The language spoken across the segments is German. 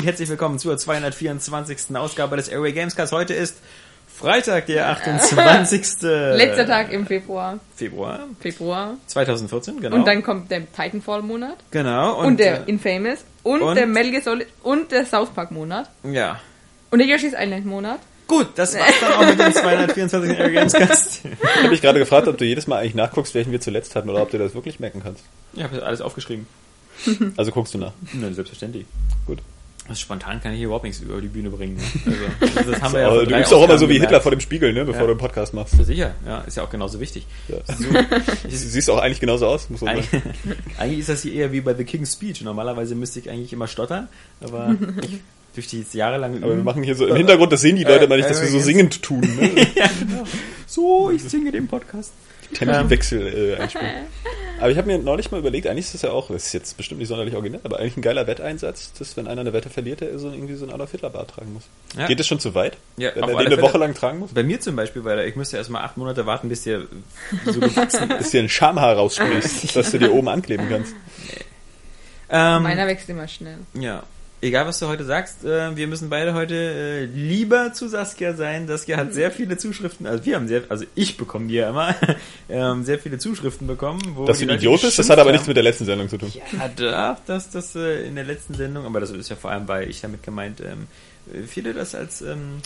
herzlich willkommen zur 224. Ausgabe des Airway Gamescast. Heute ist Freitag, der 28. Letzter Tag im Februar. Februar 2014, genau. Und dann kommt der Titanfall-Monat. Genau. Und der Infamous. Und der Metal Gear Solid. Und der South Park-Monat. Ja. Und der Yoshi's Island-Monat. Gut, das war's dann auch mit dem 224. Airway Gamescast. Ich habe mich gerade gefragt, ob du jedes Mal eigentlich nachguckst, welchen wir zuletzt hatten, oder ob du das wirklich merken kannst. Ich habe alles aufgeschrieben. Also guckst du nach? Nein, selbstverständlich. Gut. Also spontan kann ich hier überhaupt nichts über die Bühne bringen. Ne? Also, das haben wir ja du übst auch immer so wie Hitler vor dem Spiegel, ne, bevor du einen Podcast machst. Sicher, ja, ist ja auch genauso wichtig. Ja. Du siehst auch eigentlich genauso aus, muss man sagen. Eigentlich ist das hier eher wie bei The King's Speech. Normalerweise müsste ich eigentlich immer stottern, aber durch die jahrelange Aber wir machen hier so im Hintergrund, das sehen die Leute immer nicht, dass wir so singend tun. Ne? Ja, genau. So, ich singe den Podcast. Tempowechsel einspielen. Aber ich habe mir neulich mal überlegt, eigentlich ist das ja auch, das ist jetzt bestimmt nicht sonderlich originell, aber eigentlich ein geiler Wetteinsatz, dass wenn einer eine Wette verliert, der irgendwie so einen Adolf Hitler Bart tragen muss. Ja. Geht das schon zu weit? Ja, wenn er den eine Woche lang tragen muss? Bei mir zum Beispiel, weil ich müsste erst mal 8 Monate warten, bis der so gewachsen ist. Bis dir ein Schamhaar raussprichst, dass du dir oben ankleben kannst. Meiner wächst immer schnell. Ja. Egal, was du heute sagst, wir müssen beide heute lieber zu Saskia sein. Saskia hat sehr viele Zuschriften, also ich bekomme die ja immer, sehr viele Zuschriften bekommen. Wo dass du ein Idiot bist, das hat aber nichts mit der letzten Sendung zu tun. Ja, das in der letzten Sendung, aber das ist ja vor allem, weil ich damit gemeint, viele das als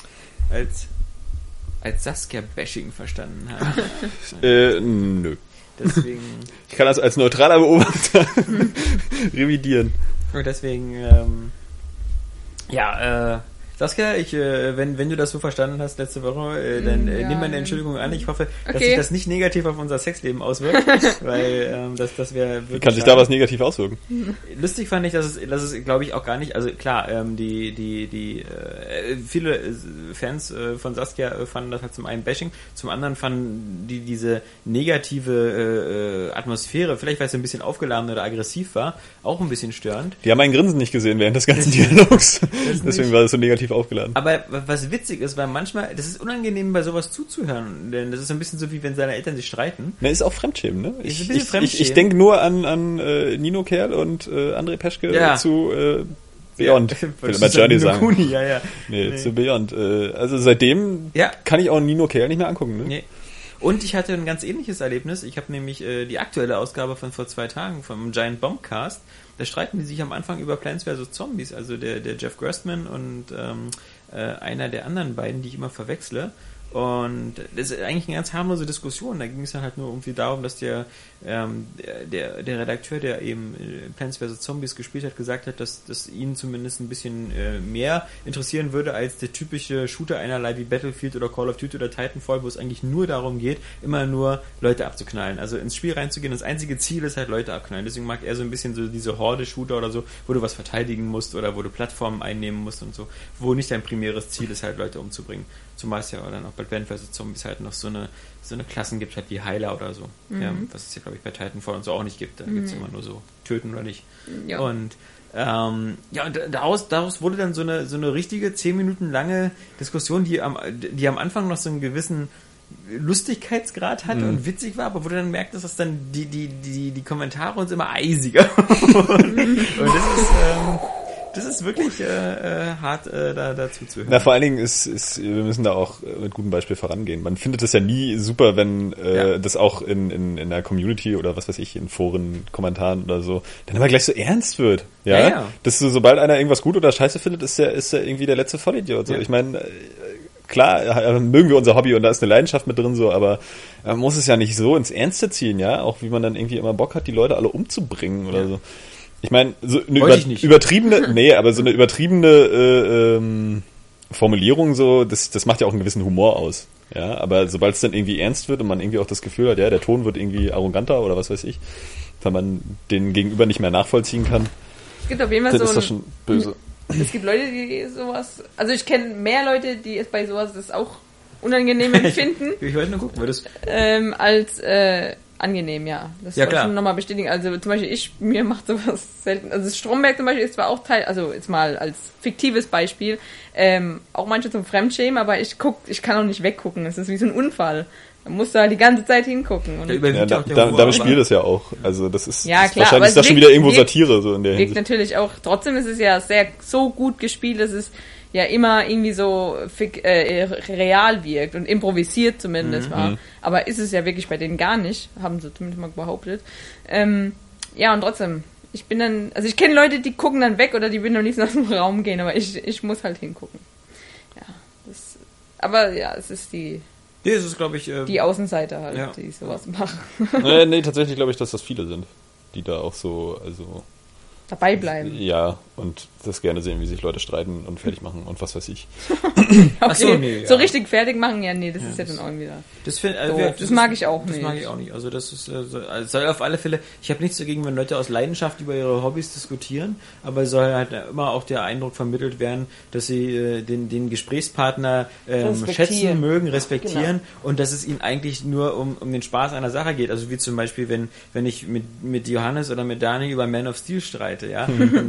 Saskia-Bashing verstanden haben. Nö. Deswegen. Ich kann das als neutraler Beobachter revidieren. Und deswegen, Saskia, wenn du das so verstanden hast letzte Woche, dann nimm meine Entschuldigung an. Ich hoffe, dass sich das nicht negativ auf unser Sexleben auswirkt, weil das wäre wirklich. Wie kann sich da was negativ auswirken? Lustig fand ich, dass es glaube ich auch gar nicht, also klar, viele Fans von Saskia fanden das halt zum einen Bashing, zum anderen fanden die diese negative Atmosphäre, vielleicht weil es ein bisschen aufgeladen oder aggressiv war, auch ein bisschen störend. Die haben meinen Grinsen nicht gesehen während des ganzen Dialogs. Deswegen war es so negativ aufgeladen. Aber was witzig ist, weil manchmal, das ist unangenehm, bei sowas zuzuhören, denn das ist ein bisschen so, wie wenn seine Eltern sich streiten. Na, ist auch Fremdschämen, ne? Ich denke nur an Nino Kerl und André Peschke zu Beyond. Ich will mal Journey sagen. Kuni, ja. Nee, zu Beyond. Also seitdem kann ich auch Nino Kerl nicht mehr angucken, ne? Nee. Und ich hatte ein ganz ähnliches Erlebnis. Ich habe nämlich die aktuelle Ausgabe von vor 2 Tagen vom Giant Bombcast. Da streiten die sich am Anfang über Plants vs. Zombies, also der Jeff Gerstmann und einer der anderen beiden, die ich immer verwechsle. Und das ist eigentlich eine ganz harmlose Diskussion. Da ging es dann halt nur irgendwie darum, dass der Redakteur, der eben Plants vs. Zombies gespielt hat, gesagt hat, dass ihn zumindest ein bisschen mehr interessieren würde als der typische Shooter einerlei wie Battlefield oder Call of Duty oder Titanfall, wo es eigentlich nur darum geht, immer nur Leute abzuknallen. Also ins Spiel reinzugehen, das einzige Ziel ist halt Leute abknallen. Deswegen mag er so ein bisschen so diese Horde-Shooter oder so, wo du was verteidigen musst oder wo du Plattformen einnehmen musst und so, wo nicht dein primäres Ziel ist, halt Leute umzubringen. Zumal es ja dann auch bei Plants vs. Zombies halt noch so eine Klassen gibt, halt wie Heiler oder so. Ja, was es ja, glaube ich, bei Titanfall und so auch nicht gibt. Da gibt es immer nur so töten oder nicht. Ja. Und und daraus wurde dann so eine richtige 10 Minuten lange Diskussion, die am Anfang noch so einen gewissen Lustigkeitsgrad hatte und witzig war, aber wo du dann merkt, dass das dann die Kommentare uns immer eisiger und das ist wirklich hart, dazu zu hören. Na, vor allen Dingen wir müssen da auch mit gutem Beispiel vorangehen. Man findet es ja nie super, wenn das auch in der Community oder was weiß ich, in Foren, Kommentaren oder so, dann immer gleich so ernst wird. Ja. Dass sobald einer irgendwas gut oder scheiße findet, ist er irgendwie der letzte Vollidiot. So. Ja. Ich meine, klar, mögen wir unser Hobby und da ist eine Leidenschaft mit drin, so, aber man muss es ja nicht so ins Ernste ziehen, ja, auch wie man dann irgendwie immer Bock hat, die Leute alle umzubringen oder so. Ich meine, so eine übertriebene Formulierung so, das macht ja auch einen gewissen Humor aus. Ja, aber sobald es dann irgendwie ernst wird und man irgendwie auch das Gefühl hat, ja, der Ton wird irgendwie arroganter oder was weiß ich, weil man den Gegenüber nicht mehr nachvollziehen kann, es gibt auf jeden Fall dann ist das schon böse. Es gibt Leute, die sowas, also ich kenne mehr Leute, die es bei sowas das auch unangenehm empfinden. Ich wollte nur gucken, weil das angenehm, ja. Das Ja, wollte ich schon nochmal bestätigen. Also zum Beispiel mir macht sowas selten. Also Stromberg zum Beispiel ist zwar auch Teil, also jetzt mal als fiktives Beispiel, auch manche zum Fremdschämen, aber ich kann auch nicht weggucken. Es ist wie so ein Unfall. Da musst du halt die ganze Zeit hingucken. Und damit spielt es ja auch. Also das ist, ja, ist klar, wahrscheinlich ist das schon wieder irgendwo Satire so in der Hinsicht. Hinsicht. Natürlich auch, trotzdem ist es ja so gut gespielt, dass es ja immer irgendwie so real wirkt und improvisiert zumindest war. Aber ist es ja wirklich bei denen gar nicht, haben sie zumindest mal behauptet. Ja, und trotzdem, ich kenne Leute, die gucken dann weg oder die würden am liebsten aus dem Raum gehen, aber ich muss halt hingucken. Ja, aber ja, es ist das ist, glaube ich, die Außenseiter halt, die sowas machen. Nee, tatsächlich glaube ich, dass das viele sind, die da auch so, also dabei bleiben. Ja, und das gerne sehen, wie sich Leute streiten und fertig machen und was weiß ich. Okay. Achso, nee, so richtig fertig machen, das ist ja dann auch wieder. Das mag ich auch nicht. Das mag ich auch nicht. Also das ist soll auf alle Fälle, ich habe nichts dagegen, wenn Leute aus Leidenschaft über ihre Hobbys diskutieren, aber es soll halt immer auch der Eindruck vermittelt werden, dass sie den Gesprächspartner schätzen, mögen, respektieren, und dass es ihnen eigentlich nur um den Spaß einer Sache geht. Also wie zum Beispiel, wenn ich mit Johannes oder mit Dani über Man of Steel streite, ja,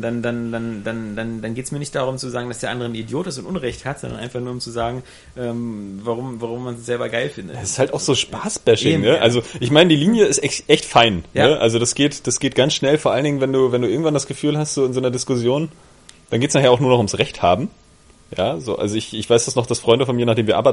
dann geht es mir nicht darum zu sagen, dass der andere ein Idiot ist und Unrecht hat, sondern einfach nur um zu sagen, warum man es selber geil findet. Das ist halt auch so Spaßbashing, ne? Also ich meine, die Linie ist echt fein. Ja. Ne? Also das geht ganz schnell, vor allen Dingen, wenn du irgendwann das Gefühl hast, so in so einer Diskussion, dann geht es nachher auch nur noch ums Recht haben. Ja, so, also ich weiß das noch, dass Freunde von mir, nachdem wir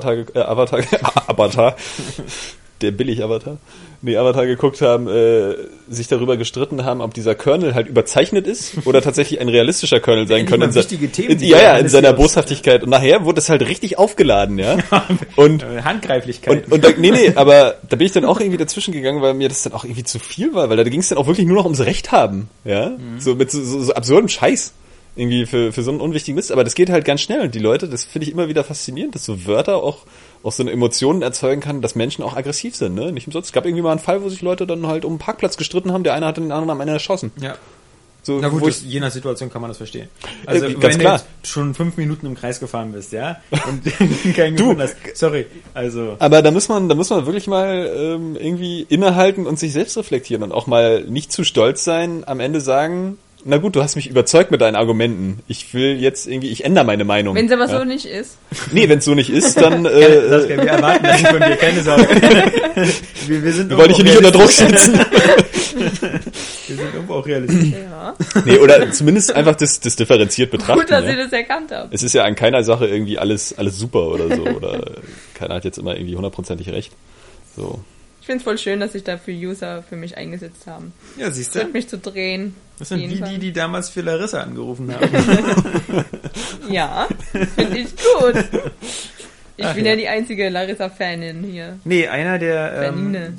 Avatar der Avatar geguckt haben, sich darüber gestritten haben, ob dieser Kernel halt überzeichnet ist oder tatsächlich ein realistischer Kernel sein könnte. In seiner Boshaftigkeit. Und nachher wurde es halt richtig aufgeladen, ja. Und Handgreiflichkeit. Aber da bin ich dann auch irgendwie dazwischen gegangen, weil mir das dann auch irgendwie zu viel war, weil da ging es dann auch wirklich nur noch ums Recht haben, ja. So mit so absurdem Scheiß. Irgendwie für so einen unwichtigen Mist, aber das geht halt ganz schnell und die Leute, das finde ich immer wieder faszinierend, dass so Wörter auch so eine Emotionen erzeugen kann, dass Menschen auch aggressiv sind, ne? Nicht umsonst. Es gab irgendwie mal einen Fall, wo sich Leute dann halt um einen Parkplatz gestritten haben, der eine hat den anderen am Ende erschossen. Ja. So, na gut, je nach Situation kann man das verstehen. Also ganz wenn klar. du schon 5 Minuten im Kreis gefahren bist, ja, und kein Gefühl hast, sorry, also. Aber da muss man wirklich mal irgendwie innehalten und sich selbst reflektieren und auch mal nicht zu stolz sein, am Ende sagen, na gut, du hast mich überzeugt mit deinen Argumenten. Ich ändere meine Meinung. Wenn es aber so nicht ist. Nee, wenn es so nicht ist, dann... wir erwarten das nicht von dir, keine Sorge. Wir wollen dich hier nicht unter Druck setzen. Wir sind irgendwo auch realistisch. Ja. Nee, oder zumindest einfach das differenziert betrachten. Gut, dass ihr das erkannt habt. Es ist ja an keiner Sache irgendwie alles super oder so. Oder keiner hat jetzt immer irgendwie 100%ig recht. So. Ich finde es voll schön, dass sich dafür User für mich eingesetzt haben. Ja, siehst du. Das wird mich zu drehen. Das sind die damals für Larissa angerufen haben. Ja, finde ich gut. Ich bin ja die einzige Larissa-Fanin hier. Nee, einer der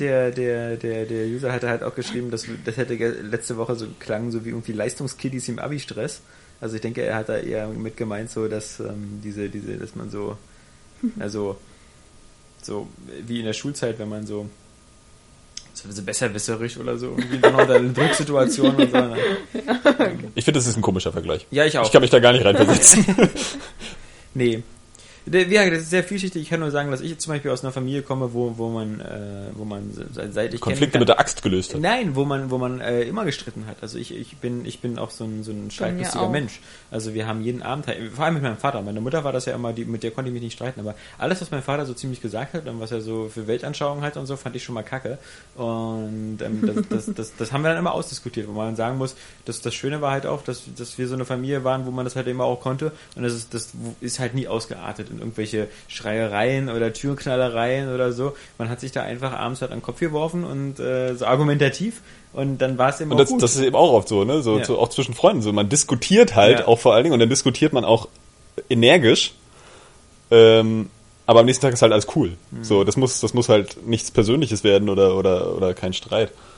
User hatte halt auch geschrieben, das hätte letzte Woche so geklangen, so wie irgendwie Leistungskiddies im Abi-Stress. Also ich denke, er hat da eher mit gemeint, so, dass dass man so, also so wie in der Schulzeit, wenn man so besserwisserisch oder so, irgendwie noch unter einer Drucksituation und so. Ja. Ich finde, das ist ein komischer Vergleich. Ja, ich auch. Ich kann mich da gar nicht reinversetzen. Nee. Ja, das ist sehr vielschichtig. Ich kann nur sagen, dass ich jetzt zum Beispiel aus einer Familie komme, wo man seit ich Konflikte mit der Axt gelöst hat. Nein, wo man immer gestritten hat. Also ich bin auch so ein streitlustiger Mensch. Also wir haben jeden Abend, vor allem mit meinem Vater. Meine Mutter war das ja immer, mit der konnte ich mich nicht streiten. Aber alles, was mein Vater so ziemlich gesagt hat und was er so für Weltanschauungen hat und so, fand ich schon mal kacke. Und das haben wir dann immer ausdiskutiert, wo man dann sagen muss, dass das Schöne war halt auch, dass wir so eine Familie waren, wo man das halt immer auch konnte. Und das ist halt nie ausgeartet in irgendwelche Schreiereien oder Türknallereien oder so. Man hat sich da einfach abends halt an den Kopf geworfen und so argumentativ und dann war es immer gut. Und das ist eben auch oft so, ne? So, auch zwischen Freunden so. Man diskutiert halt auch vor allen Dingen und dann diskutiert man auch energisch, aber am nächsten Tag ist halt alles cool. So, das muss halt nichts Persönliches werden oder kein Streit.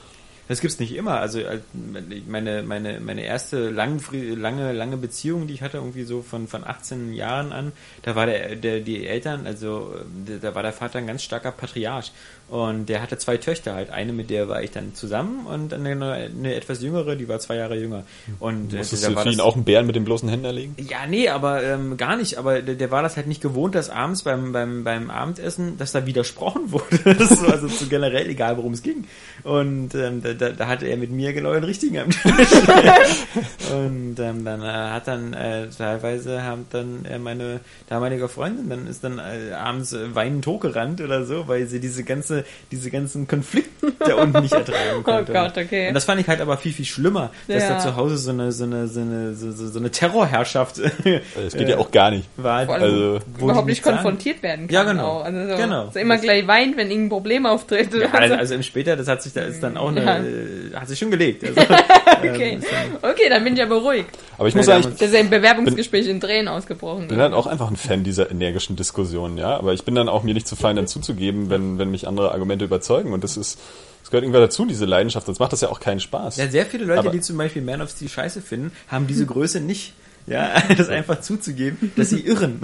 Das gibt's nicht immer. Also meine erste lange Beziehung, die ich hatte, irgendwie so von 18 Jahren an, da war die Eltern, also da war der Vater ein ganz starker Patriarch. Und der hatte 2 Töchter halt. Eine, mit der war ich dann zusammen und eine etwas jüngere, die war 2 Jahre jünger. Und musstest du für ihn auch einen Bären mit den bloßen Händen erlegen? Ja, nee, aber gar nicht. Aber der war das halt nicht gewohnt, dass abends beim Abendessen, dass da widersprochen wurde. Das war also so generell egal, worum es ging. Und da hatte er mit mir genau den richtigen am Tisch. Und dann hat teilweise meine damalige Freundin ist dann abends weinend hochgerannt oder so, weil sie diese ganzen Konflikte da unten nicht ertragen konnte. Oh Gott, okay. Und das fand ich halt aber viel, viel schlimmer, dass da zu Hause so eine Terrorherrschaft das geht ja auch gar nicht. war. Also, überhaupt nicht konfrontiert werden kann. Ja, genau. Auch. Also genau. so immer gleich weint, wenn irgendein Problem auftritt. Ja, also im Später, das hat sich hat sich schon gelegt. Also, okay, dann bin ich ja beruhigt. Aber ich muss sagen, das ist ja im Bewerbungsgespräch in Tränen ausgebrochen. Ich bin halt auch einfach ein Fan dieser energischen Diskussion, ja. Aber ich bin dann auch mir nicht zu fein, dann zuzugeben, wenn mich andere Argumente überzeugen. Und das gehört irgendwann dazu, diese Leidenschaft. Sonst macht das ja auch keinen Spaß. Ja, sehr viele Leute, die zum Beispiel Man of Steel scheiße finden, haben diese Größe nicht. Ja, das einfach zuzugeben, dass sie irren.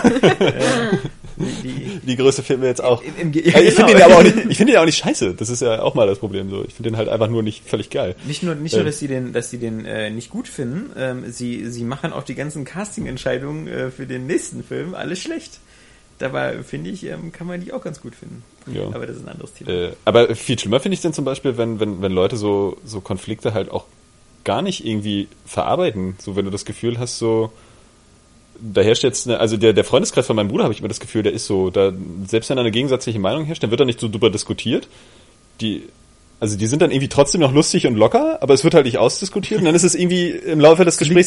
Die Größe fehlt mir jetzt auch. Ich finde den auch nicht scheiße. Das ist ja auch mal das Problem so. Ich finde den halt einfach nur nicht völlig geil. Nicht nur, dass sie den nicht gut finden, sie machen auch die ganzen Casting-Entscheidungen für den nächsten Film alles schlecht. Dabei, finde ich, kann man die auch ganz gut finden. Ja. Aber das ist ein anderes Thema. Aber viel schlimmer finde ich denn zum Beispiel, wenn Leute so Konflikte halt auch gar nicht irgendwie verarbeiten. So, wenn du das Gefühl hast, so, da herrscht jetzt also der Freundeskreis von meinem Bruder, habe ich immer das Gefühl, der ist so, da, selbst wenn da eine gegensätzliche Meinung herrscht, dann wird da nicht so drüber diskutiert. Die sind dann irgendwie trotzdem noch lustig und locker, aber es wird halt nicht ausdiskutiert und dann ist es irgendwie im Laufe des Gesprächs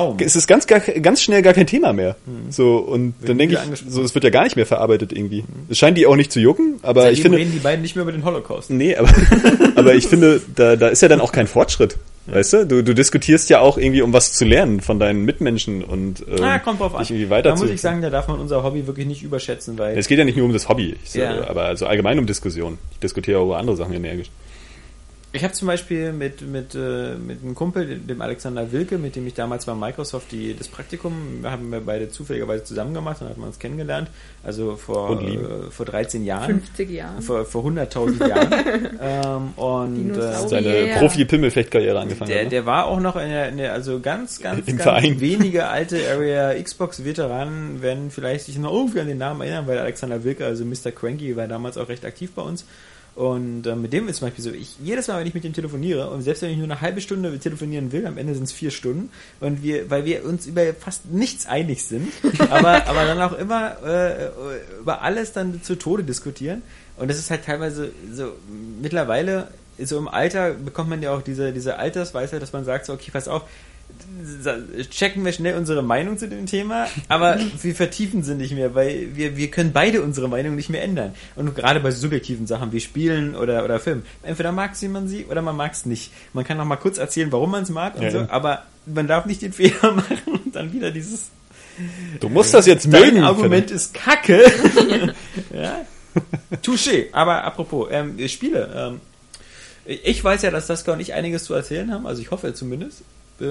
ganz schnell gar kein Thema mehr. So, und dann denke ich, so, es wird ja gar nicht mehr verarbeitet irgendwie. Es scheint die auch nicht zu jucken, aber ich finde, reden die beiden nicht mehr über den Holocaust. Nee, aber ich finde, da ist ja dann auch kein Fortschritt. Ja. Weißt du? Du diskutierst ja auch irgendwie, um was zu lernen von deinen Mitmenschen und kommt drauf an. Irgendwie weiter da muss ich sagen, da darf man unser Hobby wirklich nicht überschätzen, weil es geht ja nicht nur um das Hobby, aber also allgemein um Diskussion. Ich diskutiere auch über andere Sachen energisch. Ich habe zum Beispiel mit einem Kumpel, dem Alexander Wilke, mit dem ich damals bei Microsoft das Praktikum, haben wir beide zufälligerweise zusammen gemacht und haben uns kennengelernt. Also vor 13 Jahren. 50 Jahren. Vor 100.000 Jahren. Und seine Profi-Pimmelfechtkarriere angefangen. Der war auch noch also ganz Verein. wenige alte Area Xbox-Veteranen werden vielleicht sich noch irgendwie an den Namen erinnern, weil Alexander Wilke, also Mr. Cranky, war damals auch recht aktiv bei uns. Und mit dem ist zum Beispiel so, jedes Mal, wenn ich mit dem telefoniere, und selbst wenn ich nur eine halbe Stunde telefonieren will, am Ende sind es 4 Stunden, und weil wir uns über fast nichts einig sind, aber dann auch immer über alles dann zu Tode diskutieren. Und das ist halt teilweise so, mittlerweile, so im Alter bekommt man ja auch diese Altersweisheit, dass man sagt so, okay, pass auf, checken wir schnell unsere Meinung zu dem Thema, aber wir vertiefen sie nicht mehr, weil wir können beide unsere Meinung nicht mehr ändern. Und gerade bei subjektiven Sachen wie Spielen oder Filmen, entweder mag man sie oder man mag es nicht. Man kann noch mal kurz erzählen, warum man es mag und so, aber man darf nicht den Fehler machen und dann wieder dieses Du musst das jetzt mögen. Dein Argument ist Kacke. Ja? Touché. Aber apropos, Spiele. Ich weiß ja, dass Saskia und ich einiges zu erzählen haben, also ich hoffe zumindest.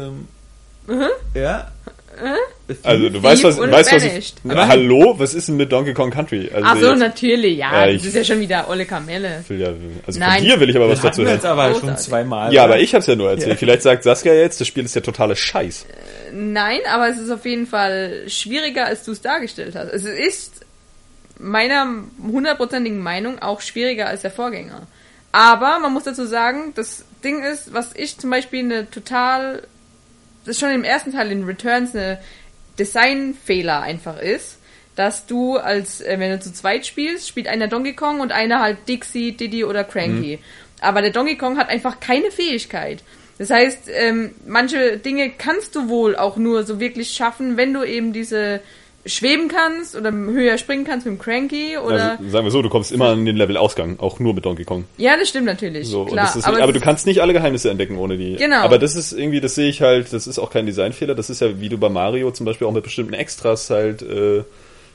Ja. Also du weißt was ich... Hallo? Was ist denn mit Donkey Kong Country? Also ach so, natürlich, ja. Das ist ja schon wieder Olle Kamelle. Von dir will ich aber was dazu hören. Jetzt aber schon zweimal. Ja, aber ich hab's ja nur erzählt. Ja. Vielleicht sagt Saskia jetzt, das Spiel ist ja totale Scheiß. Nein, aber es ist auf jeden Fall schwieriger, als du es dargestellt hast. Es ist meiner 100%igen Meinung auch schwieriger als der Vorgänger. Aber man muss dazu sagen, das Ding ist, was ich zum Beispiel das ist schon im ersten Teil in Returns eine Designfehler einfach ist, dass du wenn du zu zweit spielt einer Donkey Kong und einer halt Dixie, Diddy oder Cranky. Aber der Donkey Kong hat einfach keine Fähigkeit. Das heißt, manche Dinge kannst du wohl auch nur so wirklich schaffen, wenn du eben diese schweben kannst oder höher springen kannst mit dem Cranky oder... Also, sagen wir so, du kommst immer an den Level-Ausgang, auch nur mit Donkey Kong. Ja, das stimmt natürlich, so, klar. Aber du kannst nicht alle Geheimnisse entdecken ohne die. Genau. Aber das ist irgendwie, das sehe ich halt, das ist auch kein Designfehler, das ist ja, wie du bei Mario zum Beispiel auch mit bestimmten Extras halt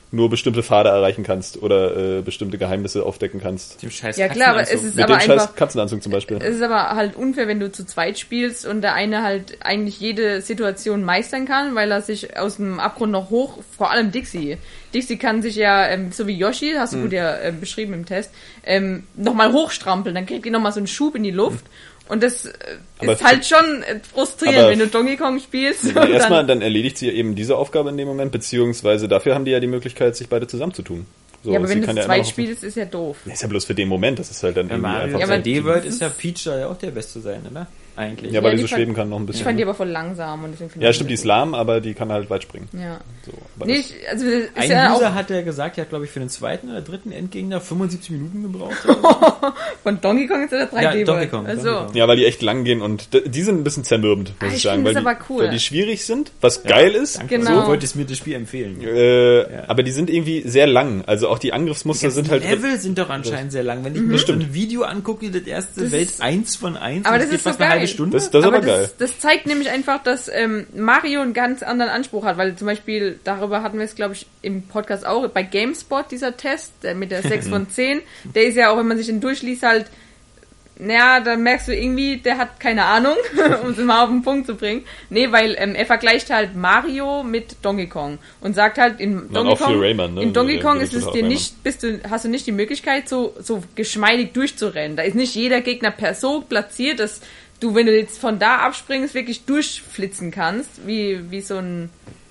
nur bestimmte Pfade erreichen kannst oder bestimmte Geheimnisse aufdecken kannst. Dem scheiß Ja klar, aber es Katzenanzug. ist Mit aber dem scheiß einfach... Katzenanzug zum Beispiel. Es ist aber halt unfair, wenn du zu zweit spielst und der eine halt eigentlich jede Situation meistern kann, weil er sich aus dem Abgrund noch hoch, vor allem Dixie. Dixie kann sich ja, so wie Yoshi, hast du gut ja beschrieben im Test, nochmal hochstrampeln, dann kriegt die nochmal so einen Schub in die Luft. Und das ist halt schon frustrierend, wenn du Donkey Kong spielst. Ja, erstmal, dann erledigt sie eben diese Aufgabe in dem Moment, beziehungsweise dafür haben die ja die Möglichkeit, sich beide zusammenzutun. So, ja, aber wenn du zu zweit ja spielst, ist ja doof. ist ja bloß für den Moment, das ist halt dann irgendwie Mario einfach... aber 3D World ist ja Peach da ja auch der Beste sein, oder? Eigentlich. Ja, weil die die so schweben kann noch ein bisschen. Ich fand die aber voll langsam. Und deswegen Ja, stimmt, die ist lahm, aber die kann halt weit springen. Ja. So, aber Nee, das- also das ist Ein ja User auch hat ja gesagt, er hat, glaube ich, für den zweiten oder dritten Endgegner 75 Minuten gebraucht. von Donkey Kong ist ja der 3D Ja, World. Donkey Kong, Also, Donkey Kong. Ja, weil die echt lang gehen und die sind ein bisschen zermürbend, muss ich ich sagen. finde Weil das die, aber cool. weil die schwierig sind, was geil ist. Danke, Genau. so wolltest du mir das Spiel empfehlen. Aber die sind irgendwie sehr lang. Also auch die Angriffsmuster sind halt... Level sind doch anscheinend sehr lang. Wenn ich mir so ein Video angucke, das erste Das Welt ist- 1 von 1, Aber und das geht ist so fast eine geil. halbe Stunde. Das ist aber geil. Das zeigt nämlich einfach, dass Mario einen ganz anderen Anspruch hat, weil zum Beispiel, darüber hatten wir es, glaube ich, im Podcast auch, bei GameSpot, dieser Test, der mit der 6 von 10, der ist ja auch, wenn man sich den durchliest, halt, naja, dann merkst du irgendwie, der hat keine Ahnung, um es mal auf den Punkt zu bringen. Nee, weil er vergleicht halt Mario mit Donkey Kong und sagt halt, in Donkey auch für Kong, Rayman, ne? in Donkey Kong ist Direkt es auf dir Rayman. nicht, hast du nicht die Möglichkeit, so geschmeidig durchzurennen. Da ist nicht jeder Gegner so platziert, dass du, wenn du jetzt von da abspringst, wirklich durchflitzen kannst, wie so ein,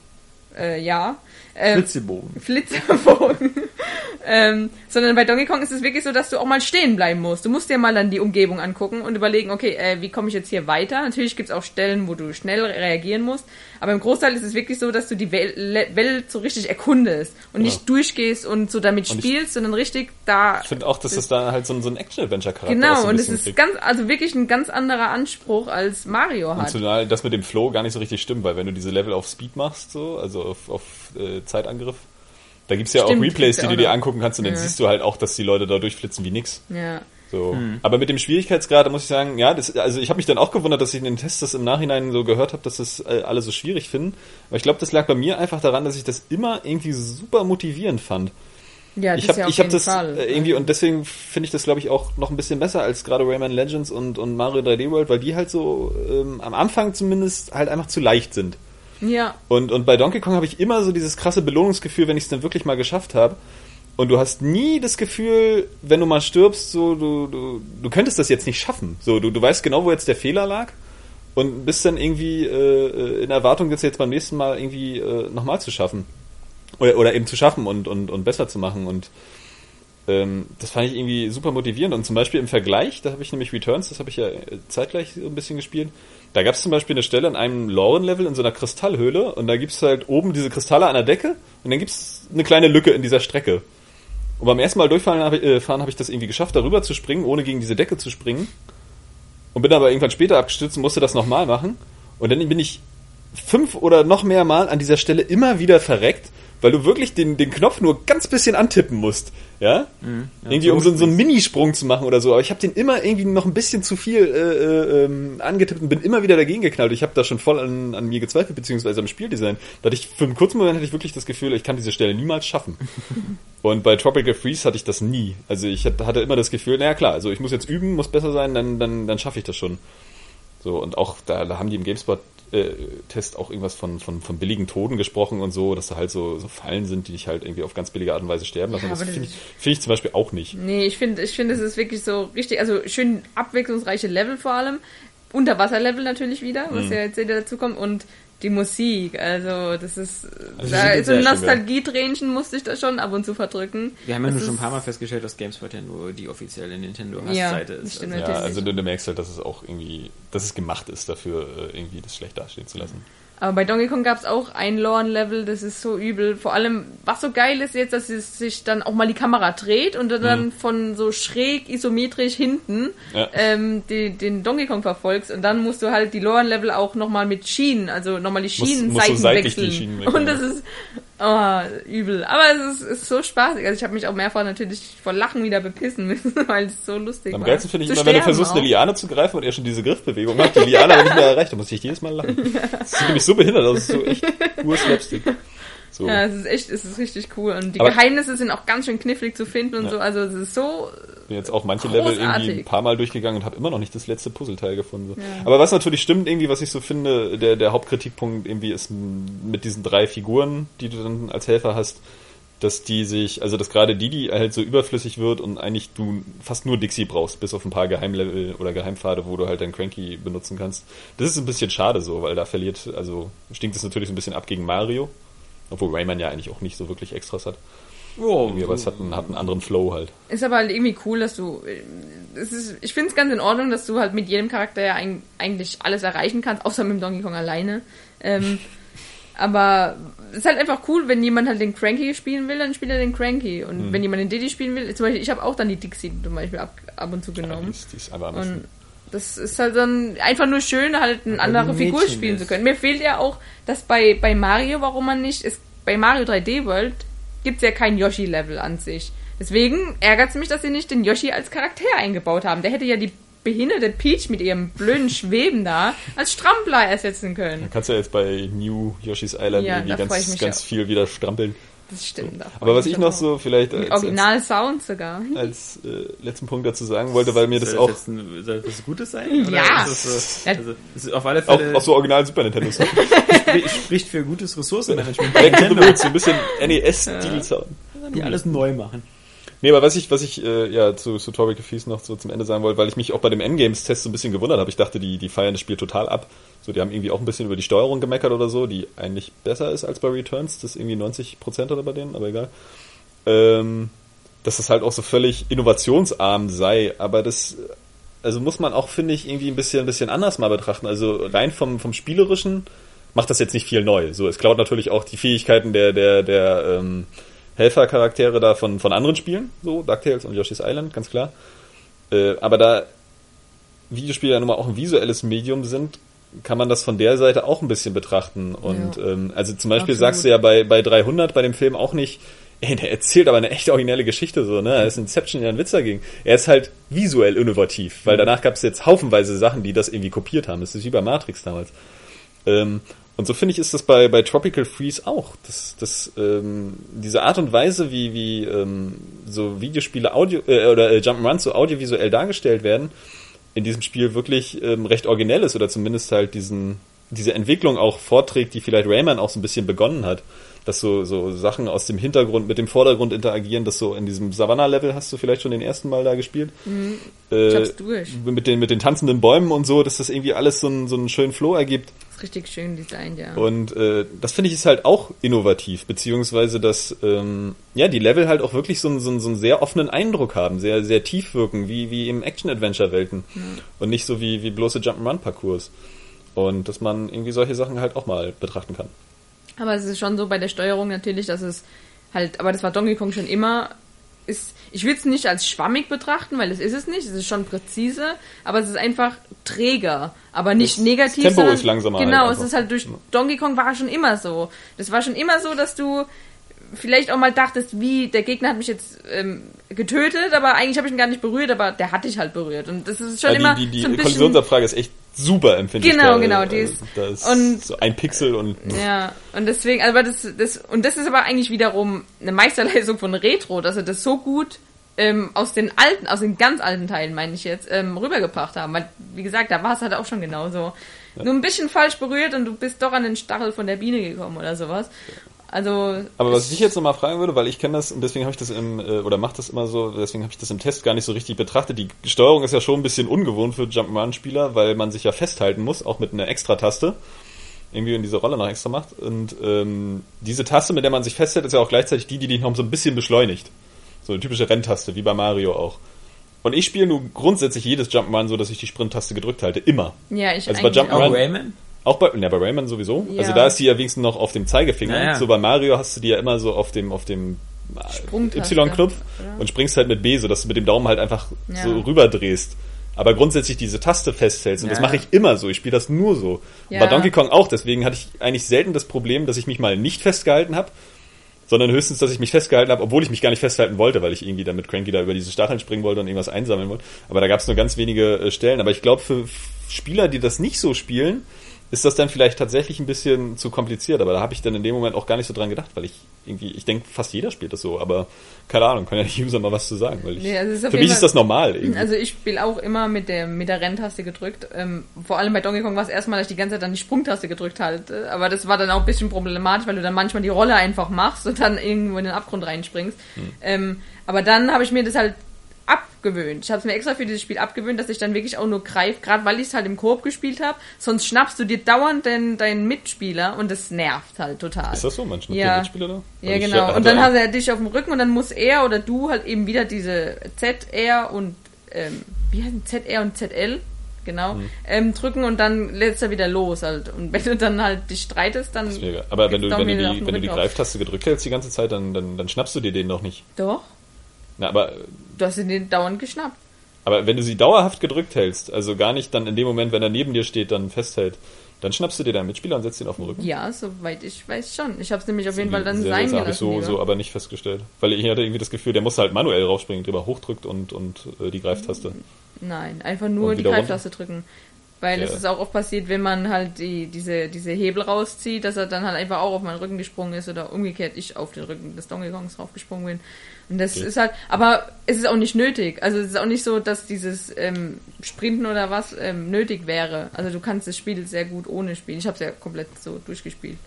Flitzebogen. Flitzerbogen. Sondern bei Donkey Kong ist es wirklich so, dass du auch mal stehen bleiben musst. Du musst dir mal dann die Umgebung angucken und überlegen, okay, wie komme ich jetzt hier weiter? Natürlich gibt es auch Stellen, wo du schnell reagieren musst, aber im Großteil ist es wirklich so, dass du die Welt so richtig erkundest und nicht durchgehst und so damit spielst, sondern richtig da... Ich finde auch, dass das da halt so ein Action-Adventure-Charakter Genau, auch so ein und es bisschen ist kriegt. also wirklich ein ganz anderer Anspruch, als Mario Und hat. zumal das mit dem Flow gar nicht so richtig stimmt, weil wenn du diese Level auf Speed machst, so, also auf Zeitangriff, da gibt's ja Stimmt, auch Replays, gibt's ja die du auch dir noch. angucken kannst und dann Ja. siehst du halt auch, dass die Leute da durchflitzen wie nix. Ja. So. Aber mit dem Schwierigkeitsgrad, da muss ich sagen, ja, also ich habe mich dann auch gewundert, dass ich in den Tests das im Nachhinein so gehört habe, dass das alle so schwierig finden. Aber ich glaube, das lag bei mir einfach daran, dass ich das immer irgendwie super motivierend fand. Ja, das Ich habe ja auf ich hab jeden das Fall. irgendwie, und deswegen finde ich das, glaube ich, auch noch ein bisschen besser als gerade Rayman Legends und Mario 3D World, weil die halt so am Anfang zumindest halt einfach zu leicht sind. Ja. Und bei Donkey Kong habe ich immer so dieses krasse Belohnungsgefühl, wenn ich es dann wirklich mal geschafft habe. Und du hast nie das Gefühl, wenn du mal stirbst, so du könntest das jetzt nicht schaffen. So du weißt genau, wo jetzt der Fehler lag und bist dann irgendwie in Erwartung, das jetzt beim nächsten Mal irgendwie nochmal zu schaffen. Oder eben zu schaffen und besser zu machen. Und das fand ich irgendwie super motivierend. Und zum Beispiel im Vergleich, da habe ich nämlich Returns, das habe ich ja zeitgleich so ein bisschen gespielt. Da gab es zum Beispiel eine Stelle in einem Lauren-Level in so einer Kristallhöhle und da gibt es halt oben diese Kristalle an der Decke und dann gibt es eine kleine Lücke in dieser Strecke. Und beim ersten Mal durchfahren habe ich das irgendwie geschafft, darüber zu springen, ohne gegen diese Decke zu springen. Und bin aber irgendwann später abgestürzt und musste das nochmal machen. Und dann bin ich 5 oder noch mehr Mal an dieser Stelle immer wieder verreckt, weil du wirklich den Knopf nur ganz bisschen antippen musst. Ja? Irgendwie um so einen Minisprung zu machen oder so. Aber ich habe den immer irgendwie noch ein bisschen zu viel angetippt und bin immer wieder dagegen geknallt. Ich habe da schon voll an mir gezweifelt, beziehungsweise am Spieldesign. Da hatte ich für einen kurzen Moment hatte ich wirklich das Gefühl, ich kann diese Stelle niemals schaffen. Und bei Tropical Freeze hatte ich das nie. Also ich hatte immer das Gefühl, naja klar, also ich muss jetzt üben, muss besser sein, dann schaffe ich das schon. So, und auch da haben die im GameSpot-Test auch irgendwas von billigen Toten gesprochen und so, dass da halt so Fallen sind, die dich halt irgendwie auf ganz billige Art und Weise sterben lassen. Ja, Das aber finde ich zum Beispiel auch nicht. Nee, ich finde, es ist wirklich so richtig, also schön abwechslungsreiche Level vor allem. Unterwasserlevel natürlich wieder, was ja jetzt wieder dazu kommt. Und die Musik, also das ist, Also da die ist so ein sind sehr schön, Nostalgie-Tränchen musste ich da schon ab und zu verdrücken. Wir haben ja Das nur schon ein ist- paar Mal festgestellt, dass GameSpot ja nur die offizielle Nintendo Ja, Hassseite das ist. stimmt Also, Ja, natürlich. also du merkst halt, dass es auch irgendwie, dass es gemacht ist dafür, irgendwie das schlecht dastehen zu lassen. Aber bei Donkey Kong gab es auch ein Lorne-Level, das ist so übel. Vor allem, was so geil ist jetzt, dass es sich dann auch mal die Kamera dreht und dann von so schräg isometrisch hinten Ja. den Donkey Kong verfolgst. Und dann musst du halt die Lorne-Level auch nochmal mit Schienen, also nochmal die Musst Schienenseiten so seitlich die wechseln. Schienen wechseln, Und das ist übel. Aber es ist so spaßig. Also ich habe mich auch mehrfach natürlich vor Lachen wieder bepissen müssen, weil es so lustig Am war. geilsten finde ich Zu immer, wenn du sterben versuchst, auch. eine Liane zu greifen und er schon diese Griffbewegung macht, die Liane aber nicht mehr erreicht, da muss ich jedes Mal lachen. Das sieht nämlich so behindert aus, das ist so echt Ur-Slapstick. So. Ja, es ist richtig cool. Und die Aber Geheimnisse sind auch ganz schön knifflig zu finden und so. Also es ist so Ich bin jetzt auch manche großartig. Level irgendwie ein paar Mal durchgegangen und habe immer noch nicht das letzte Puzzleteil gefunden. So. Ja. Aber was natürlich stimmt, irgendwie, was ich so finde, der Hauptkritikpunkt irgendwie ist mit diesen 3 Figuren, die du dann als Helfer hast, dass dass gerade die halt so überflüssig wird und eigentlich du fast nur Dixie brauchst, bis auf ein paar Geheimlevel oder Geheimpfade, wo du halt dein Cranky benutzen kannst. Das ist ein bisschen schade so, weil da stinkt es natürlich so ein bisschen ab gegen Mario, obwohl Rayman ja eigentlich auch nicht so wirklich Extras hat. Oh, Aber es hat einen anderen Flow halt. Ist aber halt irgendwie cool, dass du. Ich finde es ganz in Ordnung, dass du halt mit jedem Charakter ja eigentlich alles erreichen kannst, außer mit dem Donkey Kong alleine. Aber es ist halt einfach cool, wenn jemand halt den Cranky spielen will, dann spielt er den Cranky. Und wenn jemand den Diddy spielen will, zum Beispiel, ich habe auch dann die Dixie zum Beispiel ab und zu genommen. Ja, die ist einfach am Und das ist halt dann einfach nur schön, halt eine andere Figur spielen zu können. Mir fehlt ja auch, dass bei Mario, warum man nicht, bei Mario 3D World gibt's ja kein Yoshi-Level an sich. Deswegen ärgert es mich, dass sie nicht den Yoshi als Charakter eingebaut haben. Der hätte ja die behinderte Peach mit ihrem blöden Schweben da als Strampler ersetzen können. Dann kannst du ja jetzt bei New Yoshi's Island irgendwie ganz viel wieder strampeln. Das stimmt. Aber was ich noch so vielleicht mit Original-Sound sogar. Als letzten Punkt dazu sagen wollte, weil mir das auch... Soll das Gutes sein? Ja! Ist ist auf alle Fälle... Auch so original Super Nintendo Sound. Spricht für gutes Ressourcenmanagement. Back to the Roots, so ein bisschen NES-Stil-Sound. Die alles neu machen. Nee, aber was ich zu Torvik Fies noch so zum Ende sagen wollte, weil ich mich auch bei dem Endgames-Test so ein bisschen gewundert habe. Ich dachte, die feiern das Spiel total ab. So, die haben irgendwie auch ein bisschen über die Steuerung gemeckert oder so, die eigentlich besser ist als bei Returns. Das ist irgendwie 90% oder bei denen, aber egal. Dass das halt auch so völlig innovationsarm sei, aber das muss man auch, finde ich, irgendwie ein bisschen anders mal betrachten. Also rein vom Spielerischen macht das jetzt nicht viel neu. So, es klaut natürlich auch die Fähigkeiten der Helfercharaktere da von anderen Spielen, so DuckTales und Yoshi's Island, ganz klar. Aber da Videospiele ja nun mal auch ein visuelles Medium sind, kann man das von der Seite auch ein bisschen betrachten. Und also zum Beispiel Absolut. sagst du ja bei 300 bei dem Film auch nicht, der erzählt aber eine echt originelle Geschichte so, ne? Da ist Inception ja ein Witz dagegen. Er ist halt visuell innovativ, weil danach gab es jetzt haufenweise Sachen, die das irgendwie kopiert haben. Das ist wie bei Matrix damals. Und so finde ich, ist das bei Tropical Freeze auch. Diese Art und Weise, wie so Videospiele oder Jump'n'Runs so audiovisuell dargestellt werden, in diesem Spiel wirklich recht originell ist oder zumindest halt diese Entwicklung auch vorträgt, die vielleicht Rayman auch so ein bisschen begonnen hat. Dass so Sachen aus dem Hintergrund mit dem Vordergrund interagieren, dass so in diesem Savannah-Level hast du vielleicht schon den ersten Mal da gespielt. Ich hab's durch. Mit den tanzenden Bäumen und so, dass das irgendwie alles so einen schönen Flow ergibt. Das ist richtig schön designt, ja. Und das finde ich ist halt auch innovativ, beziehungsweise dass die Level halt auch wirklich so einen sehr offenen Eindruck haben, sehr, sehr tief wirken, wie im Action-Adventure-Welten und nicht so wie bloße Jump'n'Run-Parcours. Und dass man irgendwie solche Sachen halt auch mal betrachten kann. Aber es ist schon so bei der Steuerung natürlich, dass es halt, aber das war Donkey Kong schon immer, ich will es nicht als schwammig betrachten, weil es ist nicht, es ist schon präzise, aber es ist einfach träger, aber nicht negativ. Das Tempo ist langsamer. Genau, halt es ist halt durch Donkey Kong war schon immer so. Das war schon immer so, dass du vielleicht auch mal dachtest, wie, der Gegner hat mich jetzt getötet, aber eigentlich habe ich ihn gar nicht berührt, aber der hat dich halt berührt. Und das ist schon immer die so ein bisschen... Kollisionsabfrage ist echt super empfindlich. Genau. Da ist so ein Pixel und... Ja, und deswegen, aber das ist aber eigentlich wiederum eine Meisterleistung von Retro, dass sie das so gut aus den ganz alten Teilen, meine ich jetzt, rübergebracht haben. Weil, wie gesagt, da war es halt auch schon genauso. Ja. Nur ein bisschen falsch berührt und du bist doch an den Stachel von der Biene gekommen oder sowas. Also, aber was ich jetzt nochmal fragen würde, weil ich kenne das und deswegen habe ich das mache das immer so, deswegen habe ich das im Test gar nicht so richtig betrachtet. Die Steuerung ist ja schon ein bisschen ungewohnt für Jump'n'Run-Spieler, weil man sich ja festhalten muss, auch mit einer Extra-Taste, irgendwie in diese Rolle noch extra macht. Und diese Taste, mit der man sich festhält, ist ja auch gleichzeitig die dich noch so ein bisschen beschleunigt. So eine typische Renntaste, wie bei Mario auch. Und ich spiele nur grundsätzlich jedes Jump'n'Run so, dass ich die Sprint-Taste gedrückt halte, immer. Ja, ich also bei Jump'n'Run. Rayman? Auch bei Rayman sowieso. Ja. Also da ist die ja wenigstens noch auf dem Zeigefinger. Ja. So bei Mario hast du die ja immer so auf dem Y-Knopf und springst halt mit B, so dass du mit dem Daumen halt einfach so rüberdrehst. Aber grundsätzlich diese Taste festhältst. Und das mache ich immer so. Ich spiele das nur so. Ja. Und bei Donkey Kong auch. Deswegen hatte ich eigentlich selten das Problem, dass ich mich mal nicht festgehalten habe, sondern höchstens, dass ich mich festgehalten habe, obwohl ich mich gar nicht festhalten wollte, weil ich irgendwie da mit Cranky da über diese Stacheln springen wollte und irgendwas einsammeln wollte. Aber da gab es nur ganz wenige Stellen. Aber ich glaube, für Spieler, die das nicht so spielen, ist das dann vielleicht tatsächlich ein bisschen zu kompliziert, aber da habe ich dann in dem Moment auch gar nicht so dran gedacht, weil ich denke, fast jeder spielt das so, aber keine Ahnung, kann ja nicht User mal was zu sagen, weil für mich ist das normal irgendwie. Also ich spiele auch immer mit der Renntaste gedrückt, vor allem bei Donkey Kong war es erstmal, dass ich die ganze Zeit dann die Sprungtaste gedrückt halte, aber das war dann auch ein bisschen problematisch, weil du dann manchmal die Rolle einfach machst und dann irgendwo in den Abgrund reinspringst. Aber dann habe ich mir das halt abgewöhnt. Ich habe es mir extra für dieses Spiel abgewöhnt, dass ich dann wirklich auch nur greife, gerade weil ich es halt im Koop gespielt habe. Sonst schnappst du dir dauernd deinen Mitspieler und das nervt halt total. Ist das so? Man schnappt den Mitspieler da? Ja, genau. Und dann hat er dich auf dem Rücken und dann muss er oder du halt eben wieder diese ZR und wie heißen ZR und ZL? Genau. Drücken und dann lässt er wieder los halt. Und wenn du dann halt dich streitest, dann... Aber wenn du die Greiftaste gedrückt hältst die ganze Zeit, dann schnappst du dir den doch nicht. Doch. Na, aber... Du hast den dauernd geschnappt. Aber wenn du sie dauerhaft gedrückt hältst, also gar nicht dann in dem Moment, wenn er neben dir steht, dann festhält, dann schnappst du dir deinen Mitspieler und setzt ihn auf den Rücken. Ja, soweit ich weiß schon. Ich habe es nämlich auf jeden Fall dann sein gelassen. Das habe ich so aber nicht festgestellt. Weil ich hatte irgendwie das Gefühl, der musste halt manuell raufspringen, drüber hochdrückt und die Greiftaste. Nein, einfach nur die Greiftaste drücken. Weil es ist auch oft passiert, wenn man halt diese Hebel rauszieht, dass er dann halt einfach auch auf meinen Rücken gesprungen ist oder umgekehrt ich auf den Rücken des Donkey Kongs raufgesprungen bin. Und das ist halt, aber es ist auch nicht nötig. Also es ist auch nicht so, dass dieses Sprinten oder was nötig wäre. Also du kannst das Spiel sehr gut ohne spielen. Ich habe es ja komplett so durchgespielt.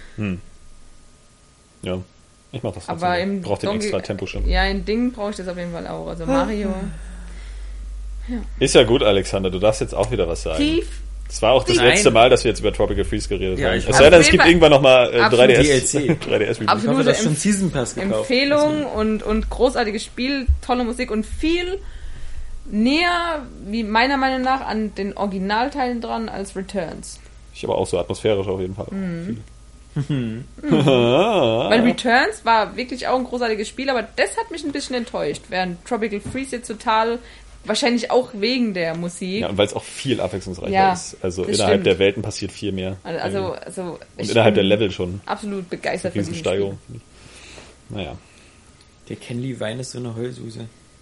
Ja, ich mach das. Aber im braucht den extra Tempo schon. Ja, in Dingen brauche ich das auf jeden Fall auch. Also Mario... Ja. Ist ja gut, Alexander, du darfst jetzt auch wieder was sagen. Es war auch das letzte Mal, dass wir jetzt über Tropical Freeze geredet haben. Es sei denn, es gibt irgendwann nochmal 3DS. 3DS absolute schon Season Pass gekauft. Empfehlung und großartiges Spiel, tolle Musik und viel näher, wie meiner Meinung nach, an den Originalteilen dran als Returns. Ich aber auch so atmosphärisch auf jeden Fall. Weil Returns war wirklich auch ein großartiges Spiel, aber das hat mich ein bisschen enttäuscht, während Tropical Freeze jetzt total... Wahrscheinlich auch wegen der Musik. Ja, und weil es auch viel abwechslungsreicher ist. Also innerhalb der Welten passiert viel mehr. Also und innerhalb der Level schon. Absolut begeistert von diesem Steigerung. Spiel. Naja. Der Ken Levine ist so eine Heulsuse.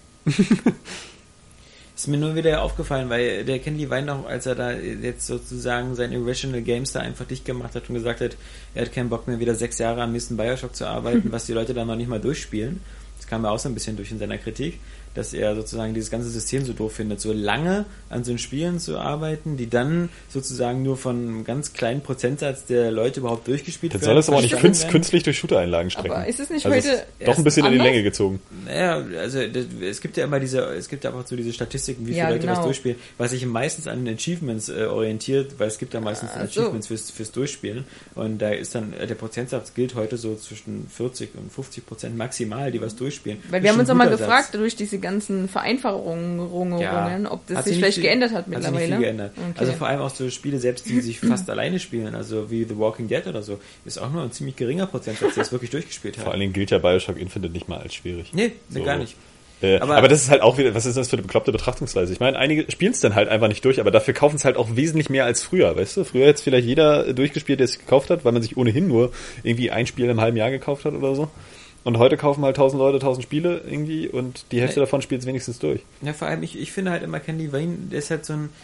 Ist mir nur wieder aufgefallen, weil der Ken Levine auch, als er da jetzt sozusagen sein Irrational Games da einfach dicht gemacht hat und gesagt hat, er hat keinen Bock mehr, wieder 6 Jahre am nächsten Bioshock zu arbeiten, was die Leute dann noch nicht mal durchspielen. Das kam ja auch so ein bisschen durch in seiner Kritik, dass er sozusagen dieses ganze System so doof findet, so lange an so einen Spielen zu arbeiten, die dann sozusagen nur von einem ganz kleinen Prozentsatz der Leute überhaupt durchgespielt werden. Das soll es aber auch nicht künstlich durch Shooter-Einlagen strecken. Aber ist es nicht heute doch ein bisschen in die Länge gezogen? Naja, also es gibt ja immer einfach so diese Statistiken, wie viele Leute was durchspielen, was sich meistens an Achievements orientiert, weil es gibt ja meistens Achievements fürs Durchspielen und da ist dann, der Prozentsatz gilt heute so zwischen 40 und 50% maximal, die was durchspielen. Weil wir haben uns auch mal gefragt, durch diese ganzen Vereinfachungen, ob das sich vielleicht geändert hat mittlerweile. Hat sich nicht viel geändert. Okay. Also vor allem auch so Spiele selbst, die sich fast alleine spielen, also wie The Walking Dead oder so, ist auch nur ein ziemlich geringer Prozentsatz, der es wirklich durchgespielt hat. Vor allen Dingen gilt ja Bioshock Infinite nicht mal als schwierig. Nee, gar nicht. Aber das ist halt auch wieder, was ist das für eine bekloppte Betrachtungsweise? Ich meine, einige spielen es dann halt einfach nicht durch, aber dafür kaufen es halt auch wesentlich mehr als früher, weißt du? Früher hätte es vielleicht jeder durchgespielt, der es gekauft hat, weil man sich ohnehin nur irgendwie ein Spiel im halben Jahr gekauft hat oder so. Und heute kaufen halt 1000 Leute 1000 Spiele irgendwie und die Hälfte davon spielt es wenigstens durch. Ja, vor allem, ich finde halt immer Ken Levine, der ist halt so ein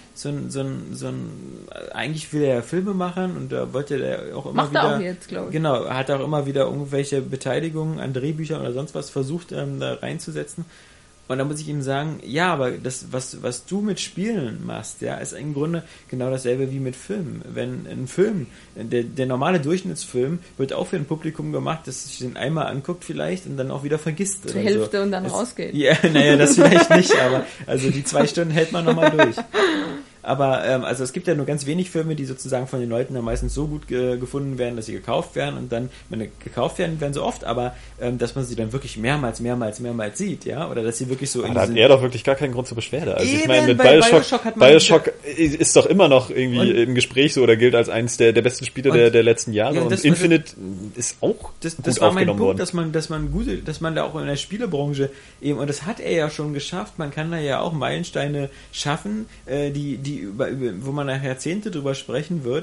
eigentlich will er ja Filme machen und da wollte er auch immer wieder... Macht er auch jetzt, glaube ich. Genau, hat auch immer wieder irgendwelche Beteiligungen an Drehbüchern oder sonst was versucht, da reinzusetzen. Und da muss ich ihm sagen, ja, aber das, was du mit Spielen machst, ja, ist im Grunde genau dasselbe wie mit Filmen. Wenn ein Film, der normale Durchschnittsfilm wird auch für ein Publikum gemacht, das sich den einmal anguckt vielleicht und dann auch wieder vergisst. Zur Hälfte so. Und dann rausgeht. Ja, naja, das vielleicht nicht, aber also die 2 Stunden hält man nochmal durch. Aber also es gibt ja nur ganz wenig Filme, die sozusagen von den Leuten dann meistens so gut gefunden werden, dass sie gekauft werden und dann, wenn gekauft werden so oft, aber dass man sie dann wirklich mehrmals sieht, ja, oder dass sie wirklich so... Da hat er doch wirklich gar keinen Grund zur Beschwerde. Also ich meine, mit Bioshock ist doch immer noch irgendwie im Gespräch so oder gilt als eines der besten Spiele der letzten Jahre ja, und Infinite ist auch gut war aufgenommen mein Punkt, worden. dass man da auch in der Spielebranche eben, und das hat er ja schon geschafft, man kann da ja auch Meilensteine schaffen, wo man nach Jahrzehnte drüber sprechen wird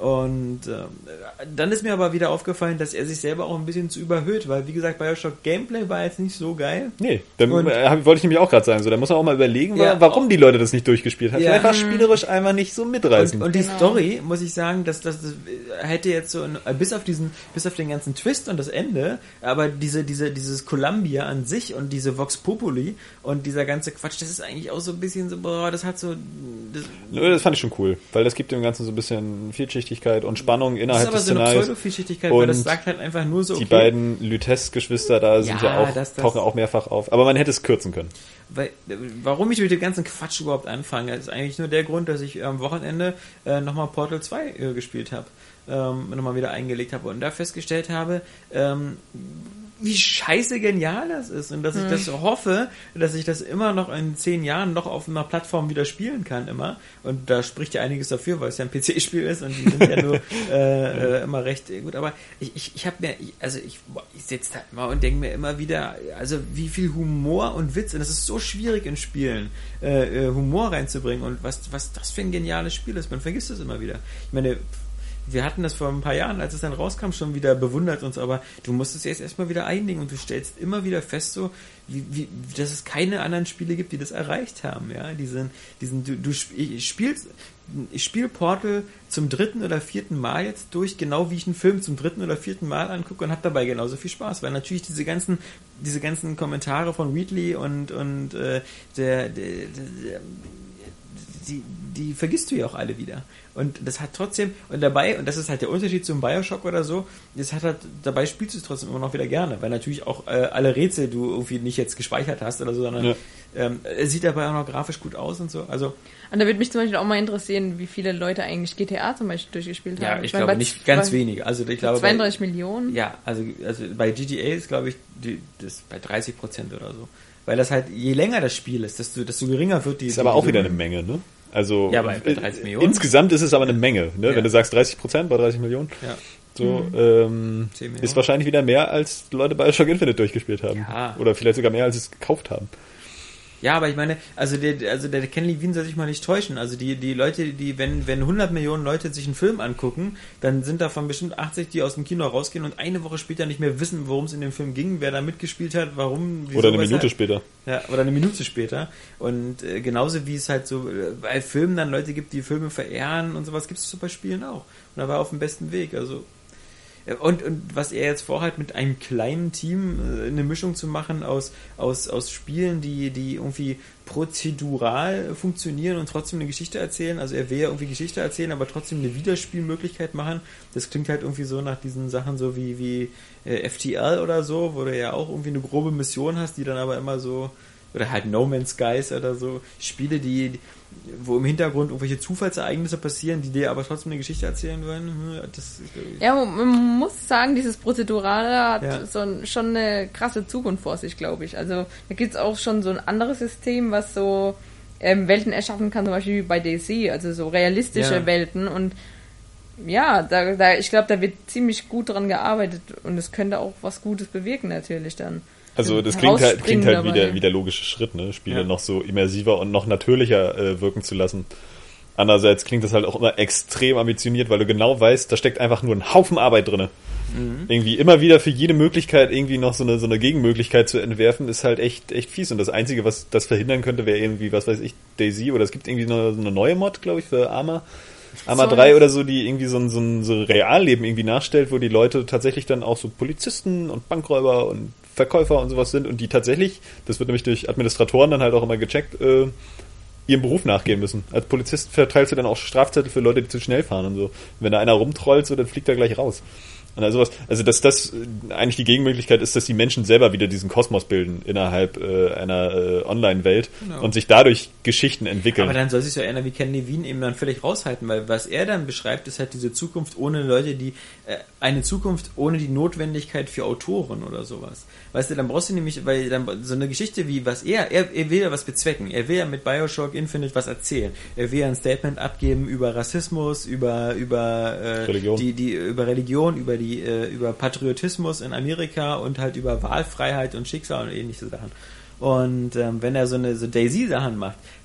Und dann ist mir aber wieder aufgefallen, dass er sich selber auch ein bisschen zu überhöht, weil, wie gesagt, Bioshock Gameplay war jetzt nicht so geil. Nee, dann wollte ich nämlich auch gerade sagen, so, da muss man auch mal überlegen, warum die Leute das nicht durchgespielt haben. Vielleicht war spielerisch einfach nicht so mitreißend. Und die Story, muss ich sagen, das hätte jetzt so, bis auf den ganzen Twist und das Ende, aber dieses Columbia an sich und diese Vox Populi und dieser ganze Quatsch, das ist eigentlich auch so ein bisschen so, boah, das hat so... Das fand ich schon cool, weil das gibt dem Ganzen so ein bisschen Vielschichtigkeit und Spannung innerhalb des Szenarios. Das ist aber so eine Pseudo-Vielschichtigkeit, weil das sagt halt einfach nur so, die beiden Lutece-Geschwister da sind tauchen auch mehrfach auf, aber man hätte es kürzen können. Warum ich mit dem ganzen Quatsch überhaupt anfange, ist eigentlich nur der Grund, dass ich am Wochenende nochmal Portal 2 gespielt habe, nochmal wieder eingelegt habe und da festgestellt habe, wie scheiße genial das ist und dass ich das hoffe, dass ich das immer noch in 10 Jahren noch auf einer Plattform wieder spielen kann immer. Und da spricht ja einiges dafür, weil es ja ein PC-Spiel ist und die sind ja nur immer recht gut. Aber ich habe mir, ich sitze da immer und denke mir immer wieder, also wie viel Humor und Witz, und das ist so schwierig in Spielen, Humor reinzubringen und was das für ein geniales Spiel ist. Man vergisst es immer wieder. Ich meine, wir hatten das vor ein paar Jahren, als es dann rauskam, schon wieder bewundert uns, aber du musst es jetzt erstmal wieder einlegen und du stellst immer wieder fest, so, dass es keine anderen Spiele gibt, die das erreicht haben, ja, ich spiele Portal zum 3. oder 4. Mal jetzt durch, genau wie ich einen Film zum 3. oder 4. Mal angucke und habe dabei genauso viel Spaß, weil natürlich diese ganzen Kommentare von Wheatley und die vergisst du ja auch alle wieder. Und das hat trotzdem, und dabei, und das ist halt der Unterschied zum Bioshock oder so, dabei spielst du es trotzdem immer noch wieder gerne, weil natürlich auch alle Rätsel du irgendwie nicht jetzt gespeichert hast oder so, sondern es sieht dabei auch noch grafisch gut aus und so. Also, und da würde mich zum Beispiel auch mal interessieren, wie viele Leute eigentlich GTA zum Beispiel durchgespielt haben. Ja, ich glaube nicht ganz wenige. Also ich glaube 32 Millionen? Ja, also bei GTA ist, glaube ich, das bei 30% oder so. Weil das halt, je länger das Spiel ist, desto geringer wird die... Ist aber auch wieder eine Menge, ne? Also ja, bei 30 Millionen. Insgesamt ist es aber eine Menge, ne? Ja. Wenn du sagst 30% bei 30 Millionen. Ja. So, ist wahrscheinlich wieder mehr, als Leute bei Bioshock Infinite durchgespielt haben. Ja. Oder vielleicht sogar mehr, als sie es gekauft haben. Ja, aber ich meine, der Ken Levine soll sich mal nicht täuschen. Also die Leute, wenn 100 Millionen Leute sich einen Film angucken, dann sind davon bestimmt 80, die aus dem Kino rausgehen und eine Woche später nicht mehr wissen, worum es in dem Film ging, wer da mitgespielt hat, warum, wieso. Oder eine Minute später. Ja, oder eine Minute später. Und genauso wie es halt so bei Filmen dann Leute gibt, die Filme verehren und sowas, gibt es bei Spielen auch. Und da war er auf dem besten Weg. Also und was er jetzt vorhat, mit einem kleinen Team eine Mischung zu machen aus Spielen, die irgendwie prozedural funktionieren und trotzdem eine Geschichte erzählen. Also er will ja irgendwie Geschichte erzählen, aber trotzdem eine Wiederspielmöglichkeit machen. Das klingt halt irgendwie so nach diesen Sachen so wie FTL oder so, wo du ja auch irgendwie eine grobe Mission hast, die dann aber immer so, oder halt No Man's Skies oder so, Spiele, wo im Hintergrund irgendwelche Zufallsereignisse passieren, die dir aber trotzdem eine Geschichte erzählen wollen. Ja, man muss sagen, dieses Prozedurale hat schon eine krasse Zukunft vor sich, glaube ich. Also da gibt es auch schon so ein anderes System, was so Welten erschaffen kann, zum Beispiel wie bei DayZ, also so realistische Welten. Und ja, ich glaube, da wird ziemlich gut dran gearbeitet und es könnte auch was Gutes bewirken natürlich dann. Also das klingt halt wie der logische Schritt, ne? Spiele noch so immersiver und noch natürlicher wirken zu lassen. Andererseits klingt das halt auch immer extrem ambitioniert, weil du genau weißt, da steckt einfach nur ein Haufen Arbeit drin. Mhm. Irgendwie immer wieder für jede Möglichkeit irgendwie noch so eine Gegenmöglichkeit zu entwerfen, ist halt echt fies. Und das Einzige, was das verhindern könnte, wäre irgendwie, was weiß ich, DayZ, oder es gibt irgendwie so eine neue Mod, glaube ich, für Arma 3 oder so, die irgendwie so ein Realleben irgendwie nachstellt, wo die Leute tatsächlich dann auch so Polizisten und Bankräuber und Verkäufer und sowas sind und die tatsächlich, das wird nämlich durch Administratoren dann halt auch immer gecheckt, ihrem Beruf nachgehen müssen. Als Polizist verteilst du dann auch Strafzettel für Leute, die zu schnell fahren und so. Wenn da einer rumtrollt, so, dann fliegt er gleich raus. Und also dass das eigentlich die Gegenmöglichkeit ist, dass die Menschen selber wieder diesen Kosmos bilden innerhalb einer Online-Welt und sich dadurch Geschichten entwickeln. Aber dann soll sich so einer wie Ken Levine eben dann völlig raushalten, weil was er dann beschreibt, ist halt diese Zukunft ohne Leute, eine Zukunft ohne die Notwendigkeit für Autoren oder sowas. Weißt du, dann brauchst du nämlich, weil dann so eine Geschichte wie was er will ja was bezwecken. Er will ja mit Bioshock Infinite was erzählen. Er will ja ein Statement abgeben über Rassismus, über Religion. Über Religion, über Patriotismus in Amerika und halt über Wahlfreiheit und Schicksal und ähnliche Sachen. Und wenn er so DayZ-Sachen macht,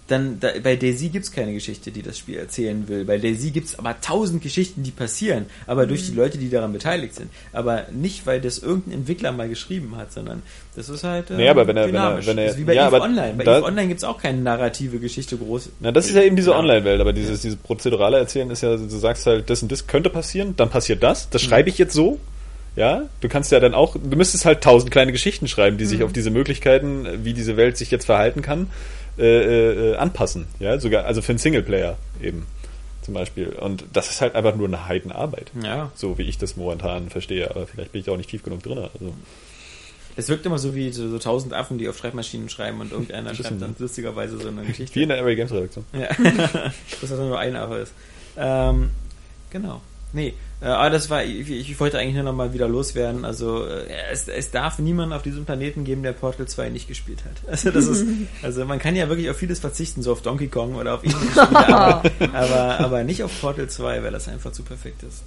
bei DayZ gibt's keine Geschichte, die das Spiel erzählen will. Bei DayZ gibt's aber 1000 Geschichten, die passieren, aber durch die Leute, die daran beteiligt sind. Aber nicht, weil das irgendein Entwickler mal geschrieben hat, sondern das ist halt aber wenn er das ist wie bei EVE Online. Bei EVE Online gibt's auch keine narrative Geschichte groß. Na, das ist ja eben diese Online-Welt, aber diese prozedurale Erzählen ist ja, du sagst halt, das und das könnte passieren, dann passiert das schreibe ich jetzt so. Ja, du kannst ja dann auch, du müsstest halt 1000 kleine Geschichten schreiben, die sich auf diese Möglichkeiten, wie diese Welt sich jetzt verhalten kann, anpassen. Ja, sogar, also für einen Singleplayer eben zum Beispiel. Und das ist halt einfach nur eine Heidenarbeit. Ja. So wie ich das momentan verstehe, aber vielleicht bin ich da auch nicht tief genug drin. Also. Es wirkt immer so wie so 1000 Affen, die auf Schreibmaschinen schreiben und irgendeiner schreibt dann lustigerweise so eine Geschichte. Wie in der Array Games Redaktion. Ja. Dass das nur ein Affe ist. Genau. Nee, aber das war, ich wollte eigentlich nur noch mal wieder loswerden. Also es darf niemanden auf diesem Planeten geben, der Portal 2 nicht gespielt hat. Also das ist, also man kann ja wirklich auf vieles verzichten, so auf Donkey Kong oder auf ähnliche Spiele, aber nicht auf Portal 2, weil das einfach zu perfekt ist.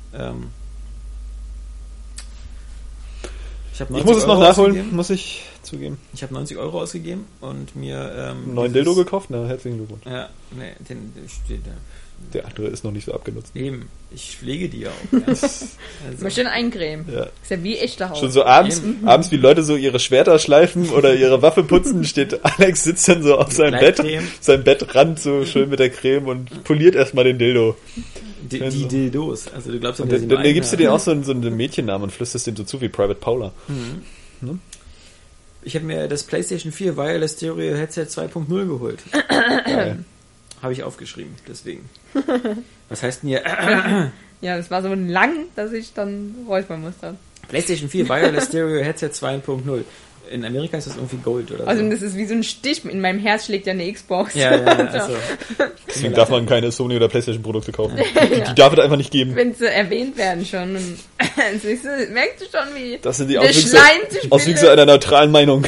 Ich muss es noch nachholen, muss ich zugeben. Ich habe 90 € ausgegeben und mir einen neuen Dildo gekauft? Na, herzlichen Glückwunsch. Ja, nee, der andere ist noch nicht so abgenutzt. Eben, ich pflege die auch. Ja. Also. Mal schön eincremen. Ja. Ist ja wie echte Haut. Schon so abends, wie Leute so ihre Schwerter schleifen oder ihre Waffe putzen, steht Alex, sitzt dann so auf seinem Bettrand so schön mit der Creme und poliert erstmal den Dildo. Die Dildos. Also du glaubst ja, dann gibst du dir auch so einen Mädchennamen und flüsterst dem so zu wie Private Paula. Mhm. Hm? Ich habe mir das PlayStation 4 Wireless Stereo Headset 2.0 geholt. Habe ich aufgeschrieben, deswegen. Was heißt denn hier? Ja, das war so lang, dass ich dann räuspern musste. PlayStation 4 Wireless Stereo Headset 2.0. In Amerika ist das irgendwie Gold oder so. Also das ist wie so ein Stich. In meinem Herz schlägt ja eine Xbox. Ja, also. Deswegen darf man keine Sony oder PlayStation Produkte kaufen. Die darf es einfach nicht geben. Wenn sie erwähnt werden schon. Merkst du schon, wie das sind die Auswüchse einer neutralen Meinung.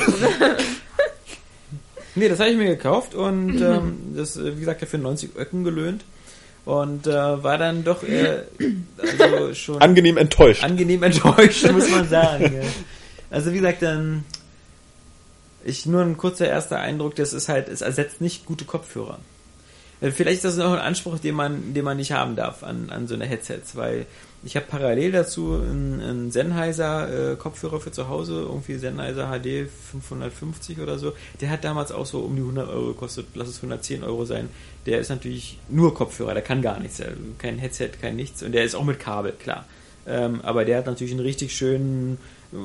Nee, das habe ich mir gekauft und das, wie gesagt, für 90 Öcken gelöhnt. Und war dann doch also schon angenehm enttäuscht. Angenehm enttäuscht, muss man sagen. Ja. Also wie gesagt, nur ein kurzer erster Eindruck, das ist halt, es ersetzt nicht gute Kopfhörer. Vielleicht ist das noch ein Anspruch, den man nicht haben darf an so eine Headsets, weil ich habe parallel dazu einen Sennheiser Kopfhörer für zu Hause, irgendwie Sennheiser HD 550 oder so. Der hat damals auch so um die 100 € gekostet, lass es 110 € sein. Der ist natürlich nur Kopfhörer, der kann gar nichts, kein Headset, kein nichts und der ist auch mit Kabel, klar. Aber der hat natürlich einen richtig schönen,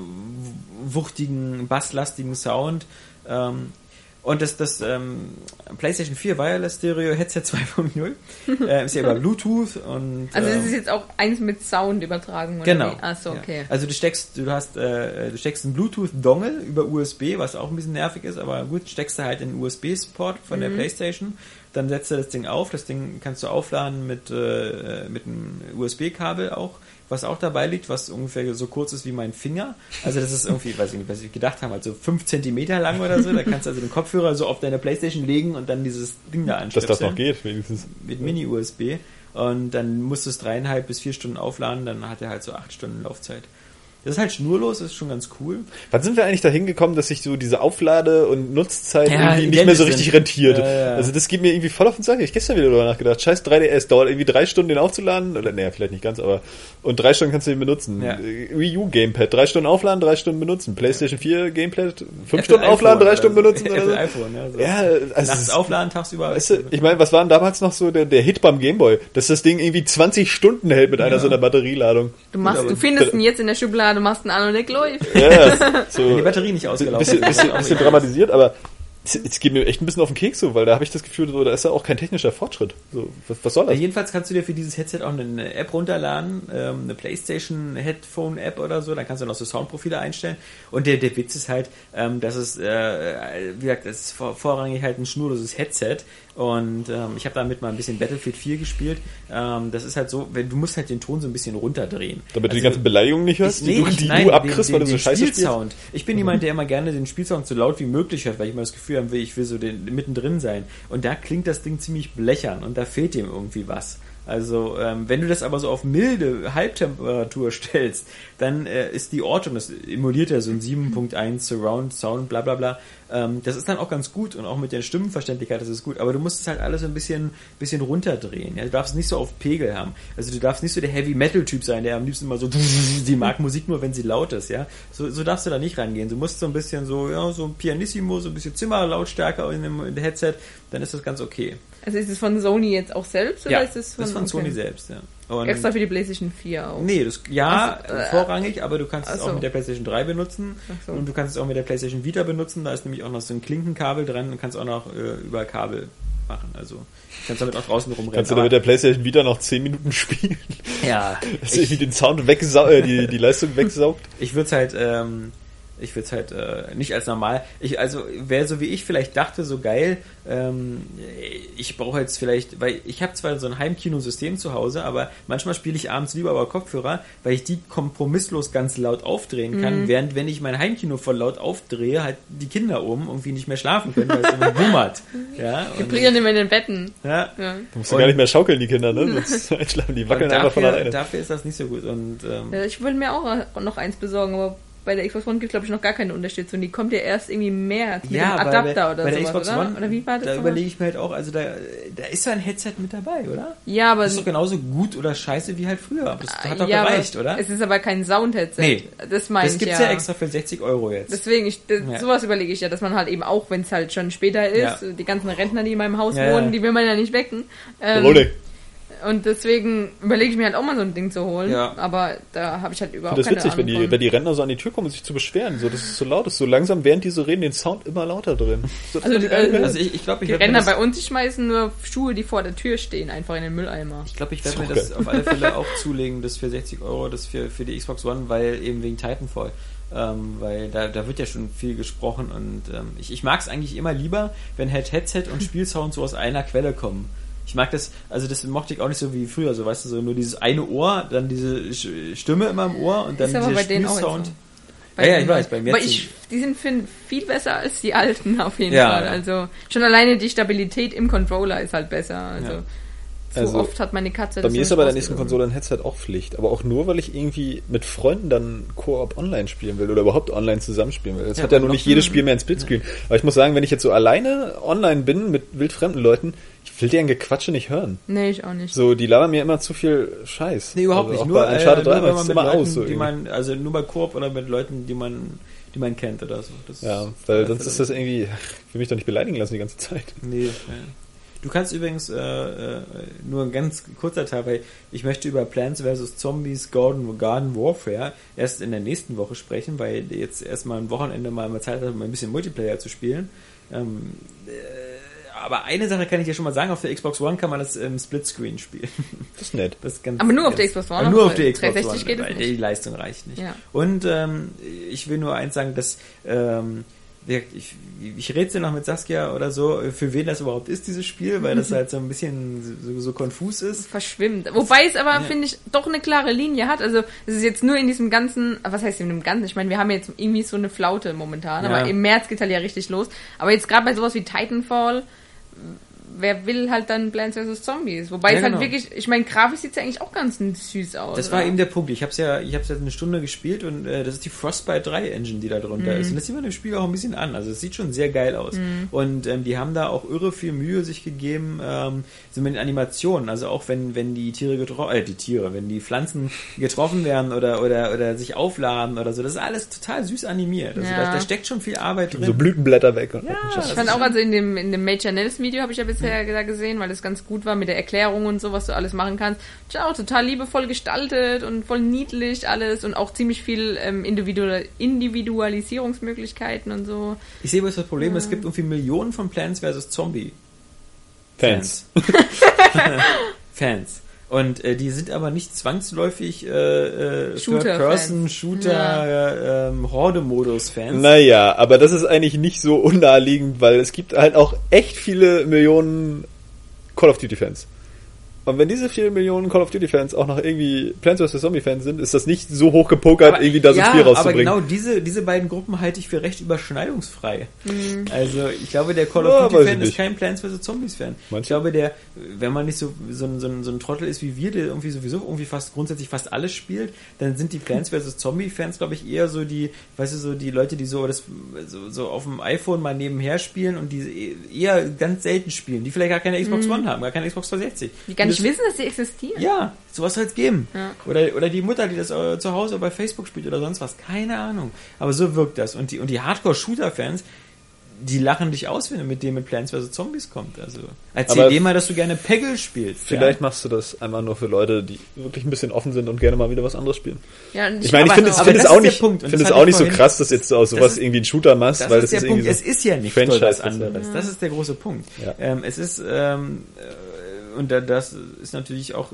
wuchtigen, basslastigen Sound. Und das PlayStation 4 Wireless Stereo Headset 2.0 ist ja über Bluetooth und also das ist jetzt auch eins mit Soundübertragung oder genau. Wie? Achso, okay. Ja. Also du steckst einen Bluetooth Dongle über USB, was auch ein bisschen nervig ist, aber gut, steckst du halt in den USB-Support von der PlayStation, dann setzt du das Ding auf, das Ding kannst du aufladen mit einem USB-Kabel auch, was auch dabei liegt, was ungefähr so kurz ist wie mein Finger. Also das ist irgendwie, weiß ich nicht, was ich gedacht habe, also 5 Zentimeter lang oder so. Da kannst du also den Kopfhörer so auf deine Playstation legen und dann dieses Ding da anstöpseln. Dass das noch geht, wenigstens. Mit Mini-USB. Und dann musst du es 3,5 bis 4 Stunden aufladen, dann hat er halt so 8 Stunden Laufzeit. Das ist halt schnurlos, das ist schon ganz cool. Wann sind wir eigentlich dahin gekommen, dass sich so diese Auflade- und Nutzzeit irgendwie nicht mehr so richtig rentiert? Ja. Also das geht mir irgendwie voll auf den Sack. Ich habe gestern wieder darüber nachgedacht. Scheiß 3DS, dauert irgendwie 3 Stunden den aufzuladen. Oder naja, vielleicht nicht ganz, aber und 3 Stunden kannst du den benutzen. Ja. Wii U Gamepad, 3 Stunden aufladen, 3 Stunden benutzen. PlayStation 4 Gamepad, 5 Stunden aufladen, 3 Stunden benutzen. Oder so. iPhone, ja. So. Ja, also nachts aufladen, tagsüber. Weißt du, ich meine, was war denn damals noch so der Hit beim Gameboy? Dass das Ding irgendwie 20 Stunden hält mit einer so einer Batterieladung. Du findest ihn jetzt in der Schublade, machst ihn an und der läuft. Ja, so wenn die Batterie nicht ausgelaufen ist. Bisschen dramatisiert, aber es geht mir echt ein bisschen auf den Keks so, weil da habe ich das Gefühl, so, da ist ja auch kein technischer Fortschritt. So, was soll das? Ja, jedenfalls kannst du dir für dieses Headset auch eine App runterladen, eine PlayStation Headphone App oder so, dann kannst du noch so Soundprofile einstellen und der Witz ist halt, dass es, wie gesagt, es ist vorrangig halt ein schnurloses Headset und ich habe damit mal ein bisschen Battlefield 4 gespielt. Das ist halt so, du musst halt den Ton so ein bisschen runterdrehen. Damit du die ganzen Beleidigungen nicht hörst, die du abkriegst, weil du so scheiße spielst? Ich bin jemand, der immer gerne den Spielsound so laut wie möglich hört, weil ich immer das Gefühl habe, ich will so mittendrin sein. Und da klingt das Ding ziemlich blechern und da fehlt dem irgendwie was. Also wenn du das aber so auf milde Halbtemperatur stellst, dann ist die Ortung, das emuliert ja so ein 7.1 Surround Sound, bla bla bla, das ist dann auch ganz gut und auch mit der Stimmenverständlichkeit, das ist gut, aber du musst es halt alles ein bisschen runterdrehen. Ja? Du darfst es nicht so auf Pegel haben. Also du darfst nicht so der Heavy-Metal-Typ sein, der am liebsten immer so, die mag Musik nur, wenn sie laut ist. Ja, so darfst du da nicht rangehen. Du musst so ein bisschen so, ja, so pianissimo, so ein bisschen Zimmerlautstärke in dem Headset, dann ist das ganz okay. Also ist es von Sony jetzt auch selbst? Oder Ja, ist es von Sony selbst, ja. Und extra für die PlayStation 4 auch? Nee, vorrangig, aber du kannst es auch mit der PlayStation 3 benutzen und du kannst es auch mit der PlayStation Vita benutzen, da ist nämlich auch noch so ein Klinkenkabel dran und kannst auch noch über Kabel machen, also kannst damit auch draußen rumrennen. Kannst du da mit der PlayStation Vita noch 10 Minuten spielen? Ja. Dass irgendwie den Sound die Leistung wegsaugt? Ich würde es halt nicht als normal. Wer so wie ich vielleicht dachte, so geil, ich brauche jetzt vielleicht, weil ich habe zwar so ein Heimkino-System zu Hause, aber manchmal spiele ich abends lieber über Kopfhörer, weil ich die kompromisslos ganz laut aufdrehen kann, während wenn ich mein Heimkino voll laut aufdrehe, halt die Kinder oben irgendwie nicht mehr schlafen können, weil es immer bummert. Ja, vibrieren immer in den Betten. Ja. Ja. Du musst ja gar nicht mehr schaukeln, die Kinder, ne? Einschlafen, die wackeln einfach von alleine. Dafür ist das nicht so gut. Und, ich will mir auch noch eins besorgen, aber bei der Xbox One gibt es, glaube ich, noch gar keine Unterstützung. Die kommt ja erst irgendwie mehr mit dem Adapter oder bei der sowas, Xbox oder? One, Oder wie war das? Da überlege ich mir halt auch, also da ist so ein Headset mit dabei, oder? Ja, aber... Das ist doch genauso gut oder scheiße wie halt früher. Das hat doch gereicht, oder? Es ist aber kein Sound-Headset. Nee. Das meine ich Das gibt's ja extra für 60 € jetzt. Deswegen, sowas überlege ich ja, dass man halt eben auch, wenn es halt schon später ist, die ganzen Rentner, die in meinem Haus wohnen, die will man ja nicht wecken. Und deswegen überlege ich mir halt auch mal so ein Ding zu holen. Ja. Aber da habe ich halt überhaupt keine Ahnung. Das ist witzig, wenn die Rentner so an die Tür kommen und sich zu beschweren, so, dass es so laut ist. So langsam, während die so reden, den Sound immer lauter drin. So, ich glaube, die Rentner bei uns, die schmeißen nur Schuhe, die vor der Tür stehen, einfach in den Mülleimer. Ich glaube, ich werde mir das auf alle Fälle auch zulegen, das für 60 €, das für die Xbox One, weil eben wegen Titanfall. Weil da wird ja schon viel gesprochen und ich mag es eigentlich immer lieber, wenn halt Headset und Spielsound so aus einer Quelle kommen. Ich mag das, also das mochte ich auch nicht so wie früher, so weißt du, so nur dieses eine Ohr, dann diese Stimme immer im Ohr und dann dieser Spielsound. Ja, ich weiß, bei mir. Aber die sind viel besser als die alten auf jeden Fall. Also schon alleine die Stabilität im Controller ist halt besser. Also oft hat meine Katze das. Bei mir ist aber der nächsten Konsole ein Headset auch Pflicht. Aber auch nur, weil ich irgendwie mit Freunden dann Koop online spielen will oder überhaupt online zusammenspielen will. Das hat ja nur nicht jedes Spiel mehr ein Splitscreen. Aber ich muss sagen, wenn ich jetzt so alleine online bin mit wildfremden Leuten, ich will deren Gequatsche nicht hören. Nee, ich auch nicht. So, die labern mir immer zu viel Scheiß. Nee, überhaupt nicht. Auch nur bei Uncharted 3 war es immer Leuten, aus. So also nur bei Koop oder mit Leuten, die man kennt oder so. Das weil sonst ist das irgendwie, ich will mich doch nicht beleidigen lassen die ganze Zeit. Nee, Du kannst übrigens nur ein ganz kurzer Teil, weil ich möchte über Plants vs. Zombies Garden Warfare erst in der nächsten Woche sprechen, weil jetzt erstmal ein Wochenende mal Zeit hat, um ein bisschen Multiplayer zu spielen. Aber eine Sache kann ich dir schon mal sagen, auf der Xbox One kann man das im Splitscreen spielen. Das ist nett. Das ist ganz, aber nur auf der Xbox One? Aber nur auf der Xbox 360 One, geht weil die Leistung reicht nicht. Ja. Und ich will nur eins sagen, dass ich rätsel noch mit Saskia oder so, für wen das überhaupt ist, dieses Spiel, weil das halt so ein bisschen so konfus ist. Verschwimmt. Wobei es aber, finde ich, doch eine klare Linie hat. Also es ist jetzt nur in diesem ganzen, was heißt in dem ganzen? Ich meine, wir haben jetzt irgendwie so eine Flaute momentan, aber im März geht halt ja richtig los. Aber jetzt gerade bei sowas wie Titanfall, wer will halt dann Plants vs. Zombies? Wobei es halt wirklich, ich meine, grafisch sieht es ja eigentlich auch ganz süß aus. Das war eben der Punkt. Ich hab's ja eine Stunde gespielt und das ist die Frostbite 3 Engine, die da drunter ist. Und das sieht man im Spiel auch ein bisschen an. Also es sieht schon sehr geil aus. Und die haben da auch irre viel Mühe sich gegeben, so mit den Animationen. Also auch wenn die Tiere wenn die Pflanzen getroffen werden oder sich aufladen oder so, das ist alles total süß animiert. Also da steckt schon viel Arbeit drin. So Blütenblätter weg. Und ich fand auch, also in dem Major Nells Video habe ich ja bisher gesehen, weil das ganz gut war mit der Erklärung und so, was du alles machen kannst. Ist auch total liebevoll gestaltet und voll niedlich alles und auch ziemlich viel Individualisierungsmöglichkeiten und so. Ich sehe, was das Problem ist. Es gibt irgendwie Millionen von Plants vs. Zombie Fans. Fans. Und die sind aber nicht zwangsläufig Third-Person-Shooter, Horde-Modus-Fans. Naja, aber das ist eigentlich nicht so unnaheliegend, weil es gibt halt auch echt viele Millionen Call of Duty-Fans. Und wenn diese 4 Millionen Call of Duty Fans auch noch irgendwie Plants vs. Zombie Fans sind, ist das nicht so hoch gepokert, irgendwie da so viel rauszubringen. Aber genau diese beiden Gruppen halte ich für recht überschneidungsfrei. Also ich glaube, der Call of Duty Fan ist kein Plants vs. Zombies Fan. Ich glaube, wenn man nicht so ein Trottel ist wie wir, der irgendwie sowieso grundsätzlich fast alles spielt, dann sind die Plants vs. Zombie Fans, glaube ich, eher so die, weißt du, so die Leute, die so auf dem iPhone mal nebenher spielen und die eher ganz selten spielen, die vielleicht gar keine Xbox One haben, gar keine Xbox 360. Die gar nicht wissen, dass sie existieren. Ja, sowas soll es geben. Ja. Oder die Mutter, die das zu Hause bei Facebook spielt oder sonst was. Keine Ahnung. Aber so wirkt das. Und die Hardcore-Shooter-Fans, die lachen dich aus, wenn du mit dem mit Plants vs. Zombies kommt. Also erzähl dir mal, dass du gerne Peggle spielst. Vielleicht machst du das einfach nur für Leute, die wirklich ein bisschen offen sind und gerne mal wieder was anderes spielen. Ja, ich meine, ich finde es auch nicht so krass, dass jetzt aus sowas irgendwie ein Shooter machst, weil das ist irgendwie so. Es ist ja nicht was anderes. Ja. Das ist der große Punkt. Ja. Es ist und das ist natürlich auch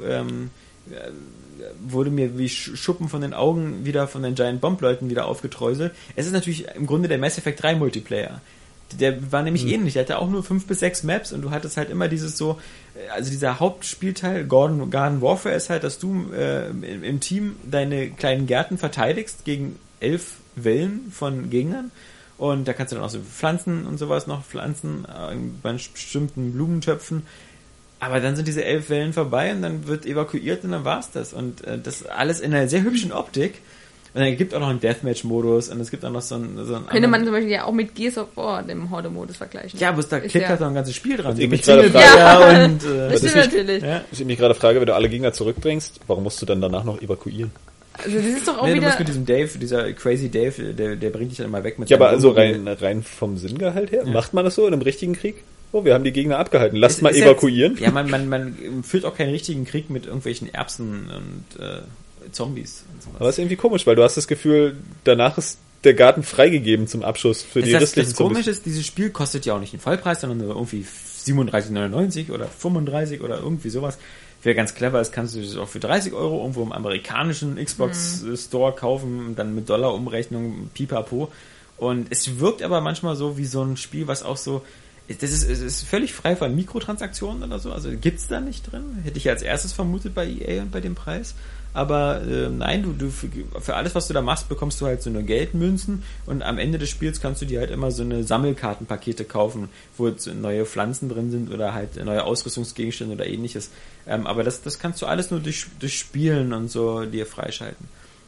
wurde mir wie Schuppen von den Augen wieder von den Giant Bomb Leuten wieder aufgeträuselt. Es ist natürlich im Grunde der Mass Effect 3 Multiplayer. Der war nämlich ähnlich. Der hatte auch nur 5 bis 6 Maps und du hattest halt immer dieses so, also dieser Hauptspielteil, Garden Warfare ist halt, dass du im Team deine kleinen Gärten verteidigst gegen 11 Wellen von Gegnern. Und da kannst du dann auch so Pflanzen und sowas noch pflanzen, bei bestimmten Blumentöpfen. Aber dann sind diese 11 Wellen vorbei und dann wird evakuiert und dann war's das. Und das alles in einer sehr hübschen Optik. Und dann gibt es auch noch einen Deathmatch-Modus und es gibt auch noch so einen könnte man zum Beispiel ja auch mit Gears of War, dem Horde-Modus, vergleichen. Ja, aber da klebt halt noch ein ganzes Spiel dran. Ich mich gerade frage, das stimmt natürlich. Was ich mich gerade frage, wenn du alle Gegner zurückdrängst, warum musst du dann danach noch evakuieren? Also das ist doch auch du wieder... musst mit diesem Dave, dieser Crazy Dave, der bringt dich dann mal weg mit ja, aber also rein vom Sinngehalt her, macht man das so in einem richtigen Krieg? Oh, wir haben die Gegner abgehalten. Lasst mal evakuieren. Ja, man führt auch keinen richtigen Krieg mit irgendwelchen Erbsen und Zombies und sowas. Aber das ist irgendwie komisch, weil du hast das Gefühl, danach ist der Garten freigegeben zum Abschuss für die restlichen Das Komische ist, dieses Spiel kostet ja auch nicht den Vollpreis, sondern nur irgendwie 37,99 oder 35 oder irgendwie sowas. Wer ganz clever ist, kannst du das auch für 30 Euro irgendwo im amerikanischen Xbox Store kaufen, dann mit Dollar-Umrechnung, pipapo. Und es wirkt aber manchmal so wie so ein Spiel, was auch so, es ist völlig frei von Mikrotransaktionen oder so, also gibt's da nicht drin. Hätte ich als erstes vermutet bei EA und bei dem Preis. Aber nein, du für alles, was du da machst, bekommst du halt so eine Geldmünzen und am Ende des Spiels kannst du dir halt immer so eine Sammelkartenpakete kaufen, wo jetzt neue Pflanzen drin sind oder halt neue Ausrüstungsgegenstände oder ähnliches. Aber das kannst du alles nur durch Spielen und so dir freischalten.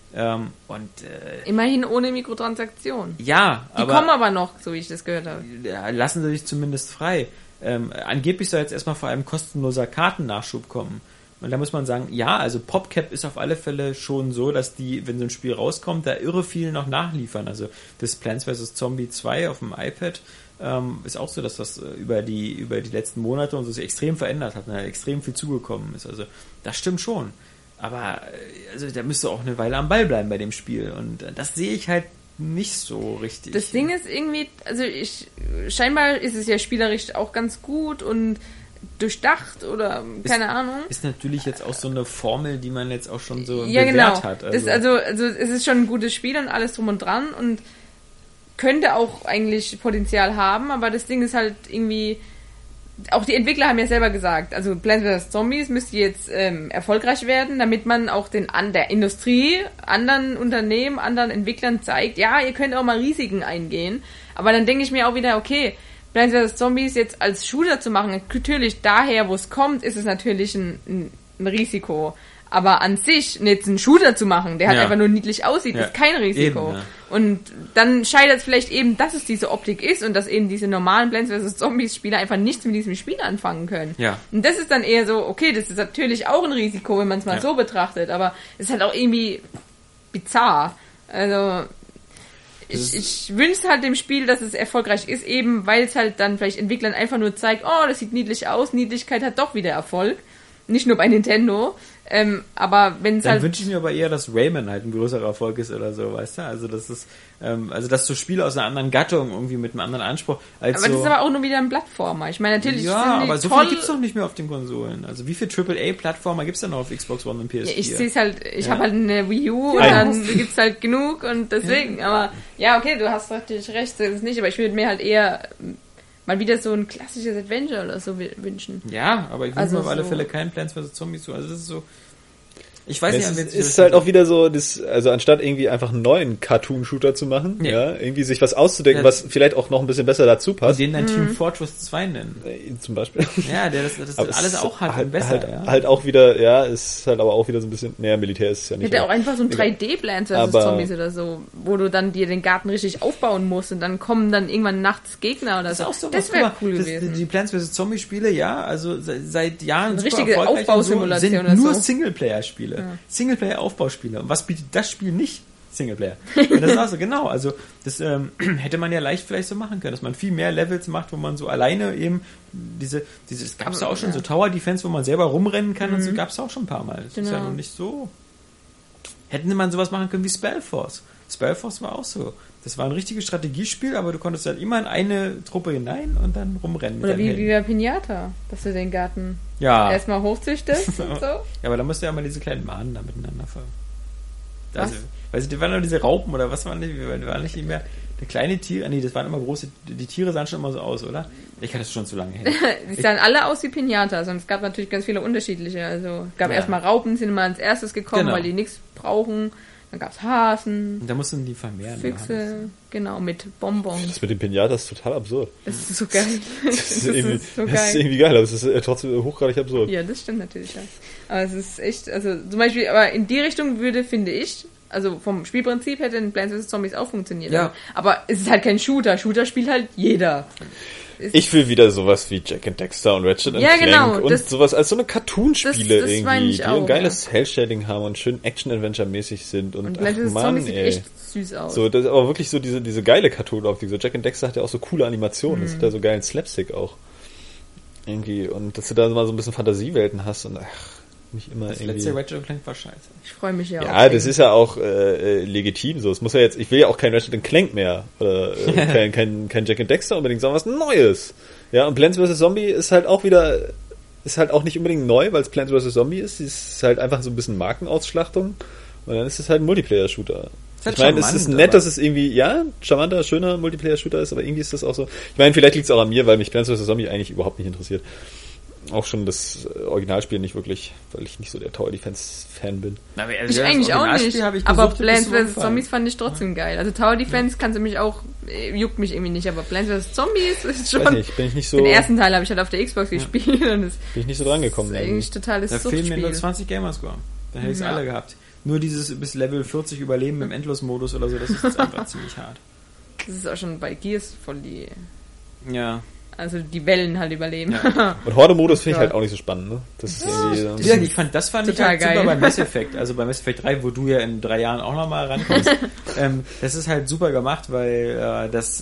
Immerhin ohne Mikrotransaktion. Ja, die kommen aber noch, so wie ich das gehört habe. Lassen sie sich zumindest frei. Angeblich soll jetzt erstmal vor allem kostenloser Kartennachschub kommen. Und da muss man sagen, ja, also PopCap ist auf alle Fälle schon so, dass die, wenn so ein Spiel rauskommt, da irre viel noch nachliefern. Also das Plants vs. Zombie 2 auf dem iPad ist auch so, dass das über die letzten Monate und so sich extrem verändert hat, extrem viel zugekommen ist. Also das stimmt schon. Aber also da müsste auch eine Weile am Ball bleiben bei dem Spiel. Und das sehe ich halt nicht so richtig. Das Ding ist irgendwie, also scheinbar ist es ja spielerisch auch ganz gut und durchdacht oder keine Ahnung. Ist natürlich jetzt auch so eine Formel, die man jetzt auch schon so bewährt hat. Also es ist schon ein gutes Spiel und alles drum und dran und könnte auch eigentlich Potenzial haben, aber das Ding ist halt irgendwie, auch die Entwickler haben ja selber gesagt, also Plants vs. Zombies müsste jetzt erfolgreich werden, damit man auch der Industrie, anderen Unternehmen, anderen Entwicklern zeigt, ja, ihr könnt auch mal Risiken eingehen, aber dann denke ich mir auch wieder, okay, Plants vs. Zombies jetzt als Shooter zu machen, natürlich daher, wo es kommt, ist es natürlich ein Risiko. Aber an sich jetzt einen Shooter zu machen, der halt einfach nur niedlich aussieht, ist kein Risiko. Eben, ja. Und dann scheitert es vielleicht eben, dass es diese Optik ist und dass eben diese normalen Plants vs. Zombies Spieler einfach nichts mit diesem Spiel anfangen können. Ja. Und das ist dann eher so, okay, das ist natürlich auch ein Risiko, wenn man es mal so betrachtet, aber es ist halt auch irgendwie bizarr. Also ich wünsche halt dem Spiel, dass es erfolgreich ist, eben weil es halt dann vielleicht Entwicklern einfach nur zeigt, oh, das sieht niedlich aus, Niedlichkeit hat doch wieder Erfolg. Nicht nur bei Nintendo, aber wenn es dann halt... wünsche ich mir aber eher, dass Rayman halt ein größerer Erfolg ist oder so, weißt du? Also das ist, dass so Spiele aus einer anderen Gattung irgendwie mit einem anderen Anspruch als aber so, das ist aber auch nur wieder ein Plattformer. Ich meine, natürlich sind die aber so viel gibt's doch nicht mehr auf den Konsolen. Also wie viele AAA-Plattformer gibt's denn noch auf Xbox One und PS4? Ja, ich sehe es halt, ich habe halt eine Wii U und dann gibt's halt genug und deswegen, aber ja, okay, du hast natürlich recht, das ist nicht, aber ich würde mir halt eher mal wieder so ein klassisches Adventure oder so wünschen. Ja, aber ich wünsche Also mir auf alle so- Fälle keinen Plants vs. Zombies so. Also das ist so... Ich weiß Es nicht, ist halt auch wieder so, also anstatt irgendwie einfach einen neuen Cartoon-Shooter zu machen, Ja. ja, irgendwie sich was auszudenken, Ja. was vielleicht auch noch ein bisschen besser dazu und passt. den dann Team Fortress 2 nennen. Zum Beispiel. Ja, der das Aber alles es auch hat halt, und besser, halt, ja. halt auch wieder, ja, ist halt aber auch wieder so ein bisschen, naja, Militär ist es ja nicht. Hätte auch aber- einfach so ein 3D-Plants vs. Aber- Zombies oder so, wo du dann dir den Garten richtig aufbauen musst und dann kommen dann irgendwann nachts Gegner oder Das so. ist auch so Das was, wäre guck mal, cool das, gewesen. Die Plants vs. Zombies Spiele, ja, also seit Jahren Eine super richtige erfolgreich Aufbausimulation und so, oder sind nur so. Singleplayer-Spiele. Singleplayer-Aufbauspiele. Und was bietet das Spiel nicht? Singleplayer. Und das ist auch so, genau. Also, das hätte man ja leicht vielleicht so machen können, dass man viel mehr Levels macht, wo man so alleine eben es gab es ja auch schon, so Tower Defense, wo man selber rumrennen kann und so gab es auch schon ein paar Mal. Das ist ja Genau. noch nicht so. Hätten man sowas machen können wie Spellforce. Spellforce war auch so. Das war ein richtiges Strategiespiel, aber du konntest halt immer in eine Truppe hinein und dann rumrennen. mit Oder deinen wie Helden. bei Pinata, dass du den Garten Ja. erstmal hochzüchtest und so. Ja, aber da musst du ja mal diese kleinen Mahnen da miteinander ver... Was? Also, weißt du, die waren doch diese Raupen oder was waren die? Die waren nicht mehr... Der kleine Tier... Nee, das waren immer große... Die Tiere sahen schon immer so aus, oder? Ich hatte das schon zu lange her. Die sahen alle aus wie Pinatas und es gab natürlich ganz viele unterschiedliche. Also es gab Ja. erstmal Raupen, sind immer als erstes gekommen, Genau. weil die nichts brauchen. Dann gab es Hasen, Und da mussten die vermehren. Füchse, genau, mit Bonbons. Das mit den Pinatas ist total absurd. Das ist so geil. Das ist, irgendwie, so das ist geil. irgendwie geil, aber es ist trotzdem hochgradig absurd. Ja, das stimmt natürlich. Ja. Aber es ist echt, also zum Beispiel, aber in die Richtung würde, finde ich, also vom Spielprinzip hätte ein Plants vs. Zombies auch funktioniert. Ja. Also, aber es ist halt kein Shooter. Shooter spielt halt jeder. Ich will wieder sowas wie Jack and Dexter und Ratchet Ja, and Clank genau, und das- sowas als so eine Cartoon-Spiele das meine irgendwie, ich die auch, ein geiles Cell-Shading haben und schön Action-Adventure-mäßig sind und, Und Plants vs. Mann, Zombies sieht ey. echt süß aus. So, das ist aber wirklich so diese geile Cartoon-Optik. So Jack and Dexter hat ja auch so coole Animationen. Das hat ja so geilen Slapstick auch. Irgendwie. Und dass du da mal so ein bisschen Fantasiewelten hast und nicht immer Das irgendwie. letzte Ratchet Clank war scheiße. Ich freue mich ja auch. Ja, das ist ja auch legitim so. Es muss ja jetzt, ich will ja auch kein Ratchet Clank mehr. Oder kein Jack and Dexter unbedingt, sondern was Neues. Ja, und Plants vs. Zombie ist halt auch wieder, ist halt auch nicht unbedingt neu, weil es Plants vs. Zombie ist. Es ist halt einfach so ein bisschen Markenausschlachtung. Und dann ist es halt ein Multiplayer-Shooter. Ist halt Ich meine, es ist charmant, nett, aber- dass es irgendwie, ja, charmanter, schöner Multiplayer-Shooter ist, aber irgendwie ist das auch so. Ich meine, vielleicht liegt es auch an mir, weil mich Plants vs. Zombie eigentlich überhaupt nicht interessiert. Auch schon das Originalspiel nicht wirklich, weil ich nicht so der Tower Defense-Fan bin. Ich eigentlich auch nicht. Aber Plants vs. Zombies Zombies fand ich trotzdem geil. Also Tower Defense kannst du mich auch, juckt mich irgendwie nicht, aber Plants vs. Zombies ist Weiß schon... nicht, bin ich nicht so, Den ersten Teil habe ich halt auf der Xbox gespielt und das bin ich nicht so dran gekommen. ist eigentlich totales Da fehlen mir nur Suchtspiel. 20 Gamerscore. Dann hätte ich es Ja. alle gehabt. Nur dieses bis Level 40 Überleben im Endlosmodus oder so, das ist jetzt einfach ziemlich hart. Das ist auch schon bei Gears voll die... Ja. Also die Wellen halt überleben. Und Horde-Modus finde ich Ja. halt auch nicht so spannend, ne? Das ist irgendwie... Ja, das fand ich Total halt super geil. bei Mass Effect. Also bei Mass Effect 3, wo du ja in 3 Jahren auch nochmal rankommst. Das ist halt super gemacht, weil das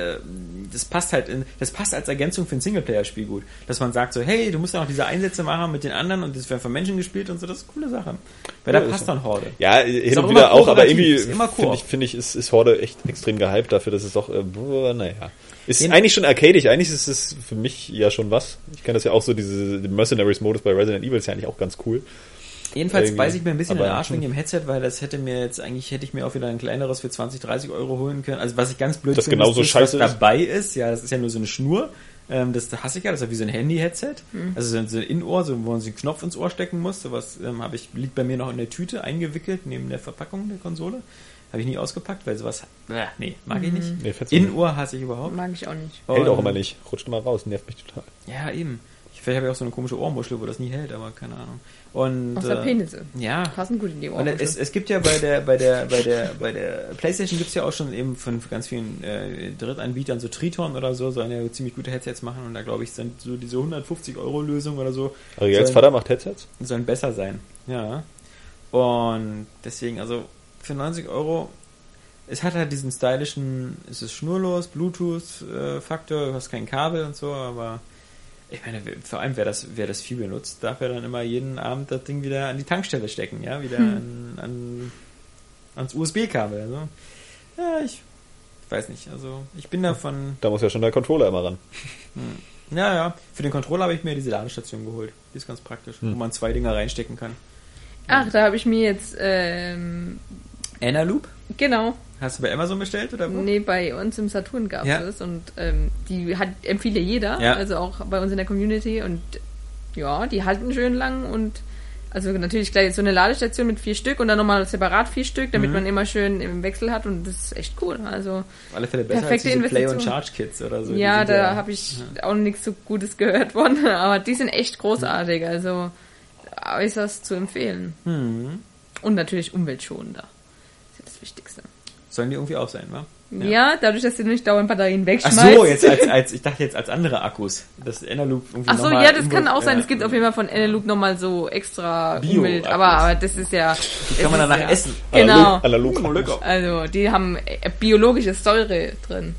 passt halt das passt als Ergänzung für ein Singleplayer-Spiel gut. Dass man sagt so, hey, du musst ja noch diese Einsätze machen mit den anderen und das werden von Menschen gespielt und so, das ist eine coole Sache. Weil Ja, da ist passt so. dann Horde. Ja, hin Ist auch und immer wieder auch, aber kooperativ, irgendwie ist immer Koop. finde ich, ist Horde echt extrem gehypt dafür, dass es doch, naja. Ist Den- eigentlich schon arcadig, eigentlich ist es für mich ja schon was. Ich kenne das ja auch so, den Mercenaries-Modus bei Resident Evil ist ja eigentlich auch ganz cool. Jedenfalls Irgendwie. beiße ich mir ein bisschen Aber- den Arsch wegen dem Headset, weil das hätte ich mir auch wieder ein kleineres für 20, 30 Euro holen können. Also was ich ganz blöd Das finde, genauso ist, scheiße was ist. dabei ist. Ja, das ist ja nur so eine Schnur. Das hasse ich ja, das ist ja wie so ein Handy-Headset. Also so ein In-Ohr, so, wo man sich einen Knopf ins Ohr stecken muss. Sowas liegt bei mir noch in der Tüte eingwickelt, neben der Verpackung der Konsole. Habe ich nie ausgepackt, weil sowas, nee, mag ich nicht. Nee, fällt's mir nicht. In-Ohr hasse ich überhaupt. Mag ich auch nicht. Hält auch Und- immer nicht. Rutscht immer raus, nervt mich total. Ja, eben. Vielleicht habe ich auch so eine komische Ohrmuschel, wo das nie hält, aber keine Ahnung. Und, Außer Penisse. Ja. Passen gut in die Und Ohren. es gibt ja bei der PlayStation gibt es ja auch schon eben von ganz vielen Drittanbietern so Triton oder so, sollen ja ziemlich gute Headsets machen und da glaube ich sind so diese 150-Euro-Lösung oder so Ariels Vater macht Headsets? sollen besser sein. Ja. Und deswegen, also für 90 Euro, es hat halt diesen stylischen, es ist schnurlos, Bluetooth-Faktor, du hast kein Kabel und so, aber ich meine, vor allem wer das viel benutzt, darf ja dann immer jeden Abend das Ding wieder an die Tankstelle stecken, ja, wieder ans USB-Kabel. Also, ja, ich weiß nicht, also ich bin davon, Da muss ja schon der Controller immer ran. ja, für den Controller habe ich mir diese Ladestation geholt. Die ist ganz praktisch, wo man 2 Dinger reinstecken kann. Ach, da habe ich mir jetzt Analoop? Genau. Hast du bei Amazon bestellt oder wo? Nee, bei uns im Saturn gab es und die empfiehlt jeder, Ja. also auch bei uns in der Community und ja, die halten schön lang und also natürlich gleich so eine Ladestation mit 4 Stück und dann nochmal separat 4 Stück, damit man immer schön im Wechsel hat und das ist echt cool. Also Auf alle Fälle besser perfekte als diese Play- und Investition. Charge-Kits oder so. ja, Die sind da habe ich auch nichts so Gutes gehört von, aber die sind echt großartig, also äußerst zu empfehlen. Und natürlich umweltschonender. Das ist ja das Wichtigste. Sollen die irgendwie auch sein, wa? Ja, dadurch, dass du nicht dauernd Batterien Ach wegschmeißt. so, jetzt ich dachte jetzt als andere Akkus. Das Analoop irgendwie Ach so, nochmal ja, das kann auch sein. Es gibt auf jeden Fall von Eneloop nochmal so extra Bio-Akkus. Umwelt, aber das ist ja... Die kann man danach essen. Genau. Analog. Also, die haben biologische Säure drin.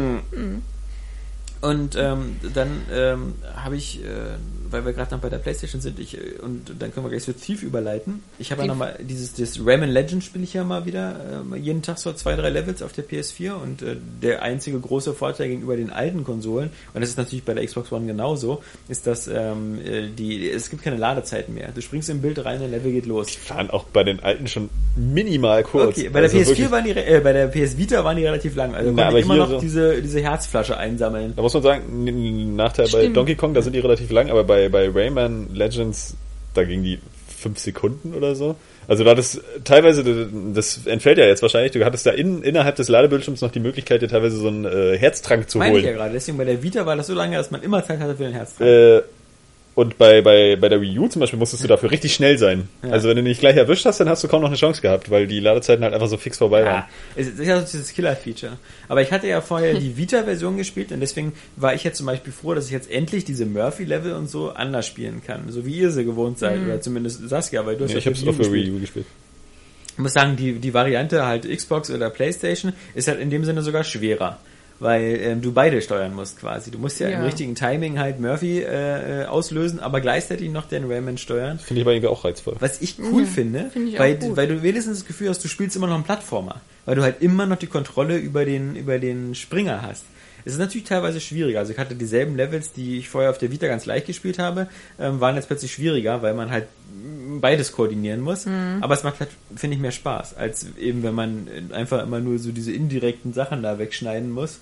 Und dann habe ich, weil wir gerade noch bei der PlayStation sind, und dann können wir gleich zu Thief überleiten. Ich habe ja nochmal das Rayman Legends spiele ich ja mal wieder jeden Tag so 2-3 Levels auf der PS4 und der einzige große Vorteil gegenüber den alten Konsolen, und das ist natürlich bei der Xbox One genauso, ist, dass es gibt keine Ladezeiten mehr. Du springst im Bild rein, der Level geht los. Die waren auch bei den alten schon minimal kurz. Okay, bei der Also PS4 bei der PS Vita waren die relativ lang. Also konnte ich immer noch diese Herzflasche einsammeln. Da muss man sagen, ein Nachteil bei Stimmt. Donkey Kong, da sind die relativ lang, aber bei Rayman Legends, da ging die 5 Sekunden oder so. Also da das teilweise, das entfällt ja jetzt wahrscheinlich, du hattest da innerhalb des Ladebildschirms noch die Möglichkeit, dir teilweise so einen Herztrank zu Meine ich ja holen. gerade. Deswegen bei der Vita war das so lange, dass man immer Zeit hatte für den Herztrank. Und bei der Wii U zum Beispiel musstest du dafür richtig schnell sein. Ja. Also wenn du nicht gleich erwischt hast, dann hast du kaum noch eine Chance gehabt, weil die Ladezeiten halt einfach so fix vorbei waren. Ja, es ist ja so dieses Killer-Feature. Aber ich hatte ja vorher die Vita-Version gespielt und deswegen war ich jetzt zum Beispiel froh, dass ich jetzt endlich diese Murphy-Level und so anders spielen kann. So wie ihr sie gewohnt seid, oder zumindest Saskia, weil du hast Ja, ja ich hab's auch für Wii U gespielt. Ich muss sagen, die Variante halt Xbox oder Playstation ist halt in dem Sinne sogar schwerer. Weil du beide steuern musst quasi. Du musst ja im richtigen Timing halt Murphy auslösen, aber gleichzeitig noch den Rayman steuern. Finde ich aber irgendwie auch reizvoll. Was ich cool finde, ich weil, auch gut. weil du wenigstens das Gefühl hast, du spielst immer noch einen Plattformer. Weil du halt immer noch die Kontrolle über den Springer hast. Es ist natürlich teilweise schwieriger. Also ich hatte dieselben Levels, die ich vorher auf der Vita ganz leicht gespielt habe, waren jetzt plötzlich schwieriger, weil man halt beides koordinieren muss. Aber es macht halt, finde ich, mehr Spaß, als eben, wenn man einfach immer nur so diese indirekten Sachen da wegschneiden muss.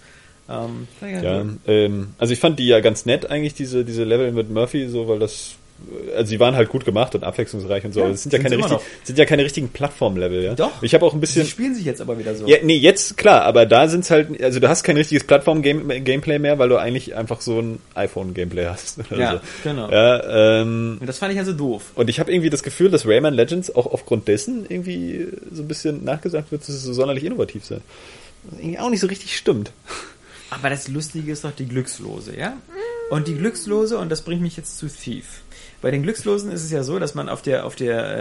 Also ich fand die ja ganz nett eigentlich, diese Level mit Murphy, so, weil das, also sie waren halt gut gemacht und abwechslungsreich und so, Ja, aber es sind ja keine richtigen Plattform-Level, ja. Doch. Ich habe auch ein bisschen... Sie spielen sich jetzt aber wieder so. Ja, nee, jetzt, klar, aber da sind's halt, also du hast kein richtiges Plattform-Gameplay mehr, weil du eigentlich einfach so ein iPhone-Gameplay hast. Oder Ja, so. genau. Ja, Und das fand ich also doof. und ich habe irgendwie das Gefühl, dass Rayman Legends auch aufgrund dessen irgendwie so ein bisschen nachgesagt wird, dass es so sonderlich innovativ sei. Was irgendwie auch nicht so richtig stimmt. Aber das Lustige ist doch die Glückslose, ja? Und die Glückslose, und das bringt mich jetzt zu Thief. Bei den Glückslosen ist es ja so, dass man auf der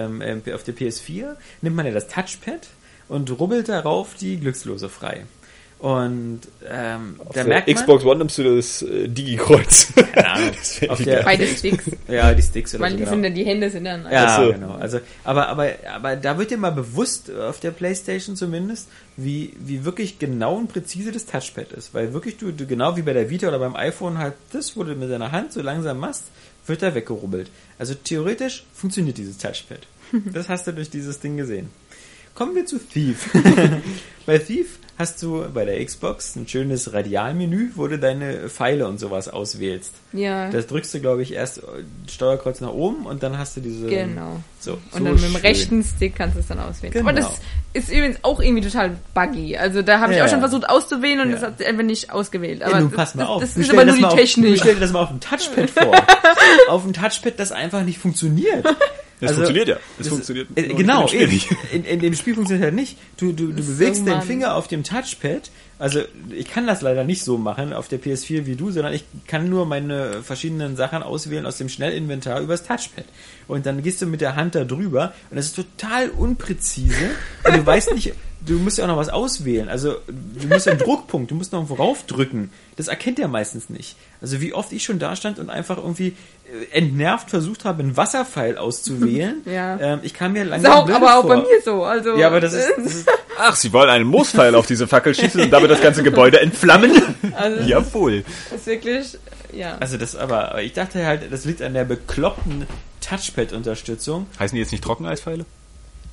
PS4 nimmt man ja das Touchpad und rubbelt darauf die Glückslose frei. Und da merkt man... Xbox One nimmst du das Digi-Kreuz. Keine Ahnung. Das Auf der, Beide Sticks. ja, die Sticks oder Weil so, die genau. sind dann, die Hände sind dann. Ja, Ach so. genau. Also, aber da wird dir mal bewusst, auf der PlayStation zumindest, wie wirklich genau und präzise das Touchpad ist. Weil wirklich du genau wie bei der Vita oder beim iPhone halt das, wo du mit deiner Hand so langsam machst, wird da weggerubbelt. Also theoretisch funktioniert dieses Touchpad. Das hast du durch dieses Ding gesehen. Kommen wir zu Thief. Bei Thief hast du bei der Xbox ein schönes Radialmenü, wo du deine Pfeile und sowas auswählst. Ja. Das drückst du, glaube ich, erst Steuerkreuz nach oben und dann hast du diese... Genau. So, Und dann mit dem schön. rechten Stick kannst du es dann auswählen. Genau. Aber das ist übrigens auch irgendwie total buggy. Also da habe ich Ja. auch schon versucht auszuwählen und Ja. das hat einfach nicht ausgewählt. Aber Ja, nun pass mal auf. das Du ist stell aber das nur mal die Technik. Stell dir das mal auf dem Touchpad vor. Auf dem Touchpad, das einfach nicht funktioniert. Das funktioniert ja. Das funktioniert. genau, in dem Spiel eben. nicht. In dem Spiel funktioniert halt nicht. Du bewegst den Mann. Finger auf dem Touchpad. Also ich kann das leider nicht so machen auf der PS4 wie du, sondern ich kann nur meine verschiedenen Sachen auswählen aus dem Schnellinventar übers Touchpad. Und dann gehst du mit der Hand da drüber und das ist total unpräzise. Und du weißt nicht, du musst ja auch noch was auswählen. Also du musst einen Druckpunkt, du musst noch worauf drücken. Das erkennt er meistens nicht. Also wie oft ich schon da stand und einfach irgendwie entnervt versucht habe, einen Wasserpfeil auszuwählen. Ja. Ich kam mir langsam blöd aber auch vor. bei mir so. Also, Ja, aber das ist Ach, sie wollen einen Moospfeil auf diese Fackel schießen und damit das ganze Gebäude entflammen? Also, Jawohl. das ist wirklich, ja. also das aber ich dachte halt, das liegt an der bekloppten Touchpad-Unterstützung. Heißen die jetzt nicht Trockeneispfeile?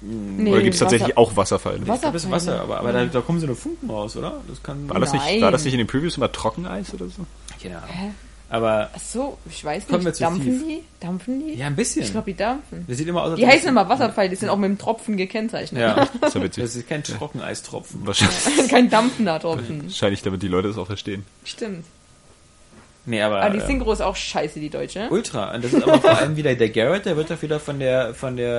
Nee, Oder gibt es tatsächlich auch Wasserfall? Ich glaube, das ist Wasser, aber da kommen so eine Funken raus, oder? Das kann War das nicht in den Previews immer Trockeneis oder so? Ja. Aber Ach so, ich weiß Kommen wir nicht. zu tief. Dampfen die? ja, ein bisschen. Ich glaube, die dampfen. Das sieht immer aus, als Die heißen immer Wasserfall, die sind auch mit dem Tropfen gekennzeichnet. Ja, Das ist ja witzig. das ist kein Trockeneistropfen. Kein dampfender Tropfen. Wahrscheinlich, damit die Leute das auch verstehen. Stimmt. Nee, aber Aber die Synchro ist auch scheiße, die deutsche. Ultra. Und das ist aber vor allem wieder der Garrett, der wird doch wieder von der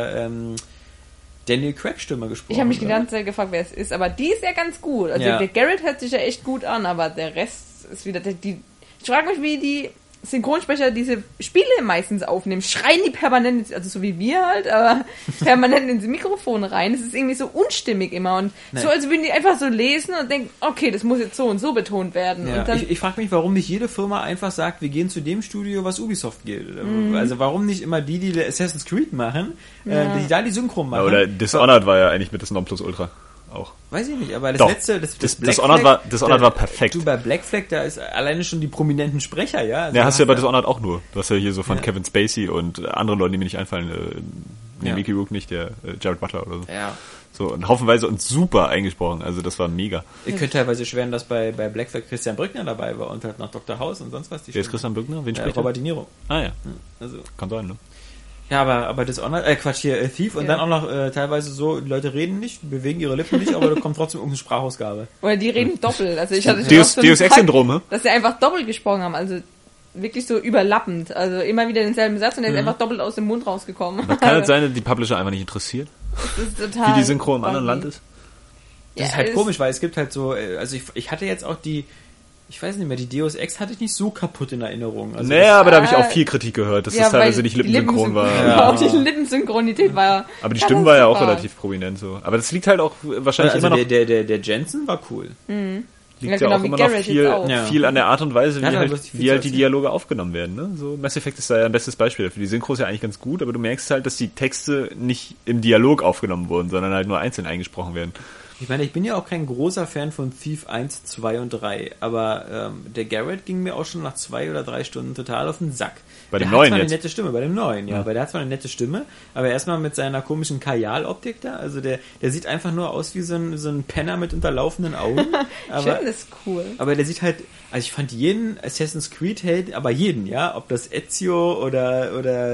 Daniel Craig-Stimme gesprochen. Ich habe mich die oder? ganze Zeit gefragt, wer es ist, aber die ist ja ganz gut. Also Ja. der Garrett hört sich ja echt gut an, aber der Rest ist wieder ich frage mich, wie die Synchronsprecher diese Spiele meistens aufnehmen. Schreien die permanent, also so wie wir halt, aber permanent ins Mikrofon rein. Es ist irgendwie so unstimmig immer und so, als würden die einfach so lesen und denken, okay, das muss jetzt so und so betont werden. Ja, Und dann, ich frage mich, warum nicht jede Firma einfach sagt, wir gehen zu dem Studio, was Ubisoft gilt. Also warum nicht immer die Assassin's Creed machen, die da die Synchro machen. Ja, oder Dishonored war ja eigentlich mit das Nonplusultra auch. Weiß ich nicht, aber das Doch. letzte, das Black Dishonored war perfekt. Du, bei Black Flag, da ist alleine schon die prominenten Sprecher, ja? Also Ja, hast du ja bei Dishonored auch nur. Du hast ja hier so von Kevin Spacey und andere Leute, die mir nicht einfallen. Mickey Rourke nicht, der Jared Butler oder so. Ja. So, und haufenweise und super eingesprochen. Also das war mega. Ich könnte teilweise schwören, dass bei Black Flag Christian Brückner dabei war und halt nach Dr. House und sonst was. Wer ist Christian Brückner? Wen spricht Robert De Niro. Ah ja, Also, kann sein, ne? ja, aber Dishonored, Thief und dann auch noch teilweise so, die Leute reden nicht, bewegen ihre Lippen nicht, aber da kommt trotzdem irgendeine Sprachausgabe. oder die reden doppelt. Also ich hatte schon Deus so einen Ex-Syndrom, ne? dass sie einfach doppelt gesprochen haben, also wirklich so überlappend. Also immer wieder denselben Satz und der ist einfach doppelt aus dem Mund rausgekommen. Kann es sein, dass die Publisher einfach nicht interessiert? Das ist total Wie die Synchro im anderen funny. Land ist? Das ist halt komisch, weil es gibt halt so, also ich hatte jetzt auch ich weiß nicht mehr, die Deus Ex hatte ich nicht so kaputt in Erinnerung. Also Naja, aber da habe ich auch viel Kritik gehört, dass das weil teilweise nicht die lippensynchron war. Ja. Auch die Lippensynchronität war Aber die Stimme war ja auch katastrophal. relativ prominent so. Aber das liegt halt auch wahrscheinlich also immer noch... der Jensen war cool. Liegt Ja, genau, auch wie immer noch Garrett jetzt auch. viel an der Art und Weise, Ja, da wie muss ich viel halt zu die Dialoge aufgenommen werden. Ne? So Mass Effect ist da ja ein bestes Beispiel dafür. Die Synchro ist ja eigentlich ganz gut, aber du merkst halt, dass die Texte nicht im Dialog aufgenommen wurden, sondern halt nur einzeln eingesprochen werden. Ich meine, ich bin ja auch kein großer Fan von Thief 1, 2 und 3, aber der Garrett ging mir auch schon nach 2 oder 3 Stunden total auf den Sack. Bei dem der neuen hat zwar jetzt? eine nette Stimme, bei dem neuen, ja. Weil der hat zwar eine nette Stimme, aber erstmal mit seiner komischen Kajal-Optik da, also der sieht einfach nur aus wie so ein Penner mit unterlaufenden Augen. Aber, Schön, das ist cool. aber der sieht halt, also ich fand jeden Assassin's Creed Held, aber jeden, ja, ob das Ezio oder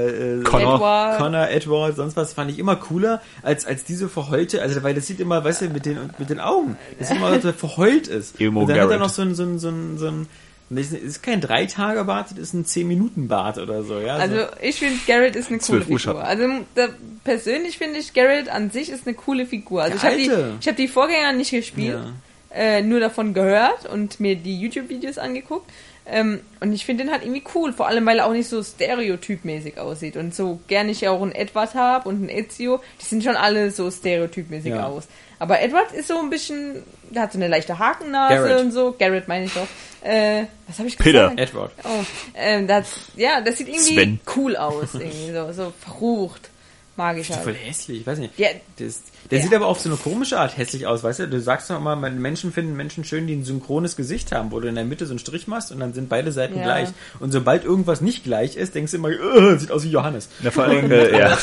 Connor, Edward, sonst was, fand ich immer cooler als diese verheulte, also weil das sieht immer, weißt du, mit den Augen, das sieht immer aus, als er verheult ist. Emo und dann hat er Garrett. noch so ein das ist kein 3-Tage-Bart, das ist ein 10-Minuten-Bart oder so, ja. Also ich finde, Garrett ist eine coole 12 Uhr Figur. Also persönlich finde ich, Garrett an sich ist eine coole Figur. Also Der ich Alte. habe die Vorgänger nicht gespielt, nur davon gehört und mir die YouTube-Videos angeguckt. Und ich finde den halt irgendwie cool, vor allem weil er auch nicht so stereotypmäßig aussieht. Und so gern ich ja auch einen Edward habe und einen Ezio, die sind schon alle so stereotypmäßig aus. Aber Edward ist so ein bisschen, der hat so eine leichte Hakennase Garrett. und so. Garrett meine ich doch. Was habe ich Peter. gesagt? Edward. Oh, das sieht irgendwie Sven. cool aus, irgendwie so verrucht, magisch Voll halt. hässlich, ich weiß nicht. Ja. Der sieht aber auf so eine komische Art hässlich aus, weißt du? Du sagst doch immer, Menschen finden Menschen schön, die ein synchrones Gesicht haben, wo du in der Mitte so einen Strich machst und dann sind beide Seiten Ja. gleich. Und sobald irgendwas nicht gleich ist, denkst du immer, sieht aus wie Johannes. Ja, vor allem, ja.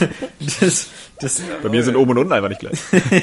Bei mir sind oben und unten einfach nicht gleich.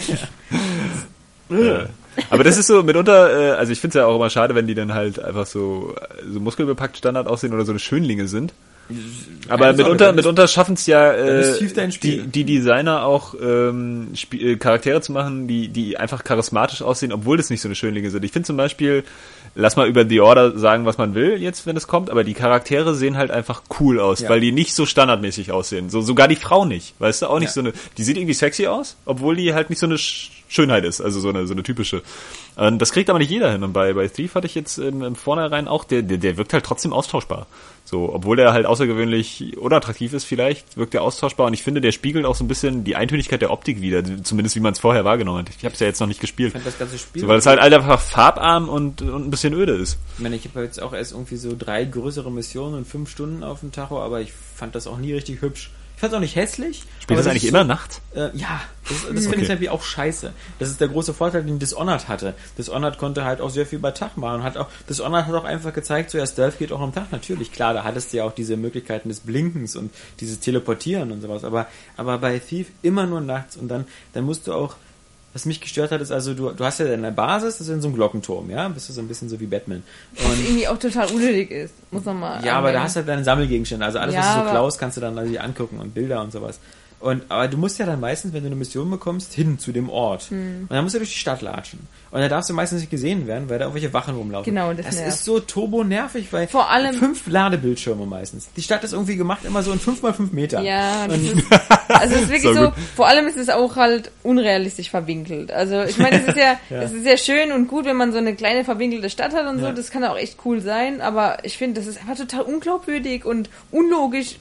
Aber das ist so mitunter, also ich finde es ja auch immer schade, wenn die dann halt einfach so muskelbepackt Standard aussehen oder so eine Schönlinge sind. Aber mitunter schaffen es ja ist Thief dein Spiel. die Designer auch Charaktere zu machen, die einfach charismatisch aussehen, obwohl das nicht so eine Schönlinge sind. Ich finde zum Beispiel, lass mal über The Order sagen, was man will jetzt, wenn es kommt, aber die Charaktere sehen halt einfach cool aus, weil die nicht so standardmäßig aussehen. Sogar die Frau nicht, weißt du, auch nicht so eine, die sieht irgendwie sexy aus, obwohl die halt nicht so eine Schönheit ist, also so eine typische. Und das kriegt aber nicht jeder hin. Und bei Thief hatte ich jetzt im Vornherein auch, der wirkt halt trotzdem austauschbar. So, obwohl der halt außergewöhnlich unattraktiv ist vielleicht, wirkt er austauschbar. Und ich finde, der spiegelt auch so ein bisschen die Eintönigkeit der Optik wieder, zumindest wie man es vorher wahrgenommen hat. Ich habe es ja jetzt noch nicht gespielt. Ich fand das ganze Spiel. So, weil es halt einfach farbarm und ein bisschen öde ist. Ich meine, ich habe jetzt auch erst irgendwie so 3 größere Missionen und 5 Stunden auf dem Tacho, aber ich fand das auch nie richtig hübsch. Ich fand es auch nicht hässlich. Spielt das eigentlich immer nachts? Ja, das finde ich irgendwie auch scheiße. Das ist der große Vorteil, den Dishonored hatte. Dishonored konnte halt auch sehr viel bei Tag machen. Dishonored hat auch einfach gezeigt, so ja, Stealth geht auch am Tag. Natürlich, klar, da hattest du ja auch diese Möglichkeiten des Blinkens und dieses Teleportieren und sowas. Aber bei Thief immer nur nachts. Und dann musst du auch, was mich gestört hat, ist also, du hast ja deine Basis, das ist in so einem Glockenturm, ja? Bist du so ein bisschen so wie Batman. Was irgendwie auch total unnötig ist, muss man mal. Ja, aber da hast du halt deine Sammelgegenstände. Also alles, was du so klaust, kannst du dann also angucken und Bilder und sowas. Aber du musst ja dann meistens, wenn du eine Mission bekommst, hin zu dem Ort. Und dann musst du durch die Stadt latschen. Und da darfst du meistens nicht gesehen werden, weil da irgendwelche Wachen rumlaufen. Genau, das ist so turbo nervig, weil vor allem 5 Ladebildschirme meistens. Die Stadt ist irgendwie gemacht immer so in 5x5 Meter. Ja, das ist, also es ist wirklich so, vor allem ist es auch halt unrealistisch verwinkelt. Also ich meine, es ist ja, es ist ja schön und gut, wenn man so eine kleine verwinkelte Stadt hat und so, das kann auch echt cool sein, aber ich finde, das ist einfach total unglaubwürdig und unlogisch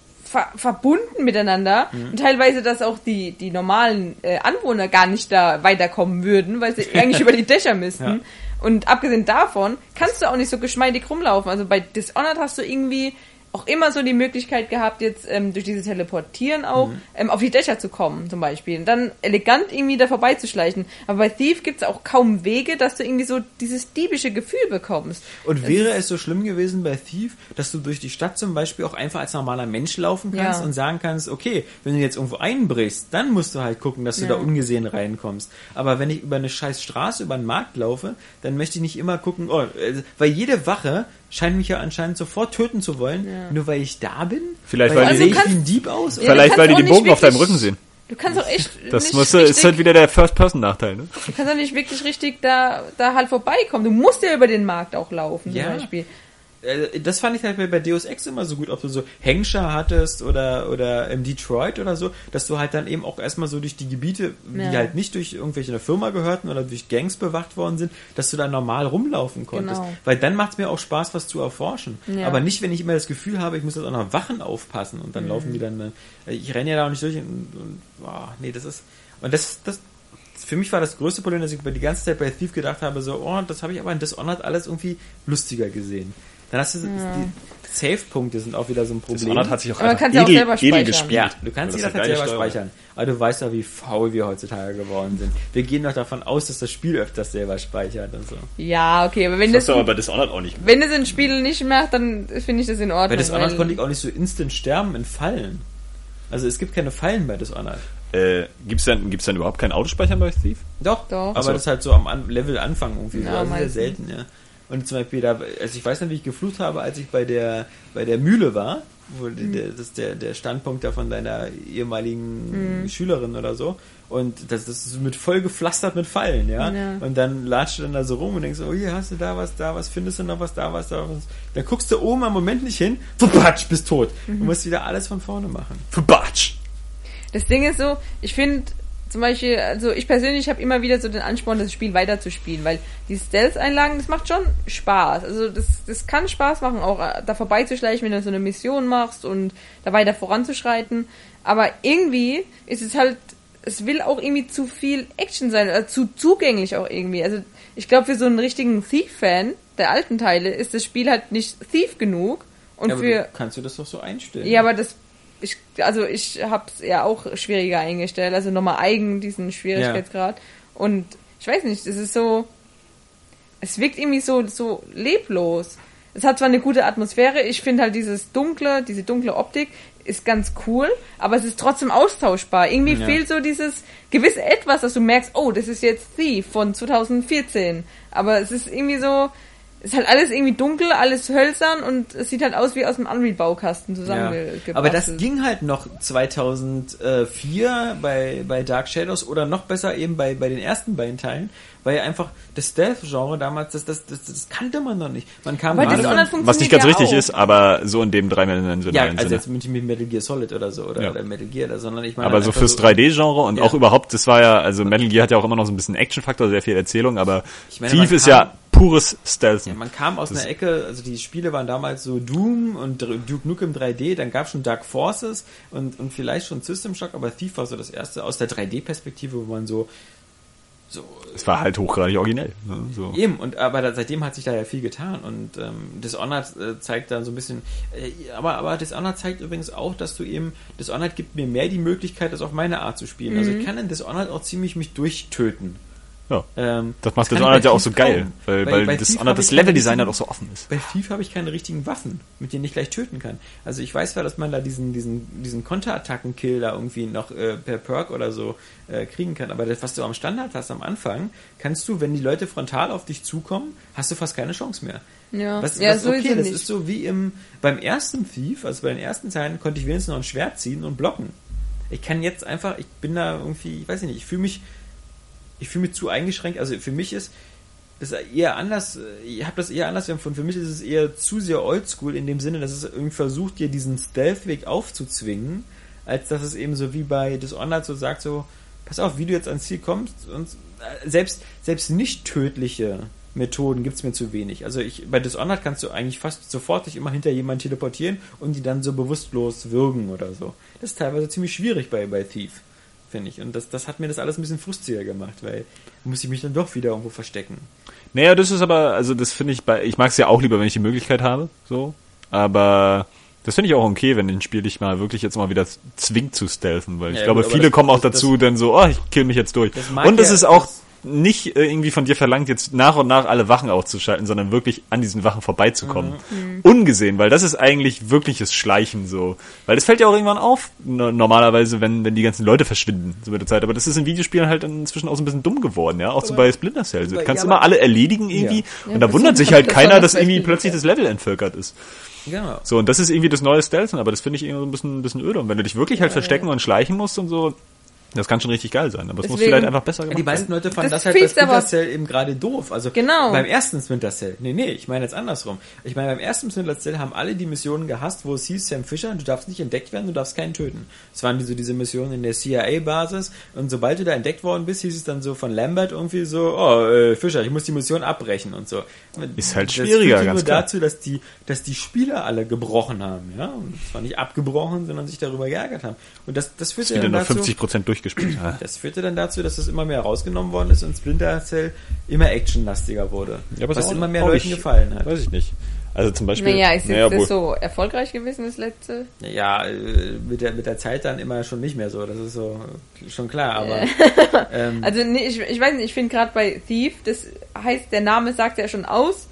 verbunden miteinander und teilweise, dass auch die normalen Anwohner gar nicht da weiterkommen würden, weil sie eigentlich über die Dächer müssten. Ja. Und abgesehen davon kannst du auch nicht so geschmeidig rumlaufen. Also bei Dishonored hast du irgendwie auch immer so die Möglichkeit gehabt, jetzt durch dieses Teleportieren auch auf die Dächer zu kommen, zum Beispiel. Und dann elegant irgendwie da vorbeizuschleichen. Aber bei Thief gibt's auch kaum Wege, dass du irgendwie so dieses diebische Gefühl bekommst. Und wäre es so schlimm gewesen bei Thief, dass du durch die Stadt zum Beispiel auch einfach als normaler Mensch laufen kannst und sagen kannst, okay, wenn du jetzt irgendwo einbrichst, dann musst du halt gucken, dass du da ungesehen reinkommst. Aber wenn ich über eine scheiß Straße, über einen Markt laufe, dann möchte ich nicht immer gucken, weil jede Wache scheint mich ja anscheinend sofort töten zu wollen, nur weil ich da bin. Vielleicht weil sehe ich wie ein Dieb aus. Vielleicht weil die den Bogen auf deinem Rücken sehen. Du kannst auch echt das ist halt wieder der First-Person-Nachteil, ne? Du kannst auch nicht wirklich richtig da halt vorbeikommen. Du musst ja über den Markt auch laufen, zum Beispiel. Das fand ich halt bei Deus Ex immer so gut, ob du so Hengscher hattest oder Detroit oder so, dass du halt dann eben auch erstmal so durch die Gebiete, die halt nicht durch irgendwelche eine Firma gehörten oder durch Gangs bewacht worden sind, dass du da normal rumlaufen konntest. Genau. Weil dann macht es mir auch Spaß, was zu erforschen. Ja. Aber nicht, wenn ich immer das Gefühl habe, ich muss jetzt auch noch Wachen aufpassen und dann laufen die dann, ich renne ja da auch nicht durch das für mich war das größte Problem, dass ich die ganze Zeit bei Thief gedacht habe, so, das habe ich aber in Dishonored alles irgendwie lustiger gesehen. Dann hast du die Save-Punkte sind auch wieder so ein Problem. Dishonored hat sich auch einfach edel gespielt. Ja, du kannst jederzeit selber speichern. Aber du weißt ja, wie faul wir heutzutage geworden sind. Wir gehen doch davon aus, dass das Spiel öfters selber speichert und so. Ja, okay, aber wenn das aber bei Dishonored auch nicht. Wenn es ein Spiel nicht macht, dann finde ich das in Ordnung. Bei Dishonored konnte ich auch nicht so instant sterben in Fallen. Also es gibt keine Fallen bei Dishonored. Gibt's denn überhaupt kein Autospeichern bei Thief? Doch. Aber das ist halt so am Level Anfang irgendwie so. Also sehr selten, ja. Und zum Beispiel ich weiß nicht, wie ich geflucht habe, als ich bei der Mühle war, wo das ist der Standpunkt da von deiner ehemaligen Schülerin oder so. Und das ist voll gepflastert mit Fallen, ja. Und dann latscht du dann da so rum und denkst, oh, hier hast du da was, findest du noch was, da was. Dann guckst du oben am Moment nicht hin, verbatsch, bist tot. Du musst wieder alles von vorne machen. Verbatsch! Das Ding ist so, ich finde, zum Beispiel, also ich persönlich habe immer wieder so den Ansporn, das Spiel weiterzuspielen, weil die Stealth-Einlagen, das macht schon Spaß. Also das kann Spaß machen, auch da vorbeizuschleichen, wenn du so eine Mission machst und da weiter voranzuschreiten. Aber irgendwie ist es halt, es will auch irgendwie zu viel Action sein, zu zugänglich auch irgendwie. Also ich glaube, für so einen richtigen Thief-Fan der alten Teile ist das Spiel halt nicht Thief genug. Und aber kannst du das doch so einstellen? Ja, aber ich habe es ja auch schwieriger eingestellt, also nochmal eigen diesen Schwierigkeitsgrad. Und ich weiß nicht, es ist so, es wirkt irgendwie so leblos. Es hat zwar eine gute Atmosphäre, ich finde halt diese dunkle Optik ist ganz cool, aber es ist trotzdem austauschbar. Irgendwie fehlt so dieses gewisse Etwas, dass du merkst, oh, das ist jetzt Thief von 2014. Aber es ist irgendwie so, ist halt alles irgendwie dunkel, alles hölzern und es sieht halt aus wie aus dem Unreal-Baukasten zusammengebastelt. Aber das ging halt noch 2004 bei Dark Shadows oder noch besser eben bei den ersten beiden Teilen, weil ja einfach das Stealth-Genre damals, das kannte man noch nicht. Man kam was nicht ganz richtig ist, aber so in dem dreidimensionalen Sinne. Ja, also jetzt mit Metal Gear Solid oder so oder Metal Gear, sondern ich meine. Aber so fürs 3D-Genre und auch überhaupt, das war ja, also Metal Gear hat ja auch immer noch so ein bisschen Action-Faktor, sehr viel Erzählung, aber Thief ist ja pures Stealth. Ja, man kam aus einer Ecke, also die Spiele waren damals so Doom und Duke Nukem 3D, dann gab es schon Dark Forces und vielleicht schon System Shock, aber Thief war so das erste aus der 3D-Perspektive, wo man so So, es war halt hochgradig originell. Ne? So. Eben, aber seitdem hat sich da ja viel getan und Dishonored zeigt dann so ein bisschen, aber Dishonored zeigt übrigens auch, dass Dishonored gibt mir mehr die Möglichkeit, das auf meine Art zu spielen. Also ich kann in Dishonored auch ziemlich mich durchtöten. Ja, das macht Dishonored ja auch so geil, weil Dishonored das Leveldesign halt auch so offen ist. Bei Thief habe ich keine richtigen Waffen, mit denen ich gleich töten kann. Also ich weiß zwar, dass man da diesen Konterattacken-Kill da irgendwie noch per Perk oder so kriegen kann, aber das, was du am Standard hast am Anfang, kannst du, wenn die Leute frontal auf dich zukommen, hast du fast keine Chance mehr. Ja, was so okay, ist das ist so wie beim ersten Thief, also bei den ersten Teilen konnte ich wenigstens noch ein Schwert ziehen und blocken. Ich kann jetzt einfach, ich bin da irgendwie, ich weiß nicht, ich fühle mich zu eingeschränkt, also für mich ist das eher anders, ich habe das eher anders empfunden, für mich ist es eher zu sehr oldschool in dem Sinne, dass es irgendwie versucht, dir diesen Stealth-Weg aufzuzwingen, als dass es eben so wie bei Dishonored so sagt, so, pass auf, wie du jetzt ans Ziel kommst und selbst nicht tödliche Methoden gibt's mir zu wenig. Also bei Dishonored kannst du eigentlich fast sofort dich immer hinter jemanden teleportieren und die dann so bewusstlos würgen oder so. Das ist teilweise ziemlich schwierig bei Thief, finde ich. Und das hat mir das alles ein bisschen frustriger gemacht, weil muss ich mich dann doch wieder irgendwo verstecken. Naja, das ist aber, also das finde ich mag es ja auch lieber, wenn ich die Möglichkeit habe, so, aber das finde ich auch okay, wenn ein Spiel dich mal wirklich jetzt mal wieder zwingt zu stealthen, weil ich glaube, viele kommen auch dazu, dann so, ich kill mich jetzt durch. Und es ist auch nicht irgendwie von dir verlangt, jetzt nach und nach alle Wachen auszuschalten, sondern wirklich an diesen Wachen vorbeizukommen. Ungesehen, weil das ist eigentlich wirkliches Schleichen so. Weil das fällt ja auch irgendwann auf, normalerweise, wenn die ganzen Leute verschwinden, so mit der Zeit. Aber das ist in Videospielen halt inzwischen auch so ein bisschen dumm geworden, ja. Auch so bei Splinter Cell. Du kannst immer alle erledigen irgendwie und da wundert sich halt keiner, dass irgendwie plötzlich das Level entvölkert ist. Genau. So, und das ist irgendwie das neue Stealthen, aber das finde ich irgendwie so ein bisschen öde. Und wenn du dich wirklich halt verstecken und schleichen musst und so, das kann schon richtig geil sein, aber es muss vielleicht einfach besser gemacht werden. Die meisten Leute fanden das halt bei Splinter Cell eben gerade doof. Also beim ersten Splinter Cell. Nee, ich meine jetzt andersrum. Ich meine, beim ersten Splinter Cell haben alle die Missionen gehasst, wo es hieß, Sam Fisher, du darfst nicht entdeckt werden, du darfst keinen töten. Es waren diese Missionen in der CIA-Basis und sobald du da entdeckt worden bist, hieß es dann so von Lambert irgendwie so, Fisher, ich muss die Mission abbrechen und so. Ist halt schwieriger, ganz klar. Das führte nur dazu, dass die Spieler alle gebrochen haben, ja. Und zwar nicht abgebrochen, sondern sich darüber geärgert haben. Und das führte dann dazu, 50% durchgespielt. Das führte dann dazu, dass das immer mehr rausgenommen worden ist und Splinter Cell immer actionlastiger wurde. Ja, was immer mehr Leuten gefallen hat. Weiß ich nicht. Also zum Beispiel... Ist das so erfolgreich gewesen, das letzte? Ja, mit der Zeit dann immer schon nicht mehr so. Das ist so schon klar, aber... also ich weiß nicht, ich finde gerade bei Thief, das heißt, der Name sagt ja schon aus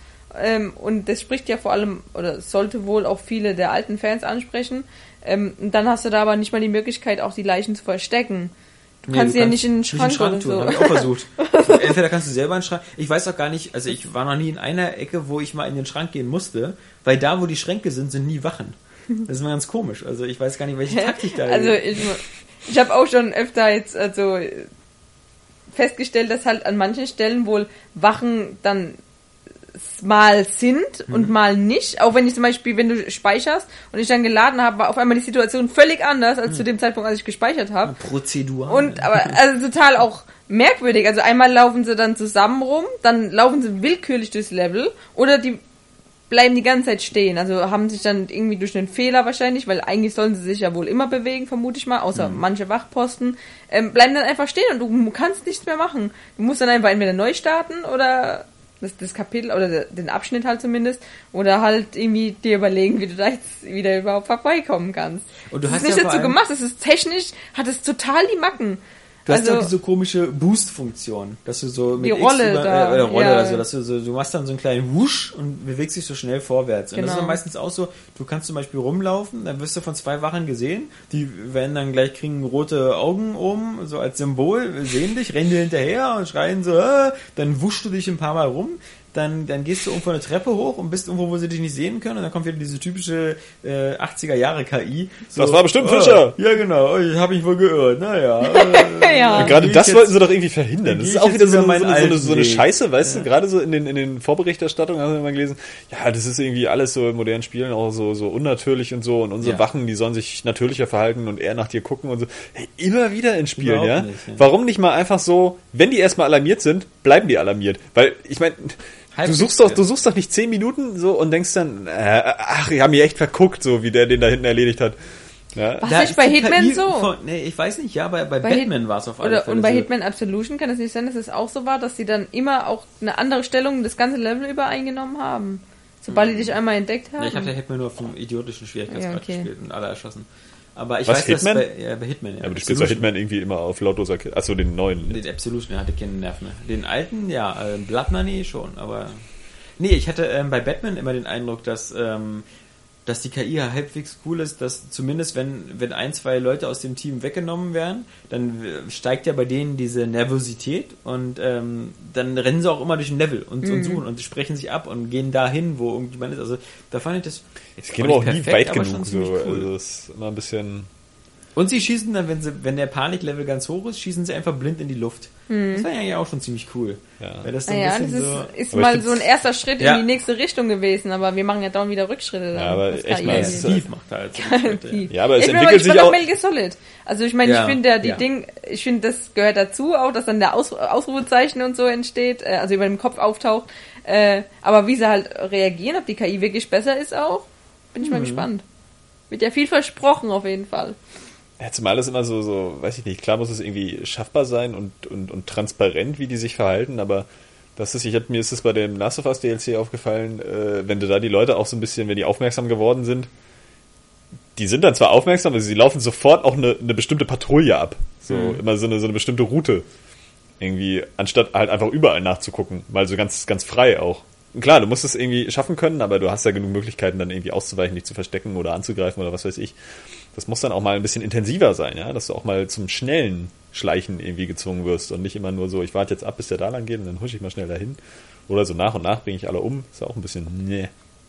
und das spricht ja vor allem, oder sollte wohl auch viele der alten Fans ansprechen. Und dann hast du da aber nicht mal die Möglichkeit, auch die Leichen zu verstecken. Du kannst ja nicht in den Schrank tun, so. Hab ich auch versucht. Entweder kannst du selber in den Schrank. Ich weiß auch gar nicht, also ich war noch nie in einer Ecke, wo ich mal in den Schrank gehen musste, weil da, wo die Schränke sind nie Wachen. Das ist immer ganz komisch. Also ich weiß gar nicht, welche Taktik da ist. Also ich habe auch schon öfter jetzt festgestellt, dass halt an manchen Stellen wohl Wachen dann mal sind und mal nicht. Auch wenn ich zum Beispiel, wenn du speicherst und ich dann geladen habe, war auf einmal die Situation völlig anders als zu dem Zeitpunkt, als ich gespeichert habe. Prozedur. Und aber also total auch merkwürdig. Also einmal laufen sie dann zusammen rum, dann laufen sie willkürlich durchs Level oder die bleiben die ganze Zeit stehen. Also haben sich dann irgendwie durch einen Fehler wahrscheinlich, weil eigentlich sollen sie sich ja wohl immer bewegen, vermute ich mal, außer manche Wachposten, bleiben dann einfach stehen und du kannst nichts mehr machen. Du musst dann einfach entweder neu starten oder das Kapitel oder den Abschnitt halt zumindest oder halt irgendwie dir überlegen, wie du da jetzt wieder überhaupt vorbeikommen kannst. Und du hast nicht dazu gemacht, es ist technisch, hat es total die Macken. Du hast ja auch diese komische Boost-Funktion, dass du so mit die Rolle X also dass du machst dann so einen kleinen Wusch und bewegst dich so schnell vorwärts. Und das ist dann meistens auch so, du kannst zum Beispiel rumlaufen, dann wirst du von 2 Wachen gesehen, die werden dann gleich kriegen rote Augen oben, so als Symbol, sehen dich, rennen dir hinterher und schreien so, dann wuschst du dich ein paar Mal rum. Dann gehst du irgendwo eine Treppe hoch und bist irgendwo, wo sie dich nicht sehen können und dann kommt wieder diese typische 80er-Jahre-KI. So, das war bestimmt Fischer! Ja, genau, ich habe mich wohl geirrt, naja. Ja. Gerade das wollten sie doch irgendwie verhindern. Das ist auch wieder so eine Scheiße, weißt du, gerade so in den Vorberichterstattungen haben wir mal gelesen, ja, das ist irgendwie alles so in modernen Spielen auch so unnatürlich und so und unsere Wachen, die sollen sich natürlicher verhalten und eher nach dir gucken und so. Hey, immer wieder in Spielen, ja? Nicht. Warum nicht mal einfach so, wenn die erstmal alarmiert sind, bleiben die alarmiert? Weil, ich meine... Du suchst doch nicht 10 Minuten so und denkst dann, die haben mich echt verguckt, so wie der den da hinten erledigt hat. Ja. Was nicht bei Hitman so? Nee, ich weiß nicht, ja, bei Batman war es auf alle Fälle und bei so. Hitman Absolution kann es nicht sein, dass es auch so war, dass sie dann immer auch eine andere Stellung das ganze Level über eingenommen haben. Sobald die dich einmal entdeckt haben. Ja, ich habe ja Hitman nur auf dem idiotischen Schwierigkeitsgrad gespielt und alle erschossen. Aber ich Was, weiß, Hitman? dass bei Hitman, ja. Aber du spielst bei Hitman irgendwie immer auf lautloser Achso, den neuen. Den Absolution, der hatte keinen Nerv mehr. Den alten, ja, Blood Money schon, aber... Nee, ich hatte bei Batman immer den Eindruck, dass die KI ja halbwegs cool ist, dass zumindest wenn 1, 2 Leute aus dem Team weggenommen werden, dann steigt ja bei denen diese Nervosität und dann rennen sie auch immer durch ein Level und suchen und sprechen sich ab und gehen dahin, wo irgendjemand ist. Also da fand ich das... Es geht aber auch nie weit aber genug. So. Cool. Also es ist immer ein bisschen... Und sie schießen dann, wenn der Paniklevel ganz hoch ist, schießen sie einfach blind in die Luft. Das war ja auch schon ziemlich cool. Ja. Weil das so Naja, ein bisschen das ist Aber mal so ein erster Schritt Ja. in die nächste Richtung gewesen, aber wir machen ja dauernd wieder Rückschritte. Dann, Ja, aber was echt KI mal, angeht. es ist- Steve macht da halt so Schritte, Ja, aber es Ich bin entwickelt sich gespannt auf auch... Metal Gear Solid. Also ich meine, Ja, ich finde ja. ich finde, das gehört dazu auch, dass dann der Ausrufezeichen und so entsteht, also über dem Kopf auftaucht. Aber wie sie halt reagieren, ob die KI wirklich besser ist auch, bin ich mal gespannt. Wird ja viel versprochen auf jeden Fall. Ja, zumal das immer so, weiß ich nicht, klar muss es irgendwie schaffbar sein und transparent, wie die sich verhalten, aber mir ist es bei dem Last of Us DLC aufgefallen, wenn du da die Leute auch so ein bisschen, wenn die aufmerksam geworden sind, die sind dann zwar aufmerksam, aber sie laufen sofort auch eine bestimmte Patrouille ab. So, immer so eine bestimmte Route. Irgendwie, anstatt halt einfach überall nachzugucken, mal so ganz, ganz frei auch. Und klar, du musst es irgendwie schaffen können, aber du hast ja genug Möglichkeiten, dann irgendwie auszuweichen, dich zu verstecken oder anzugreifen oder was weiß ich. Das muss dann auch mal ein bisschen intensiver sein, ja, dass du auch mal zum schnellen Schleichen irgendwie gezwungen wirst und nicht immer nur so, ich warte jetzt ab, bis der da lang geht und dann husche ich mal schnell dahin. Oder so nach und nach bringe ich alle um. Ist ja auch ein bisschen, nee.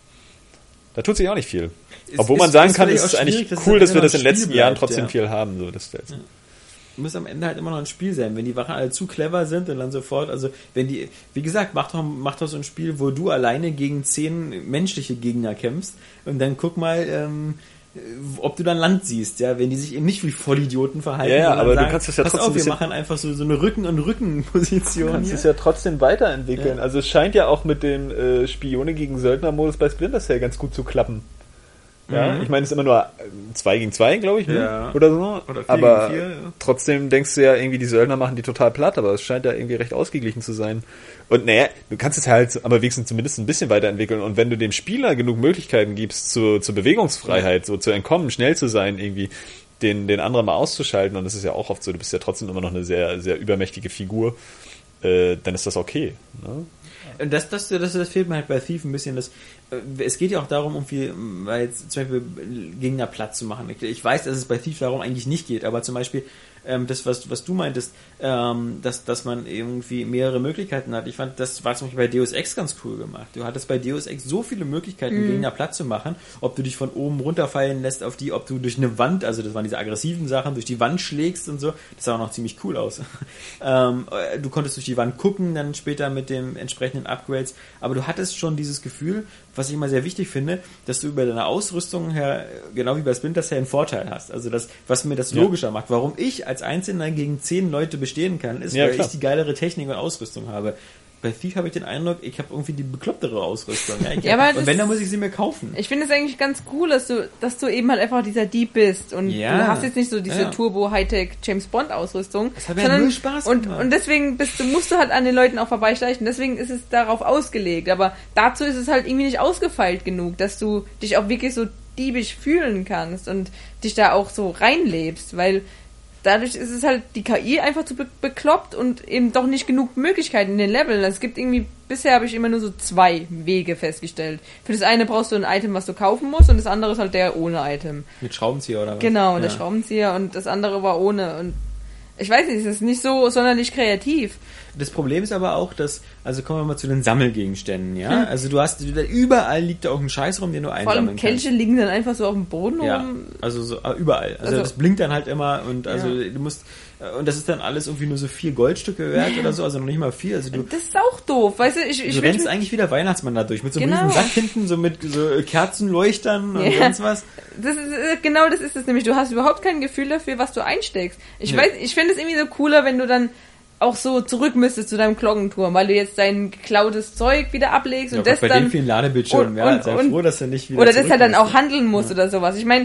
Da tut sich auch nicht viel. Obwohl man sagen kann, es ist eigentlich cool, dass wir das in den letzten Jahren trotzdem viel haben. So, das muss am Ende halt immer noch ein Spiel sein. Wenn die Wachen alle zu clever sind und dann sofort, also wenn die, wie gesagt, mach doch so ein Spiel, wo du alleine gegen 10 menschliche Gegner kämpfst und dann guck mal, ob du dann Land siehst, ja, wenn die sich eben nicht wie Vollidioten verhalten. Ja, sondern aber sagen, du kannst es ja pass trotzdem auf, wir machen einfach so eine Rücken-und-Rücken-Position. Du kannst hier. es ja trotzdem weiterentwickeln. Ja. Also es scheint ja auch mit dem Spione gegen Söldner-Modus bei Splinter Cell ganz gut zu klappen. Ja, ich meine, es ist immer nur 2 gegen 2, glaube ich, ne? Ja. Oder so. Oder 4 aber gegen 4, ja. trotzdem denkst du ja irgendwie, die Söldner machen die total platt, aber es scheint ja irgendwie recht ausgeglichen zu sein. Und naja, du kannst es halt aber wenigstens zumindest ein bisschen weiterentwickeln. Und wenn du dem Spieler genug Möglichkeiten gibst zur Bewegungsfreiheit, so zu entkommen, schnell zu sein, irgendwie den anderen mal auszuschalten, und das ist ja auch oft so, du bist ja trotzdem immer noch eine sehr, sehr übermächtige Figur, dann ist das okay. Ne? Und das fehlt mir halt bei Thief ein bisschen. Es geht ja auch darum, irgendwie, weil jetzt zum Beispiel Gegner platt zu machen. Ich weiß, dass es bei Thief darum eigentlich nicht geht, aber zum Beispiel das, was du meintest, dass man irgendwie mehrere Möglichkeiten hat. Ich fand, das war zum Beispiel bei Deus Ex ganz cool gemacht. Du hattest bei Deus Ex so viele Möglichkeiten, Gegner platt zu machen, ob du dich von oben runterfallen lässt auf die, ob du durch eine Wand, also das waren diese aggressiven Sachen, durch die Wand schlägst und so. Das sah auch noch ziemlich cool aus. Du konntest durch die Wand gucken, dann später mit den entsprechenden Upgrades, aber du hattest schon dieses Gefühl, was ich immer sehr wichtig finde, dass du über deine Ausrüstung her, genau wie bei Splinter Cell, einen Vorteil hast. Also das, was mir das logischer macht. Warum ich als Einzelner gegen 10 Leute bestehen kann, ist, weil ich die geilere Technik und Ausrüstung habe. Bei Thief habe ich den Eindruck, ich habe irgendwie die beklopptere Ausrüstung. Ja, und wenn, dann muss ich sie mir kaufen. Ich finde es eigentlich ganz cool, dass du eben halt einfach dieser Dieb bist und du hast jetzt nicht so diese Turbo-Hightech James Bond Ausrüstung. Das hat ja nur Spaß gemacht. Und deswegen musst du halt an den Leuten auch vorbeischleichen. Deswegen ist es darauf ausgelegt. Aber dazu ist es halt irgendwie nicht ausgefeilt genug, dass du dich auch wirklich so diebisch fühlen kannst und dich da auch so reinlebst, weil dadurch ist es halt die KI einfach zu bekloppt und eben doch nicht genug Möglichkeiten in den Leveln. Es gibt irgendwie, bisher habe ich immer nur so 2 Wege festgestellt. Für das eine brauchst du ein Item, was du kaufen musst, und das andere ist halt der ohne Item. Mit Schraubenzieher oder was? Genau, der Schraubenzieher, und das andere war ohne. Und ich weiß nicht, es ist nicht so sonderlich kreativ. Das Problem ist aber auch, dass, also kommen wir mal zu den Sammelgegenständen, ja? Also überall liegt da auch ein Scheiß rum, den du einsammeln kannst. Vor allem Kelche liegen dann einfach so auf dem Boden rum. Ja, also so, überall. Also das blinkt dann halt immer und also du musst, und das ist dann alles irgendwie nur so 4 Goldstücke wert oder so, also noch nicht mal viel. Also das ist auch doof, weißt du? Du rennst eigentlich wie der Weihnachtsmann da durch, mit so einem riesen Sack hinten, so mit so Kerzenleuchtern und sonst was. Das ist es nämlich. Du hast überhaupt kein Gefühl dafür, was du einsteckst. Ich finde es irgendwie so cooler, wenn du dann auch so zurück müsstest zu deinem Glockenturm, weil du jetzt dein geklautes Zeug wieder ablegst und das bei dann... den vielen Ladebildschirmen, sei froh, dass du nicht wieder oder das halt dann auch handeln musst oder sowas. Ich meine,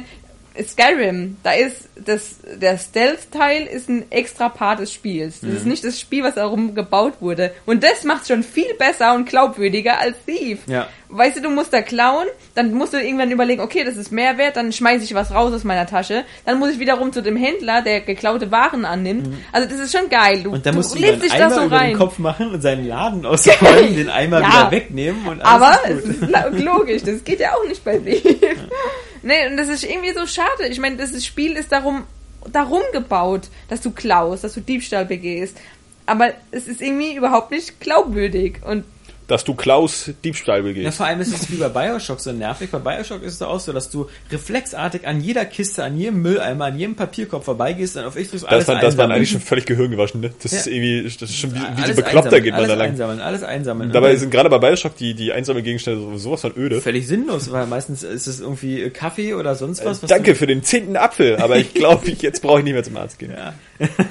Skyrim, da ist der Stealth-Teil ist ein extra Part des Spiels. Das ist nicht das Spiel, was darum gebaut wurde. Und das macht schon viel besser und glaubwürdiger als Thief. Ja. Weißt du musst da klauen, dann musst du irgendwann überlegen, okay, das ist Mehrwert, dann schmeiße ich was raus aus meiner Tasche, dann muss ich wiederum zu dem Händler, der geklaute Waren annimmt. Also das ist schon geil. Und dann musst du lebst einen dich da Eimer so über rein. den Kopf machen und seinen Laden ausräumen, den Eimer wieder wegnehmen und alles Aber ist gut. es ist logisch, das geht ja auch nicht bei Thief. Nee, und das ist irgendwie so schade. Ich meine, das Spiel ist darum gebaut, dass du klaust, dass du Diebstahl begehst. Aber es ist irgendwie überhaupt nicht glaubwürdig. Und dass du Klaus Diebstahl begehst. Ja, vor allem ist es wie bei Bioshock so nervig. Bei Bioshock ist es auch so, dass du reflexartig an jeder Kiste, an jedem Mülleimer, an jedem Papierkorb vorbeigehst und auf Xbox alles Das war eigentlich schon völlig gehirngewaschen, ne? Das ist irgendwie, das ist schon wie so Bekloppter geht man da lang. Alles einsammeln. Dabei sind gerade bei Bioshock die Einsammelgegenstände sowas von öde. Völlig sinnlos, weil meistens ist es irgendwie Kaffee oder sonst was. Danke für den 10. Apfel, aber ich glaube, jetzt brauche ich nicht mehr zum Arzt gehen. Ja.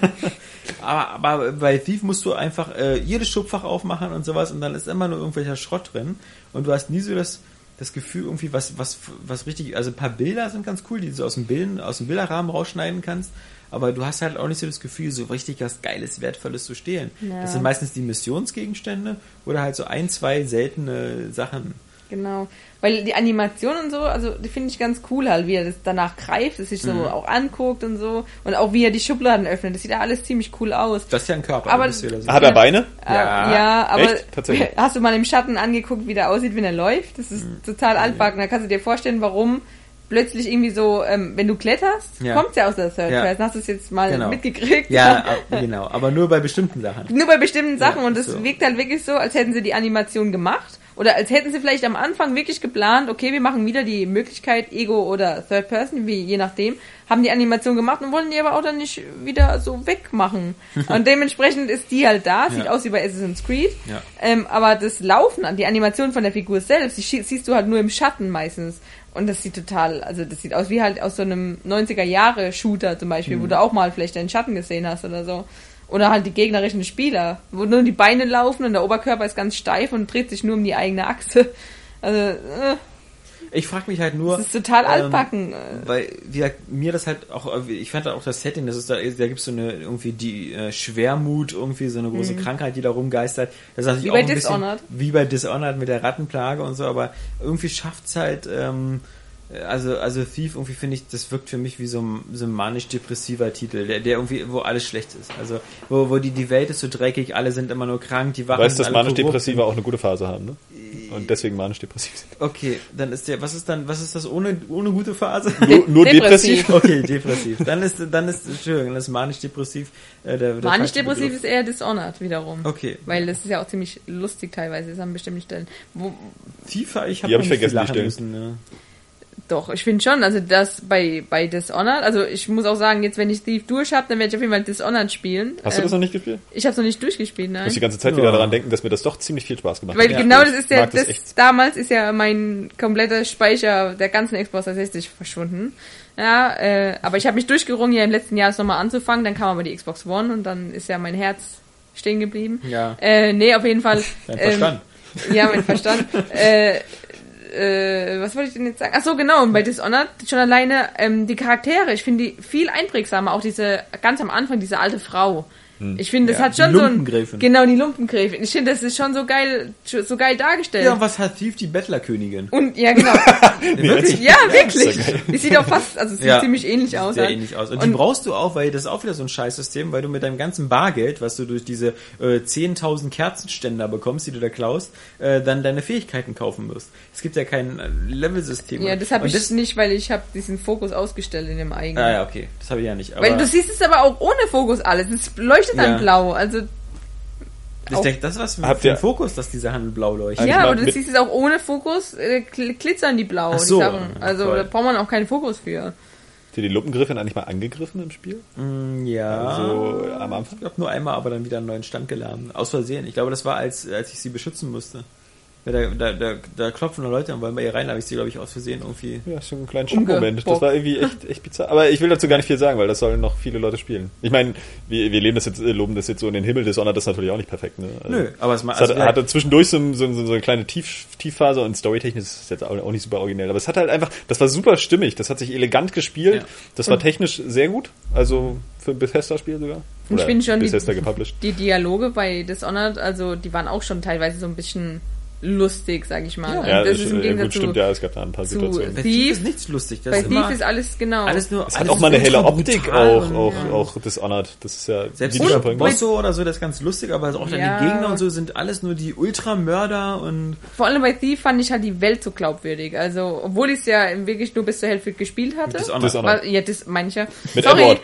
aber bei Thief musst du einfach jedes Schubfach aufmachen und sowas und dann ist immer nur irgendwelcher Schrott drin und du hast nie so das Gefühl irgendwie was richtig, also ein paar Bilder sind ganz cool, die du so aus dem Bilderrahmen rausschneiden kannst, aber du hast halt auch nicht so das Gefühl, so richtig was Geiles, Wertvolles zu stehlen. Ja. Das sind meistens die Missionsgegenstände oder halt so 1, 2 seltene Sachen. genau. Weil die Animation und so, also die finde ich ganz cool halt, wie er das danach greift, das sich so auch anguckt und so. Und auch wie er die Schubladen öffnet, das sieht ja alles ziemlich cool aus. Das ist ja ein Körper. Aber hat er Beine? Ja, aber echt? Tatsächlich. Hast du mal im Schatten angeguckt, wie der aussieht, wenn er läuft? Das ist total altbacken. Da kannst du dir vorstellen, warum plötzlich irgendwie so, wenn du kletterst, kommt's ja aus der Third Person. Hast du es jetzt mal mitgekriegt? Ja, genau. Aber nur bei bestimmten Sachen. Nur bei bestimmten Sachen. Ja, und das wirkt halt wirklich so, als hätten sie die Animation gemacht. Oder als hätten sie vielleicht am Anfang wirklich geplant, okay, wir machen wieder die Möglichkeit Ego oder Third Person, wie je nachdem, haben die Animation gemacht und wollen die aber auch dann nicht wieder so wegmachen. Und dementsprechend ist die halt da, sieht aus wie bei Assassin's Creed, aber das Laufen, die Animation von der Figur selbst, die siehst du halt nur im Schatten meistens. Und das sieht das sieht aus wie halt aus so einem 90er-Jahre-Shooter zum Beispiel, wo du auch mal vielleicht deinen Schatten gesehen hast oder so. Oder halt die gegnerischen Spieler, wo nur die Beine laufen und der Oberkörper ist ganz steif und dreht sich nur um die eigene Achse. Also, Ich frage mich halt nur... Das ist total altbacken. Weil mir das halt auch... Ich fand auch das Setting, da gibt es so eine irgendwie die Schwermut, irgendwie so eine große Krankheit, die da rumgeistert. Das ist wie auch bei ein Dishonored. bisschen, wie bei Dishonored mit der Rattenplage und so, aber irgendwie schafft's halt... Also Thief, irgendwie finde ich, das wirkt für mich wie so ein manisch-depressiver Titel, der irgendwie, wo alles schlecht ist. Also, wo die Welt ist so dreckig, alle sind immer nur krank, die Wachen. Weißt du, dass manisch-depressive auch eine gute Phase haben, ne? Und deswegen manisch-depressiv sind. Okay, dann ist was ist das ohne gute Phase? Nur depressiv? Okay, depressiv. Dann ist Entschuldigung, das ist manisch-depressiv. Manisch-depressiv ist eher Dishonored wiederum. Okay. Weil das ist ja auch ziemlich lustig teilweise, ist an bestimmten Stellen. Thief, ich habe vergessen, die Stellen. Müssen, ne? Doch, ich finde schon, also das bei Dishonored, also ich muss auch sagen, jetzt wenn ich Thief durch habe, dann werde ich auf jeden Fall Dishonored spielen. Hast du das noch nicht gespielt? Ich habe es noch nicht durchgespielt, nein. Ich muss die ganze Zeit wieder daran denken, dass mir das doch ziemlich viel Spaß gemacht hat. Weil genau das ist ja, damals ist ja mein kompletter Speicher der ganzen Xbox 360 verschwunden. Ja, aber ich habe mich durchgerungen, ja im letzten Jahr es nochmal anzufangen, dann kam aber die Xbox One und dann ist ja mein Herz stehen geblieben. Ja. Nee, auf jeden Fall. Dein Verstand. Ja, mein Verstand. Was wollte ich denn jetzt sagen? Ach so, genau, und bei Dishonored schon alleine die Charaktere, ich finde die viel einprägsamer, auch ganz am Anfang, diese alte Frau. Ich finde, das hat schon so ein... Genau, die Lumpengräfin. Ich finde, das ist schon so geil dargestellt. Ja, und was hat Thief? Die Bettlerkönigin. Und, ja, genau. Wirklich? Ja, wirklich. Die sieht auch fast, also sieht ziemlich ähnlich aus. Sehr ähnlich aus. Und die brauchst du auch, weil das ist auch wieder so ein Scheißsystem, weil du mit deinem ganzen Bargeld, was du durch diese 10.000 Kerzenständer bekommst, die du da klaust, dann deine Fähigkeiten kaufen musst. Es gibt ja kein Level-System. Ja, das habe ich nicht, weil ich habe diesen Fokus ausgestellt in dem eigenen. Ah ja, okay. Das habe ich ja nicht. Aber weil du siehst es aber auch ohne Fokus alles. Es leuchtet dann blau, also... Ich denke, das ist was für ein Fokus, dass diese Handel blau leuchtet. Ja, aber du siehst es auch ohne Fokus, glitzern die blau, so, die Sachen. Also da braucht man auch keinen Fokus für. Habt ihr die Lumpengriffin eigentlich mal angegriffen im Spiel? Ja. Also am Anfang? Ich glaube nur einmal, aber dann wieder einen neuen Stand geladen. Aus Versehen. Ich glaube, das war, als ich sie beschützen musste. Ja, da klopfen noch Leute an, wollen bei ihr rein, da habe ich sie, glaube ich, aus Versehen irgendwie. Ja, so einen kleinen Schockmoment. Das war irgendwie echt bizarr. Aber ich will dazu gar nicht viel sagen, weil das sollen noch viele Leute spielen. Ich meine, wir loben das jetzt so in den Himmel, Dishonored ist natürlich auch nicht perfekt. Ne? Also, nö, aber es hatte zwischendurch so eine kleine Tiefphase und storytechnisch ist es jetzt auch nicht super originell. Aber es hat halt einfach, das war super stimmig, das hat sich elegant gespielt, ja. Das war technisch sehr gut, also für ein Bethesda-Spiel sogar. Und ich finde schon, Bethesda gepublished. Die Dialoge bei Dishonored, also die waren auch schon teilweise so ein bisschen lustig, sag ich mal. Ja, das ist im Gegensatz stimmt, ja, es gab da ein paar Situationen. Bei Thief ist nichts lustig. Bei Thief ist alles, genau. Alles nur, es hat auch mal eine helle Optik auch Dishonored. Das ist ja... Selbst die Bosso oder so, das ist ganz lustig, aber auch dann die Gegner und so sind alles nur die Ultramörder und... Vor allem bei Thief fand ich halt die Welt so glaubwürdig. Also, obwohl ich es ja wirklich nur bis zur Hälfte gespielt hatte. Dishonored. Ja, das meine ich ja. Mit Sorry. Award.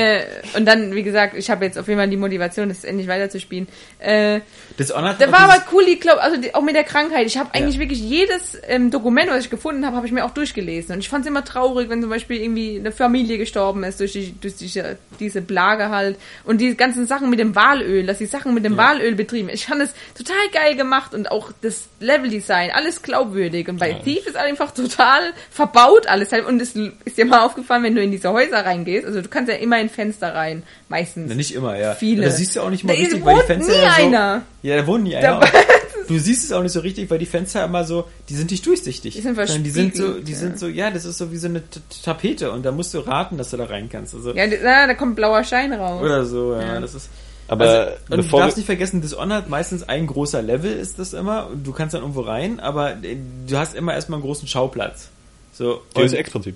Und dann, wie gesagt, ich habe jetzt auf jeden Fall die Motivation, das endlich weiterzuspielen. Dishonored da war aber cool, ich glaube, also auch mit der Krankheit. Ich habe eigentlich wirklich jedes Dokument, was ich gefunden habe, habe ich mir auch durchgelesen. Und ich fand es immer traurig, wenn zum Beispiel irgendwie eine Familie gestorben ist durch diese Plage halt. Und die ganzen Sachen mit dem Walöl, dass die Sachen mit dem Walöl betrieben. Ich fand es total geil gemacht und auch das Leveldesign, alles glaubwürdig. Und bei Thief ist einfach total verbaut alles halt. Und es ist dir mal aufgefallen, wenn du in diese Häuser reingehst, also du kannst ja immer in Fenster rein, meistens. Na, nicht immer, ja. Viele. Das siehst du auch nicht mal Da richtig, weil die Fenster nie ja so... einer. Ja, da wohnen nie einer. Du siehst es auch nicht so richtig, weil die Fenster immer so, die sind nicht durchsichtig. Die sind verspiegelt. Die sind so, das ist so wie so eine Tapete und da musst du raten, dass du da rein kannst. Also, ja, da kommt blauer Schein raus. Oder so, ja, das ist... Aber und du darfst nicht vergessen, Dishonored meistens ein großer Level ist das immer und du kannst dann irgendwo rein, aber du hast immer erstmal einen großen Schauplatz. So. Deus Ex-Prinzip.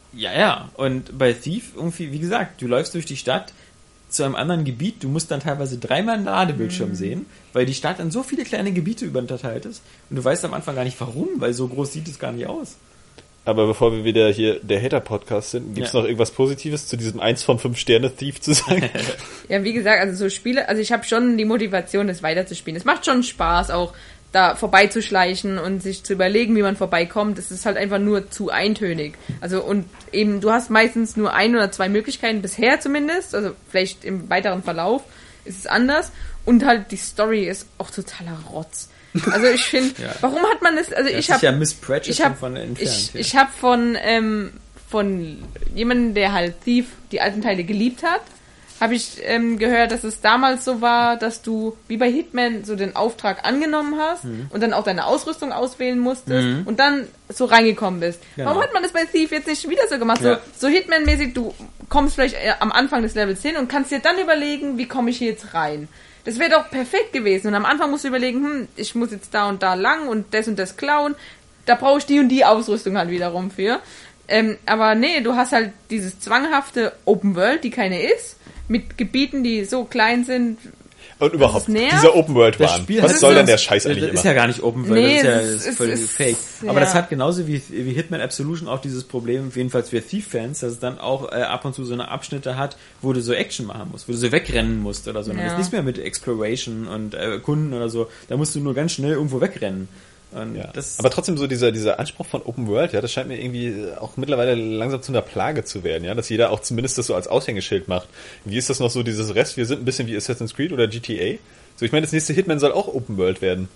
Ja. Und bei Thief irgendwie, wie gesagt, du läufst durch die Stadt zu einem anderen Gebiet, du musst dann teilweise 3-mal einen Ladebildschirm sehen, weil die Stadt in so viele kleine Gebiete überteilt ist und du weißt am Anfang gar nicht warum, weil so groß sieht es gar nicht aus. Aber bevor wir wieder hier der Hater-Podcast sind, gibt es noch irgendwas Positives zu diesem 1 von 5 Sterne Thief zu sagen? Ja, wie gesagt, also so Spiele, also ich habe schon die Motivation, das weiterzuspielen. Es macht schon Spaß, auch da vorbeizuschleichen und sich zu überlegen, wie man vorbeikommt. Das ist halt einfach nur zu eintönig. Also und eben, du hast meistens nur 1 oder 2 Möglichkeiten, bisher zumindest, also vielleicht im weiteren Verlauf ist es anders. Und halt die Story ist auch totaler Rotz. Also ich finde, warum hat man das, also ich habe ja Miss Pratchett von entfernt. Ich habe von jemandem, der halt Thief die alten Teile geliebt hat, habe ich gehört, dass es damals so war, dass du wie bei Hitman so den Auftrag angenommen hast und dann auch deine Ausrüstung auswählen musstest und dann so reingekommen bist. Genau. Warum hat man das bei Thief jetzt nicht wieder so gemacht? Ja. So Hitman-mäßig, du kommst vielleicht am Anfang des Levels hin und kannst dir dann überlegen, wie komme ich hier jetzt rein? Das wäre doch perfekt gewesen. Und am Anfang musst du überlegen, ich muss jetzt da und da lang und das klauen. Da brauche ich die und die Ausrüstung halt wiederum für. Aber nee, du hast halt dieses zwanghafte Open World, die keine ist, mit Gebieten, die so klein sind. Und überhaupt, dieser Open World Wahn. Was soll denn der Scheiß eigentlich immer? Das ist ja gar nicht Open World, nee, das ist ja völlig fake. Aber das hat genauso wie Hitman Absolution auch dieses Problem, jedenfalls für Thief-Fans, dass es dann auch ab und zu so eine Abschnitte hat, wo du so Action machen musst, wo du so wegrennen musst oder so. Das ist nichts mehr mit Exploration und Erkunden oder so. Da musst du nur ganz schnell irgendwo wegrennen. Aber trotzdem so dieser Anspruch von Open World, das scheint mir irgendwie auch mittlerweile langsam zu einer Plage zu werden, dass jeder auch zumindest das so als Aushängeschild macht. Wie ist das noch so, dieses Rest? Wir sind ein bisschen wie Assassin's Creed oder GTA. So, ich meine, das nächste Hitman soll auch Open World werden.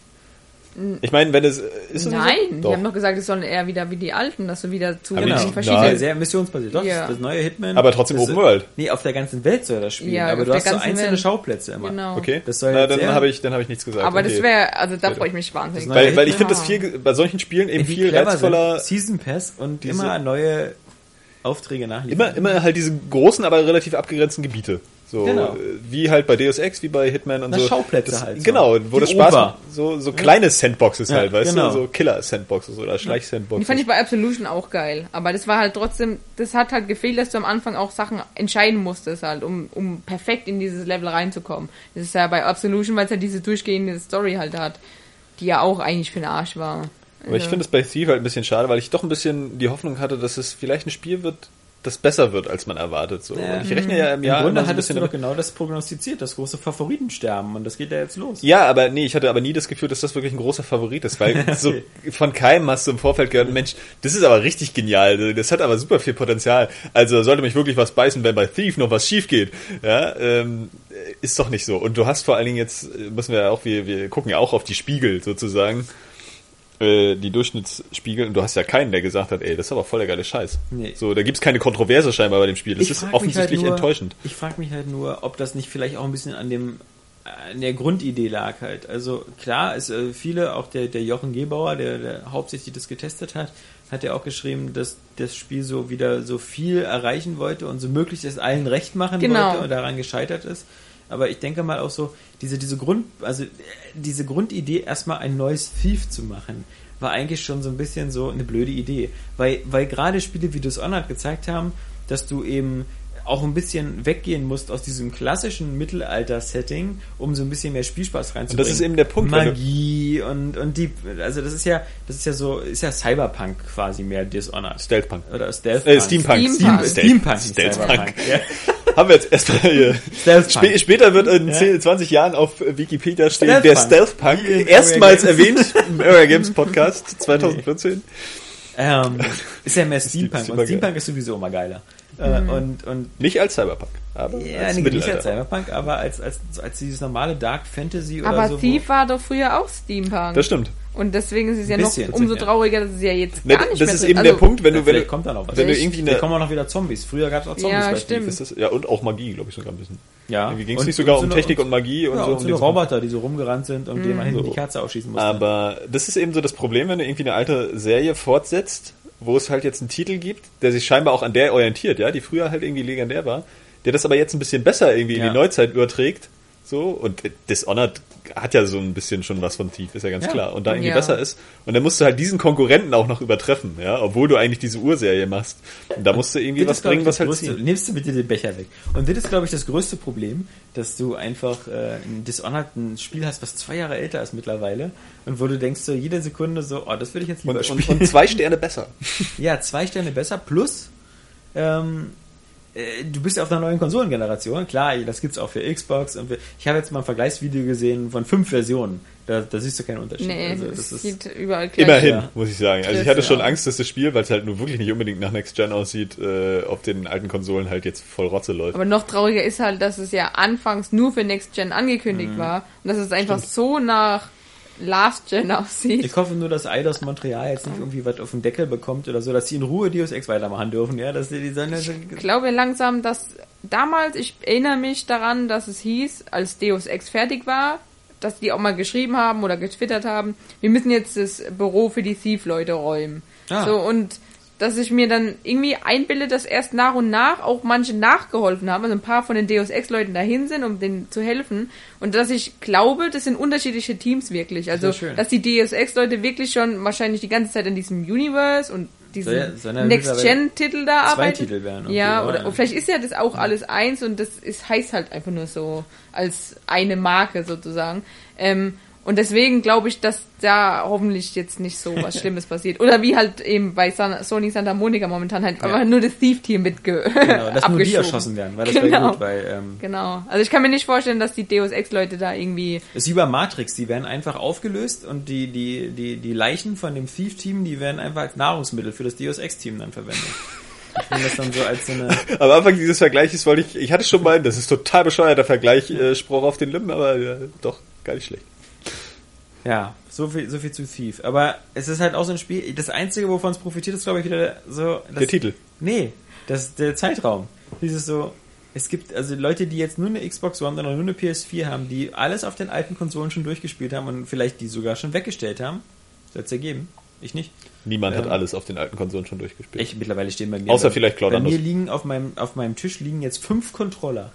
Ich meine, wenn es... Ist Nein, so? die haben doch gesagt, es sollen eher wieder wie die alten, dass du wieder zu verschiedenen... Sehr missionsbasiert. Doch, das neue Hitman... Aber trotzdem Open World. Nee, auf der ganzen Welt soll das spielen, aber du hast so einzelne Schauplätze immer. Genau. Okay, das soll dann habe ich nichts gesagt. Aber das wäre, also da freue ich mich wahnsinnig. Weil ich finde das bei solchen Spielen eben viel reizvoller... Season Pass und immer neue Aufträge nachliefern. Immer halt diese großen, aber relativ abgegrenzten Gebiete. So, wie halt bei Deus Ex, wie bei Hitman und so. Schauplätze halt. So. Genau, wo das Spaß macht. So kleine Sandboxes halt, weißt du? So Killer-Sandboxes oder Schleich-Sandboxes. Die fand ich bei Absolution auch geil. Aber das war halt trotzdem, das hat halt gefehlt, dass du am Anfang auch Sachen entscheiden musstest halt, um perfekt in dieses Level reinzukommen. Das ist ja bei Absolution, weil es ja diese durchgehende Story halt hat, die ja auch eigentlich für den Arsch war. Aber ich finde es bei Thief halt ein bisschen schade, weil ich doch ein bisschen die Hoffnung hatte, dass es vielleicht ein Spiel wird, das besser wird, als man erwartet. So. Ich rechne ja im Jahr... Im Grunde hattest du doch genau das prognostiziert, das große Favoritensterben, und das geht ja jetzt los. Ja, aber nee, ich hatte aber nie das Gefühl, dass das wirklich ein großer Favorit ist, weil so von keinem hast du im Vorfeld gehört, Mensch, das ist aber richtig genial, das hat aber super viel Potenzial, also sollte mich wirklich was beißen, wenn bei Thief noch was schief geht. Ja, ist doch nicht so. Und du hast vor allen Dingen jetzt, müssen wir ja auch, wir gucken ja auch auf die Spiegel sozusagen, die Durchschnittsspiegel, und du hast ja keinen, der gesagt hat, ey, das ist aber voll der geile Scheiß. Nee. So, da gibt's keine Kontroverse scheinbar bei dem Spiel. Das ist offensichtlich enttäuschend. Ich frage mich halt nur, ob das nicht vielleicht auch ein bisschen an der Grundidee lag halt. Also klar, viele, auch der Jochen Gebauer, der hauptsächlich das getestet hat ja auch geschrieben, dass das Spiel so wieder so viel erreichen wollte und so möglichst es allen recht machen wollte und daran gescheitert ist. Aber ich denke mal auch so, diese Grundidee, erstmal ein neues Thief zu machen, war eigentlich schon so ein bisschen so eine blöde Idee. Weil gerade Spiele wie Dishonored gezeigt haben, dass du eben auch ein bisschen weggehen musst aus diesem klassischen Mittelalter-Setting, um so ein bisschen mehr Spielspaß reinzubringen. Und das ist eben der Punkt. Magie und die, also das ist ja Cyberpunk quasi mehr Dishonored. Stealthpunk. Oder Stealthpunk. Steampunk. Stealthpunk. Ja. Haben wir jetzt erstmal hier. Später wird in 10, 20 Jahren auf Wikipedia stehen, der Stealthpunk erstmals erwähnt im Area Games Podcast 2014. Ist ja mehr Steampunk. Und Steampunk ist sowieso immer geiler. Und nicht als Cyberpunk, aber nicht als Cyberpunk, aber als dieses normale Dark Fantasy oder aber so. Aber Thief war doch früher auch Steampunk. Das stimmt. Und deswegen ist es ja noch umso trauriger, dass es ja jetzt gar nicht das mehr ist eben der Punkt, wenn du kommt da noch was. Wenn du irgendwie vielleicht kommen auch noch wieder Zombies. Früher gab es auch Zombies bei Thief. Ja, und auch Magie, glaube ich, sogar ein bisschen. Ja. Irgendwie ging es nicht sogar um Technik und Magie und so. Und so Roboter, die so rumgerannt sind und denen man hinten die Kerze ausschießen musste. Aber das ist eben so das Problem, wenn du irgendwie eine alte Serie fortsetzt, wo es halt jetzt einen Titel gibt, der sich scheinbar auch an der orientiert, ja, die früher halt irgendwie legendär war, der das aber jetzt ein bisschen besser irgendwie in die Neuzeit überträgt, so, und Dishonored hat ja so ein bisschen schon was von Thief, ist ja ganz klar, und da irgendwie besser ist, und dann musst du halt diesen Konkurrenten auch noch übertreffen, ja, obwohl du eigentlich diese Urserie machst, und da musst du irgendwie was bringen, was halt zieht. Nimmst du bitte den Becher weg. Und das ist, glaube ich, das größte Problem, dass du einfach ein Dishonored, ein Spiel hast, was 2 Jahre älter ist mittlerweile, und wo du denkst so jede Sekunde so, oh, das würde ich jetzt lieber spielen. Und 2 Sterne besser. Ja, 2 Sterne besser, plus du bist ja auf einer neuen Konsolengeneration, klar, das gibt's auch für Xbox, und ich habe jetzt mal ein Vergleichsvideo gesehen von 5 Versionen, da siehst du keinen Unterschied. Nee, also, das sieht überall gleich. Immerhin, muss ich sagen. Also ich hatte schon Angst, dass das Spiel, weil es halt nur wirklich nicht unbedingt nach Next Gen aussieht, auf den alten Konsolen halt jetzt voll Rotze läuft. Aber noch trauriger ist halt, dass es ja anfangs nur für Next Gen angekündigt war und dass es einfach so nach Last Gen aussieht. Ich hoffe nur, dass Eidos Montreal jetzt nicht irgendwie was auf den Deckel bekommt oder so, dass sie in Ruhe Deus Ex weitermachen dürfen, ja, dass sie die Sonne... Ich glaube langsam, dass damals, ich erinnere mich daran, dass es hieß, als Deus Ex fertig war, dass die auch mal geschrieben haben oder getwittert haben, wir müssen jetzt das Büro für die Thief-Leute räumen. So, und dass ich mir dann irgendwie einbilde, dass erst nach und nach auch manche nachgeholfen haben, also ein paar von den Deus Ex-Leuten dahin sind, um denen zu helfen. Und dass ich glaube, das sind unterschiedliche Teams wirklich. Also, dass die Deus Ex-Leute wirklich schon wahrscheinlich die ganze Zeit in diesem Universe und diesen Next-Gen-Titel da arbeiten. 2 Titel werden. Ja, oder vielleicht ist ja das auch alles eins und das heißt halt einfach nur so als eine Marke sozusagen. Und deswegen glaube ich, dass da hoffentlich jetzt nicht so was Schlimmes passiert. Oder wie halt eben bei Sony Santa Monica momentan halt einfach nur das Thief-Team genau, dass nur die erschossen werden, weil das wäre gut, weil... genau, also ich kann mir nicht vorstellen, dass die Deus Ex-Leute da irgendwie... Das ist wie bei Matrix, die werden einfach aufgelöst und die Leichen von dem Thief-Team, die werden einfach als Nahrungsmittel für das Deus Ex-Team dann verwendet. Ich finde das dann so als so eine... Am Anfang dieses Vergleiches wollte ich hatte schon mal, das ist total bescheuerter Vergleich, Spruch auf den Lippen, aber doch, gar nicht schlecht. Ja, so viel zu Thief. Aber es ist halt auch so ein Spiel, das Einzige, wovon es profitiert, ist, glaube ich, wieder so... Der Titel. Nee, der Zeitraum. Dieses so... Es gibt also Leute, die jetzt nur eine Xbox One oder nur eine PS4 haben, die alles auf den alten Konsolen schon durchgespielt haben und vielleicht die sogar schon weggestellt haben. Soll es ergeben? Ich nicht. Niemand hat alles auf den alten Konsolen schon durchgespielt. Mittlerweile stehen bei mir... Außer vielleicht Cloud. Bei mir liegen auf meinem Tisch liegen jetzt 5 Controller.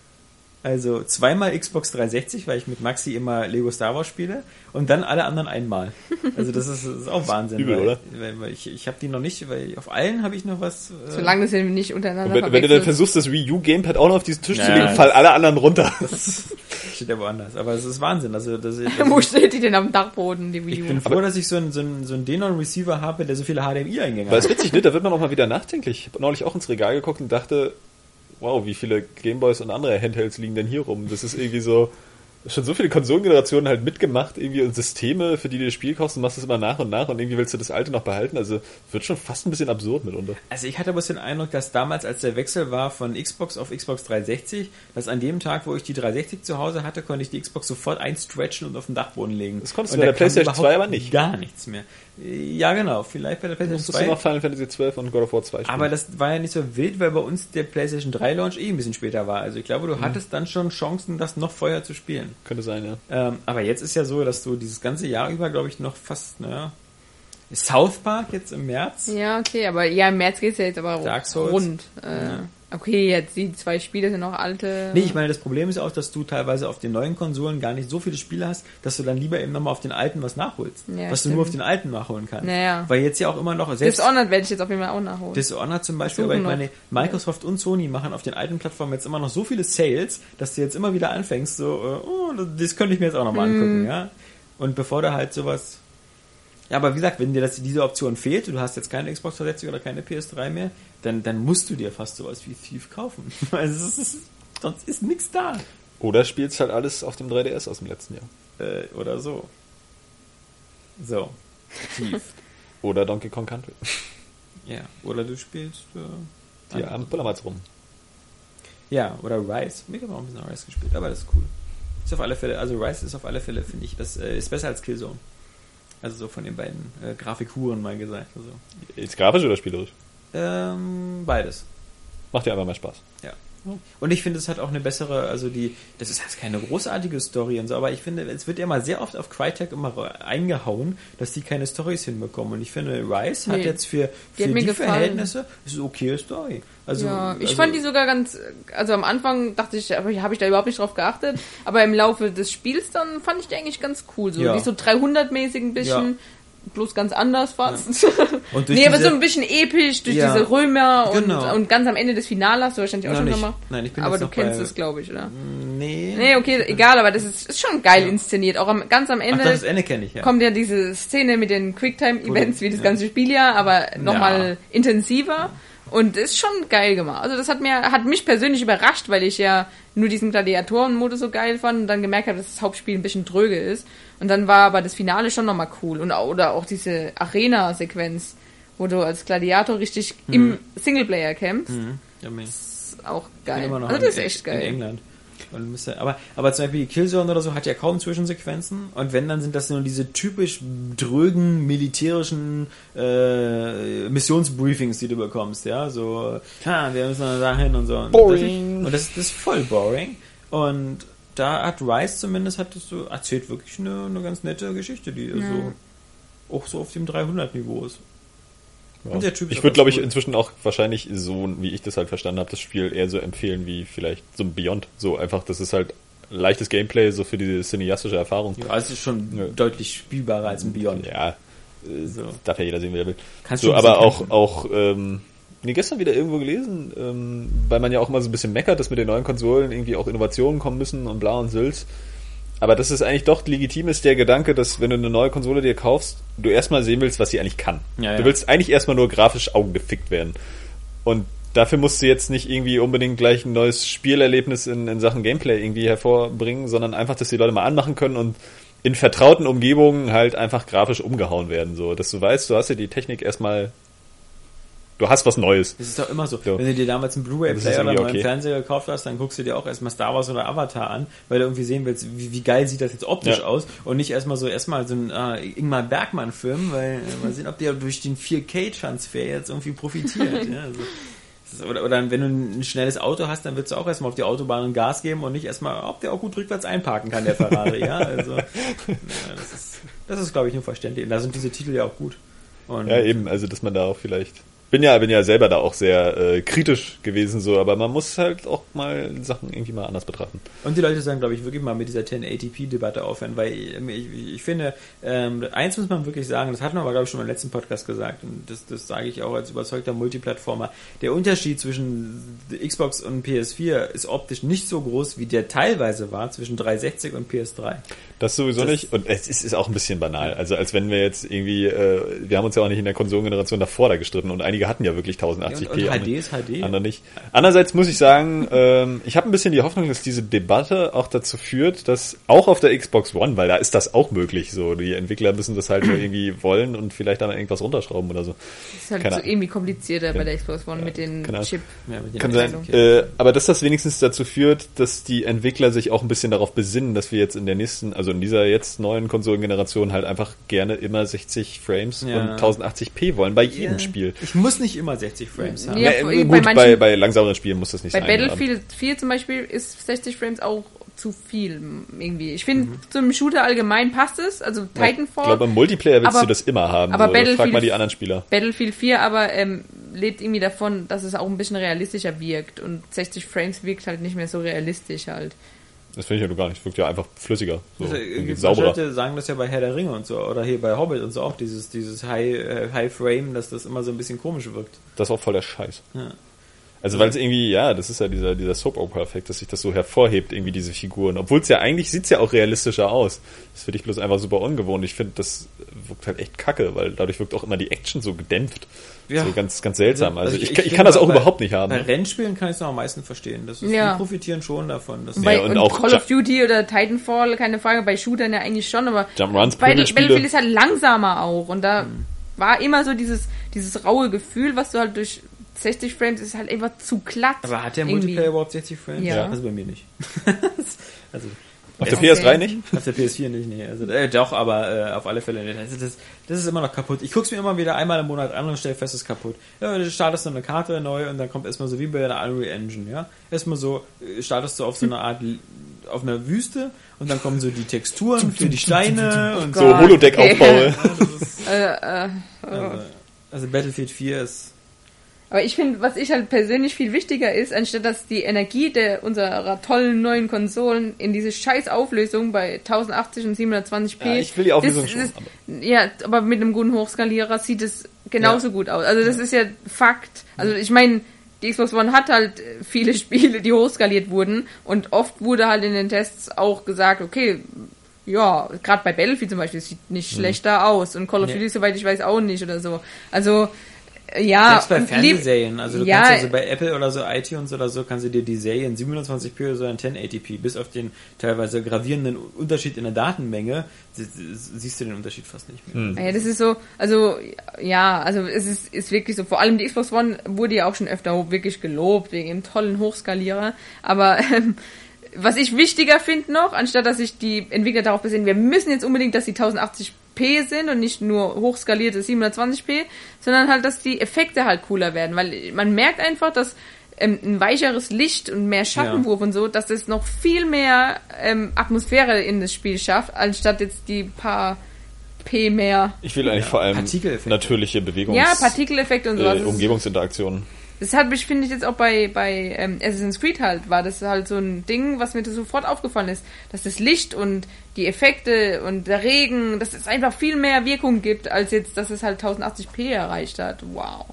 Also 2-mal Xbox 360, weil ich mit Maxi immer Lego Star Wars spiele, und dann alle anderen einmal. Also das ist auch Wahnsinn. Übel, oder? Weil ich habe die noch nicht, weil auf allen habe ich noch was... Solange das eben nicht untereinander verwechselt. Wenn du dann versuchst, das Wii U Gamepad auch noch auf diesen Tisch zu legen, fallen alle anderen runter. Das steht ja woanders. Aber es ist Wahnsinn. Wo steht die denn am Dachboden, die Wii U? Ich bin froh, dass ich so einen Denon-Receiver habe, der so viele HDMI-Eingänge hat. Weil es witzig, ne? Da wird man auch mal wieder nachdenklich. Ich habe neulich auch ins Regal geguckt und dachte... Wow, wie viele Gameboys und andere Handhelds liegen denn hier rum? Das ist irgendwie so, schon so viele Konsolengenerationen halt mitgemacht, irgendwie und Systeme, für die du das Spiel kaufst und machst es immer nach und irgendwie willst du das alte noch behalten. Also wird schon fast ein bisschen absurd mitunter. Also ich hatte aber den Eindruck, dass damals, als der Wechsel war von Xbox auf Xbox 360, dass an dem Tag, wo ich die 360 zu Hause hatte, konnte ich die Xbox sofort einstretchen und auf den Dachboden legen. Das konntest du bei der PlayStation 2 aber nicht. Gar nichts mehr. Ja, genau. Vielleicht bei der PlayStation 2. Du noch Final Fantasy 12 und God of War 2 spielen. Aber das war ja nicht so wild, weil bei uns der PlayStation 3 Launch ein bisschen später war. Also ich glaube, du hattest dann schon Chancen, das noch vorher zu spielen. Könnte sein, ja. Aber jetzt ist ja so, dass du dieses ganze Jahr über, glaube ich, noch fast, South Park jetzt im März. Ja, okay, aber im März geht es ja jetzt aber Dark Souls. Rund. Okay, jetzt die 2 Spiele sind noch alte. Nee, ich meine, das Problem ist auch, dass du teilweise auf den neuen Konsolen gar nicht so viele Spiele hast, dass du dann lieber eben nochmal auf den alten was nachholst. Ja, was stimmt. du nur auf den alten nachholen kannst. Naja. Weil jetzt ja auch immer noch... Dishonored werde ich jetzt auf jeden Fall auch nachholen. Dishonored zum Beispiel, aber ich meine, Microsoft und Sony machen auf den alten Plattformen jetzt immer noch so viele Sales, dass du jetzt immer wieder anfängst, das könnte ich mir jetzt auch nochmal angucken, ja. Und bevor du halt sowas... Ja, aber wie gesagt, wenn dir diese Option fehlt, du hast jetzt keine Xbox 360 oder keine PS3 mehr, dann musst du dir fast sowas wie Thief kaufen. Also sonst ist nichts da. Oder spielst halt alles auf dem 3DS aus dem letzten Jahr. Oder so. So. Thief. Oder Donkey Kong Country. Ja, oder du spielst... ja, am Pullermatz rum. Ja, oder Rise. Ich habe auch ein bisschen Rise gespielt, aber das ist cool. Ist auf alle Fälle, also Rise ist auf alle Fälle, finde ich, das ist besser als Killzone. Also so von den beiden Grafikhuren mal gesagt. Also. Ist grafisch oder spielerisch? Beides. Macht dir einfach mal Spaß. Ja. Und ich finde, es hat auch eine bessere, das ist jetzt keine großartige Story und so, aber ich finde, es wird ja mal sehr oft auf Crytek immer eingehauen, dass die keine Storys hinbekommen. Und ich finde, Rise hat jetzt für die Verhältnisse, ist eine okay Story. Also, ja, ich fand die sogar also am Anfang dachte ich, habe ich da überhaupt nicht drauf geachtet, aber im Laufe des Spiels dann fand ich die eigentlich ganz cool. So, die so 300-mäßig ein bisschen, bloß ganz anders fast. Ja. Und aber so ein bisschen episch durch diese Römer und ganz am Ende des Finals hast du wahrscheinlich auch schon gemacht. Nein, ich bin aber du kennst es, glaube ich, oder? Nee, okay, egal, aber das ist schon geil inszeniert. Auch ganz am Ende, das Ende kenne ich, kommt ja diese Szene mit den Quicktime-Events wie das ganze Spiel aber nochmal intensiver. Ja. Und ist schon geil gemacht. Also das hat mich persönlich überrascht, weil ich ja nur diesen Gladiatoren-Modus so geil fand und dann gemerkt habe, dass das Hauptspiel ein bisschen dröge ist. Und dann war aber das Finale schon nochmal cool. Oder auch diese Arena-Sequenz, wo du als Gladiator richtig im Singleplayer kämpfst. Das ist auch geil. Immer noch also das ist echt geil. In England. Aber zum Beispiel Killzone oder so hat ja kaum Zwischensequenzen und wenn, dann sind das nur diese typisch drögen militärischen Missionsbriefings, die du bekommst, ja, so, wir müssen da hin und so. Boring. Und das ist voll boring. Und da hat Rise zumindest erzählt wirklich eine ganz nette Geschichte, die so auch so auf dem 300-Niveau ist. Ja. Und der Typ ich würde, glaube ich, inzwischen auch wahrscheinlich so, wie ich das halt verstanden habe, das Spiel eher so empfehlen wie vielleicht so ein Beyond. So einfach, das ist halt leichtes Gameplay, so für diese cineastische Erfahrung. Ja, es ist schon deutlich spielbarer als ein Beyond. Ja, darf ja jeder sehen, wie er will. Kannst so, aber auch gestern wieder irgendwo gelesen, weil man ja auch immer so ein bisschen meckert, dass mit den neuen Konsolen irgendwie auch Innovationen kommen müssen und bla und Sülz. Aber das ist eigentlich doch legitim ist der Gedanke, dass wenn du eine neue Konsole dir kaufst, du erstmal sehen willst, was sie eigentlich kann. Ja, du willst eigentlich erstmal nur grafisch augengefickt werden. Und dafür musst du jetzt nicht irgendwie unbedingt gleich ein neues Spielerlebnis in Sachen Gameplay irgendwie hervorbringen, sondern einfach, dass die Leute mal anmachen können und in vertrauten Umgebungen halt einfach grafisch umgehauen werden. So, dass du weißt, du hast ja die Technik erstmal... Du hast was Neues. Das ist doch immer so. Wenn du dir damals einen Blu-ray-Player oder einen neuen Fernseher gekauft hast, dann guckst du dir auch erstmal Star Wars oder Avatar an, weil du irgendwie sehen willst, wie geil sieht das jetzt optisch aus und nicht erstmal so ein Ingmar Bergmann-Film, weil mal sehen, ob der durch den 4K-Transfer jetzt irgendwie profitiert. Ja, also. Oder wenn du ein schnelles Auto hast, dann willst du auch erstmal auf die Autobahn und Gas geben und nicht erstmal, ob der auch gut rückwärts einparken kann, der Ferrari. Ja, also das ist, glaube ich, nur verständlich. Und da sind diese Titel ja auch gut. Und ja, eben, also dass man da auch vielleicht... Bin ja selber da auch sehr kritisch gewesen, so, aber man muss halt auch mal Sachen irgendwie mal anders betrachten. Und die Leute sagen, glaube ich, wirklich mal mit dieser 1080p-Debatte aufhören, weil ich finde, eins muss man wirklich sagen, das hatten wir aber, glaube ich, schon im letzten Podcast gesagt, und das sage ich auch als überzeugter Multiplattformer, der Unterschied zwischen Xbox und PS4 ist optisch nicht so groß, wie der teilweise war zwischen 360 und PS3. Das sowieso nicht, und es ist auch ein bisschen banal, also als wenn wir jetzt irgendwie, wir haben uns ja auch nicht in der Konsolengeneration davor da gestritten, und einige einige hatten ja wirklich 1080p. Und HD ist HD. Andere nicht. Andererseits muss ich sagen, ich habe ein bisschen die Hoffnung, dass diese Debatte auch dazu führt, dass auch auf der Xbox One, weil da ist das auch möglich, so die Entwickler müssen das halt irgendwie wollen und vielleicht dann irgendwas runterschrauben oder so. Das ist halt so irgendwie komplizierter bei der Xbox One mit den Chip. Ja, mit den Kann sein. Aber dass das wenigstens dazu führt, dass die Entwickler sich auch ein bisschen darauf besinnen, dass wir jetzt in der nächsten, also in dieser jetzt neuen Konsolengeneration halt einfach gerne immer 60 Frames und 1080p wollen bei jedem Spiel. Ich muss nicht immer 60 Frames haben. Ja, gut, bei langsameren Spielen muss das nicht sein. Bei Battlefield 4 zum Beispiel ist 60 Frames auch zu viel irgendwie. Ich finde, zum Shooter allgemein passt es, also Titanfall. Ich glaube, im Multiplayer willst du das immer haben. Aber so, frag mal die anderen Spieler. Battlefield 4 aber lebt irgendwie davon, dass es auch ein bisschen realistischer wirkt und 60 Frames wirkt halt nicht mehr so realistisch halt. Das finde ich ja gar nicht. Wirkt ja einfach flüssiger. So, sauberer. Leute sagen das ja bei Herr der Ringe und so, oder hier bei Hobbit und so auch, dieses High Frame, dass das immer so ein bisschen komisch wirkt. Das ist auch voll der Scheiß. Ja. Also weil es irgendwie, das ist ja dieser Soap-Opera-Effekt, dass sich das so hervorhebt, irgendwie diese Figuren. Obwohl es ja eigentlich, sieht's ja auch realistischer aus. Das finde ich bloß einfach super ungewohnt. Ich finde, das wirkt halt echt kacke, weil dadurch wirkt auch immer die Action so gedämpft. Ja. So ganz, ganz seltsam. Also ich kann das auch überhaupt nicht haben. Bei Rennspielen kann ich es noch am meisten verstehen. Die profitieren schon davon. Dass und auch Call of Duty oder Titanfall, keine Frage, bei Shootern ja eigentlich schon, aber Jump'n'Runs, Battlefield ist halt langsamer auch. Und da war immer so dieses raue Gefühl, was du halt durch 60 Frames ist halt einfach zu glatt. Aber hat der Multiplayer überhaupt 60 Frames? Ja. Also bei mir nicht. Also, auf der PS3 nicht? Auf der PS4 nicht, nee. Also, doch, aber auf alle Fälle nicht. Also das ist immer noch kaputt. Ich guck's mir immer wieder einmal im Monat an und stelle fest, es ist kaputt. Ja, du startest dann eine Karte neu und dann kommt erstmal so wie bei der Unreal Engine, ja. Erstmal so, startest du auf so eine Art, auf einer Wüste und dann kommen so die Texturen für die Steine und so Holodeck-Aufbau. Also Battlefield 4 ist. Aber ich finde, was ich halt persönlich viel wichtiger ist, anstatt dass die Energie unserer tollen neuen Konsolen in diese scheiß Auflösung bei 1080 und 720p. Ja, ich will die Auflösung schon. Aber mit einem guten Hochskalierer sieht es genauso gut aus. Also das ist ja Fakt. Also ich meine, die Xbox One hat halt viele Spiele, die hochskaliert wurden und oft wurde halt in den Tests auch gesagt, okay, ja, gerade bei Battlefield zum Beispiel, es sieht nicht schlechter aus und Call of Duty, soweit ich weiß, auch nicht oder so. Also ja, selbst bei Fernsehserien, also du kannst also bei Apple oder so, iTunes oder so, kannst du dir die Serien 27p oder so in 1080p, bis auf den teilweise gravierenden Unterschied in der Datenmenge, siehst du den Unterschied fast nicht mehr. Ja, das ist so, also es ist wirklich so, vor allem die Xbox One wurde ja auch schon öfter wirklich gelobt, wegen dem tollen Hochskalierer, aber was ich wichtiger finde noch, anstatt dass sich die Entwickler darauf besinnen, wir müssen jetzt unbedingt, dass die 1080p sind und nicht nur hochskalierte 720p, sondern halt, dass die Effekte halt cooler werden, weil man merkt einfach, dass ein weicheres Licht und mehr Schattenwurf und so, dass das noch viel mehr Atmosphäre in das Spiel schafft, anstatt jetzt die paar P mehr. Ich will eigentlich vor allem natürliche Partikeleffekte und sowas. Umgebungsinteraktionen. Das finde ich jetzt auch bei Assassin's Creed halt, war das halt so ein Ding, was mir sofort aufgefallen ist, dass das Licht und die Effekte und der Regen, dass es einfach viel mehr Wirkung gibt, als jetzt, dass es halt 1080p erreicht hat. Wow.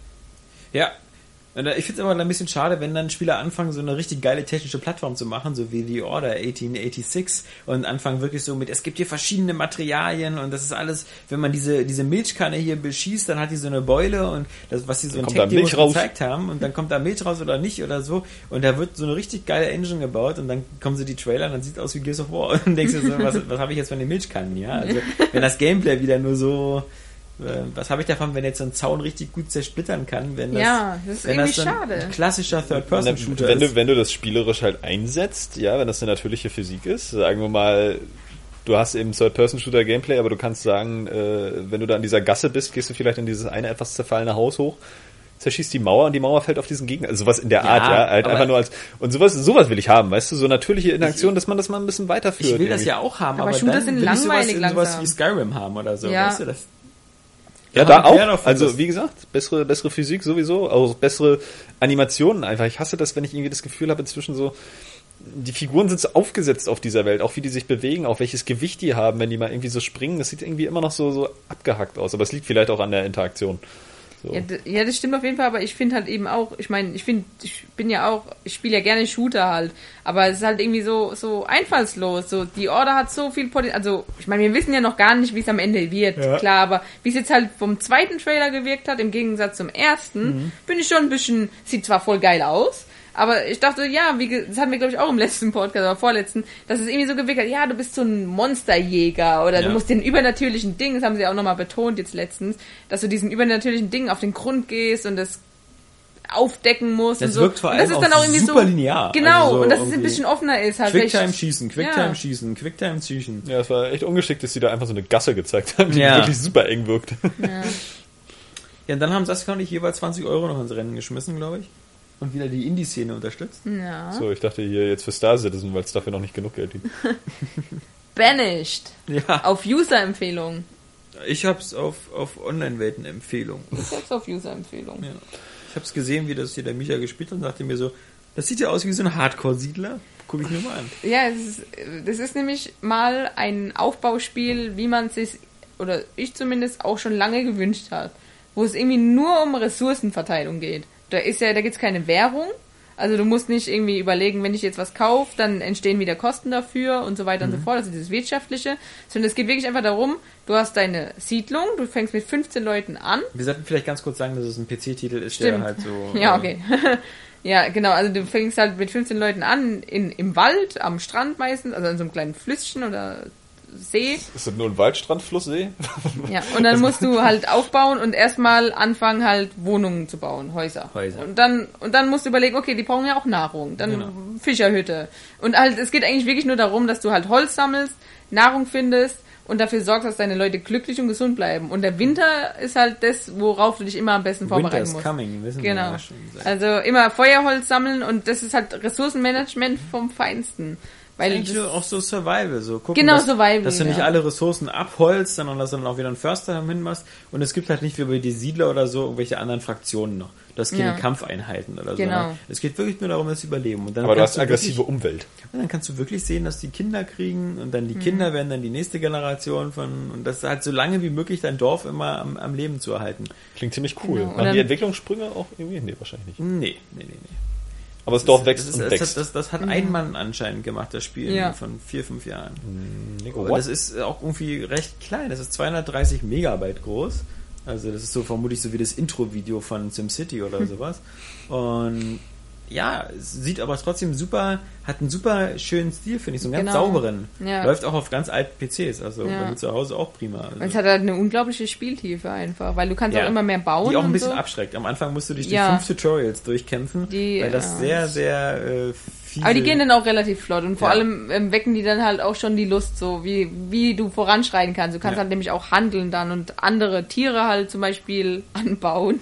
Ja. Ich finde es immer ein bisschen schade, wenn dann Spieler anfangen, so eine richtig geile technische Plattform zu machen, so wie The Order 1886 und anfangen wirklich so mit, es gibt hier verschiedene Materialien und das ist alles, wenn man diese Milchkanne hier beschießt, dann hat die so eine Beule und das, was sie so in Tech-Demos gezeigt haben und dann kommt da Milch raus oder nicht oder so und da wird so eine richtig geile Engine gebaut und dann kommen so die Trailer und dann sieht es aus wie Gears of War und dann denkst du so, was habe ich jetzt von den Milchkannen, ja? Also wenn das Gameplay wieder nur so was habe ich davon, wenn jetzt so ein Zaun richtig gut zersplittern kann, wenn das ist irgendwie schade. Ein klassischer Third-Person-Shooter ist. Wenn du das spielerisch halt einsetzt, wenn das eine natürliche Physik ist, sagen wir mal, du hast eben Third-Person-Shooter-Gameplay, aber du kannst sagen, wenn du da in dieser Gasse bist, gehst du vielleicht in dieses eine etwas zerfallene Haus hoch, zerschießt die Mauer und die Mauer fällt auf diesen Gegner. Also sowas in der Art, halt einfach nur als, und sowas will ich haben, weißt du, so natürliche Interaktion, dass man das mal ein bisschen weiterführt. Ich will das ja auch haben, aber Shooter dann sind will ich langweilig sowas wie Skyrim haben oder so, weißt du, das. Ja, da auch. Also, wie gesagt, bessere Physik sowieso, auch bessere Animationen einfach. Ich hasse das, wenn ich irgendwie das Gefühl habe, inzwischen so, die Figuren sind so aufgesetzt auf dieser Welt, auch wie die sich bewegen, auch welches Gewicht die haben, wenn die mal irgendwie so springen. Das sieht irgendwie immer noch so abgehackt aus, aber es liegt vielleicht auch an der Interaktion. So. Ja, das stimmt auf jeden Fall, aber ich finde halt eben auch, ich meine, ich spiele ja gerne Shooter halt, aber es ist halt irgendwie so einfallslos, so, die Order hat so viel Potenzial, also, ich meine, wir wissen ja noch gar nicht, wie es am Ende wird, klar, aber wie es jetzt halt vom zweiten Trailer gewirkt hat, im Gegensatz zum ersten, bin ich schon ein bisschen, sieht zwar voll geil aus, aber ich dachte, ja, das hatten wir, glaube ich, auch im letzten Podcast oder vorletzten, dass es irgendwie so gewirkt hat, ja, du bist so ein Monsterjäger oder du musst den übernatürlichen Dingen, das haben sie auch nochmal betont jetzt letztens, dass du diesen übernatürlichen Dingen auf den Grund gehst und das aufdecken musst das und so. Wirkt vor allem und das ist dann auch irgendwie super so linear. Genau, also so und dass es ein bisschen offener ist. Halt Quicktime schießen, Quicktime schießen. Ja, es war echt ungeschickt, dass sie da einfach so eine Gasse gezeigt haben, die wirklich super eng wirkt. Ja, und dann haben Saskia und ich jeweils 20 € noch ins Rennen geschmissen, glaube ich. Und wieder die Indie-Szene unterstützt. Ja. So, ich dachte hier jetzt für Star Citizen, weil es dafür noch nicht genug Geld gibt. Banished. Ja. Auf User-Empfehlung. Ich hab's auf Online-Welten-Empfehlung. Ich hab's auf User-Empfehlung. Ja. Ich hab's gesehen, wie das hier der Micha gespielt hat und dachte mir so, das sieht ja aus wie so ein Hardcore-Siedler. Guck ich mir mal an. Ja, das ist nämlich mal ein Aufbauspiel, wie man es sich, oder ich zumindest, auch schon lange gewünscht hat. Wo es irgendwie nur um Ressourcenverteilung geht. Da gibt's keine Währung. Also du musst nicht irgendwie überlegen, wenn ich jetzt was kaufe, dann entstehen wieder Kosten dafür und so weiter und so fort. Also dieses Wirtschaftliche. Sondern es geht wirklich einfach darum, du hast deine Siedlung, du fängst mit 15 Leuten an. Wir sollten vielleicht ganz kurz sagen, dass es ein PC-Titel ist, Stimmt. der halt so... Ja, okay. Ja, genau. Also du fängst halt mit 15 Leuten an, im Wald, am Strand meistens, also an so einem kleinen Flüsschen oder See. Ist das nur ein Waldstrand, Flusssee? Ja, und dann musst du halt aufbauen und erstmal anfangen halt Wohnungen zu bauen, Häuser. Und dann musst du überlegen, okay, die brauchen ja auch Nahrung, dann Fischerhütte. Und halt, es geht eigentlich wirklich nur darum, dass du halt Holz sammelst, Nahrung findest und dafür sorgst, dass deine Leute glücklich und gesund bleiben. Und der Winter ist halt das, worauf du dich immer am besten vorbereiten musst. Coming, wissen genau. wir ja schon. Also immer Feuerholz sammeln und das ist halt Ressourcenmanagement vom Feinsten. Weil eigentlich auch so Survival, so gucken, genau, Survival, dass du nicht alle Ressourcen abholst, sondern dass du dann auch wieder einen Förster hinmachst. Und es gibt halt nicht wie bei die Siedler oder so irgendwelche anderen Fraktionen noch. Du hast keine Kampfeinheiten oder so. Genau. Ne? Es geht wirklich nur darum, dass sie überleben. Und dann aber du hast aggressive Umwelt. Und dann kannst du wirklich sehen, dass die Kinder kriegen und dann die Kinder werden dann die nächste Generation von, und das ist halt so lange wie möglich dein Dorf immer am Leben zu erhalten. Klingt ziemlich cool. Genau. Haben die Entwicklungssprünge auch irgendwie? Nee, wahrscheinlich nicht. Nee. Aber das Dorf wächst und wächst. Das hat ein Mann anscheinend gemacht, das Spiel von 4-5 Jahren. Und das ist auch irgendwie recht klein. Das ist 230 Megabyte groß. Also das ist so vermutlich so wie das Intro-Video von SimCity oder sowas. Und ja, es sieht aber trotzdem hat einen super schönen Stil, finde ich, so einen ganz sauberen. Ja. Läuft auch auf ganz alten PCs, also bei mir zu Hause auch prima. Also. Es hat halt eine unglaubliche Spieltiefe einfach, weil du kannst auch immer mehr bauen. Die auch ein und bisschen so. abschreckt. Am Anfang musst du dich durch 5 Tutorials durchkämpfen, weil das sehr, sehr fiese... Aber die gehen dann auch relativ flott und vor allem wecken die dann halt auch schon die Lust, so wie du voranschreiten kannst. Du kannst halt nämlich auch handeln dann und andere Tiere halt zum Beispiel anbauen.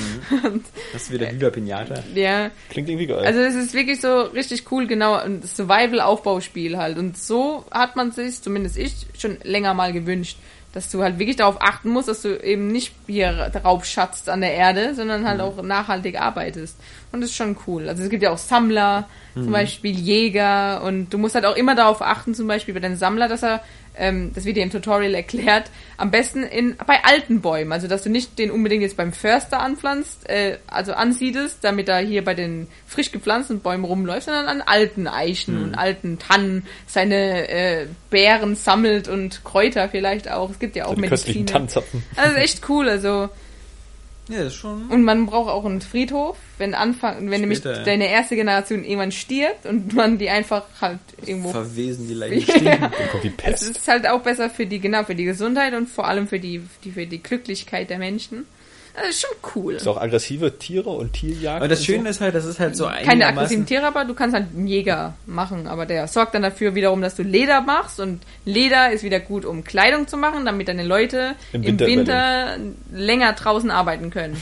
Das ist wieder Viva Pinata. Ja. Klingt irgendwie geil. Also es ist wirklich so richtig cool, genau, ein Survival-Aufbauspiel halt. Und so hat man sich, zumindest ich, schon länger mal gewünscht, dass du halt wirklich darauf achten musst, dass du eben nicht hier raubschatzt an der Erde, sondern halt auch nachhaltig arbeitest. Und das ist schon cool. Also es gibt ja auch Sammler, zum Beispiel Jäger, und du musst halt auch immer darauf achten, zum Beispiel bei deinem Sammler, dass er, das wird dir im Tutorial erklärt, am besten bei alten Bäumen, also dass du nicht den unbedingt jetzt beim Förster anpflanzt, also ansiedelst, damit er hier bei den frisch gepflanzten Bäumen rumläuft, sondern an alten Eichen und alten Tannen seine Beeren sammelt und Kräuter vielleicht auch. Es gibt ja auch so Medizin. Tannenzapfen. Also echt cool, also. Ja, das ist schon. Und man braucht auch einen Friedhof, wenn nämlich deine erste Generation irgendwann stirbt und man die einfach halt irgendwo verwesen, die Leichen stinken. Dann kommt die Pest. Es ist halt auch besser für die Gesundheit und vor allem für die Glücklichkeit der Menschen. Das ist schon cool. Es ist auch aggressive Tiere und Tierjagd. Aber das Schöne ist halt, das ist halt so keine aggressiven Tiere, aber du kannst halt einen Jäger machen, aber der sorgt dann dafür wiederum, dass du Leder machst, und Leder ist wieder gut, um Kleidung zu machen, damit deine Leute im Winter länger draußen arbeiten können.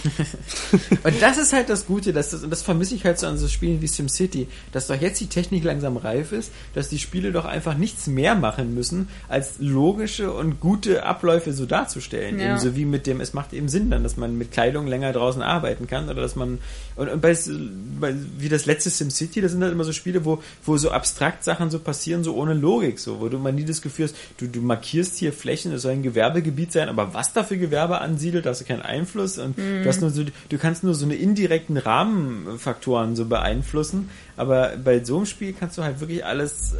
Und das ist halt das Gute, und das vermisse ich halt so an so Spielen wie SimCity, dass doch jetzt die Technik langsam reif ist, dass die Spiele doch einfach nichts mehr machen müssen, als logische und gute Abläufe so darzustellen. Ja. Ebenso wie mit dem, es macht eben Sinn dann, dass man mit Kleidung länger draußen arbeiten kann oder dass man und wie das letzte SimCity, das sind halt immer so Spiele, wo so abstrakt Sachen so passieren, so ohne Logik, so, wo du mal nie das Gefühl hast, du markierst hier Flächen, es soll ein Gewerbegebiet sein, aber was da für Gewerbe ansiedelt, da hast du keinen Einfluss und du hast nur so, du kannst nur so eine indirekten Rahmenfaktoren so beeinflussen, aber bei so einem Spiel kannst du halt wirklich alles,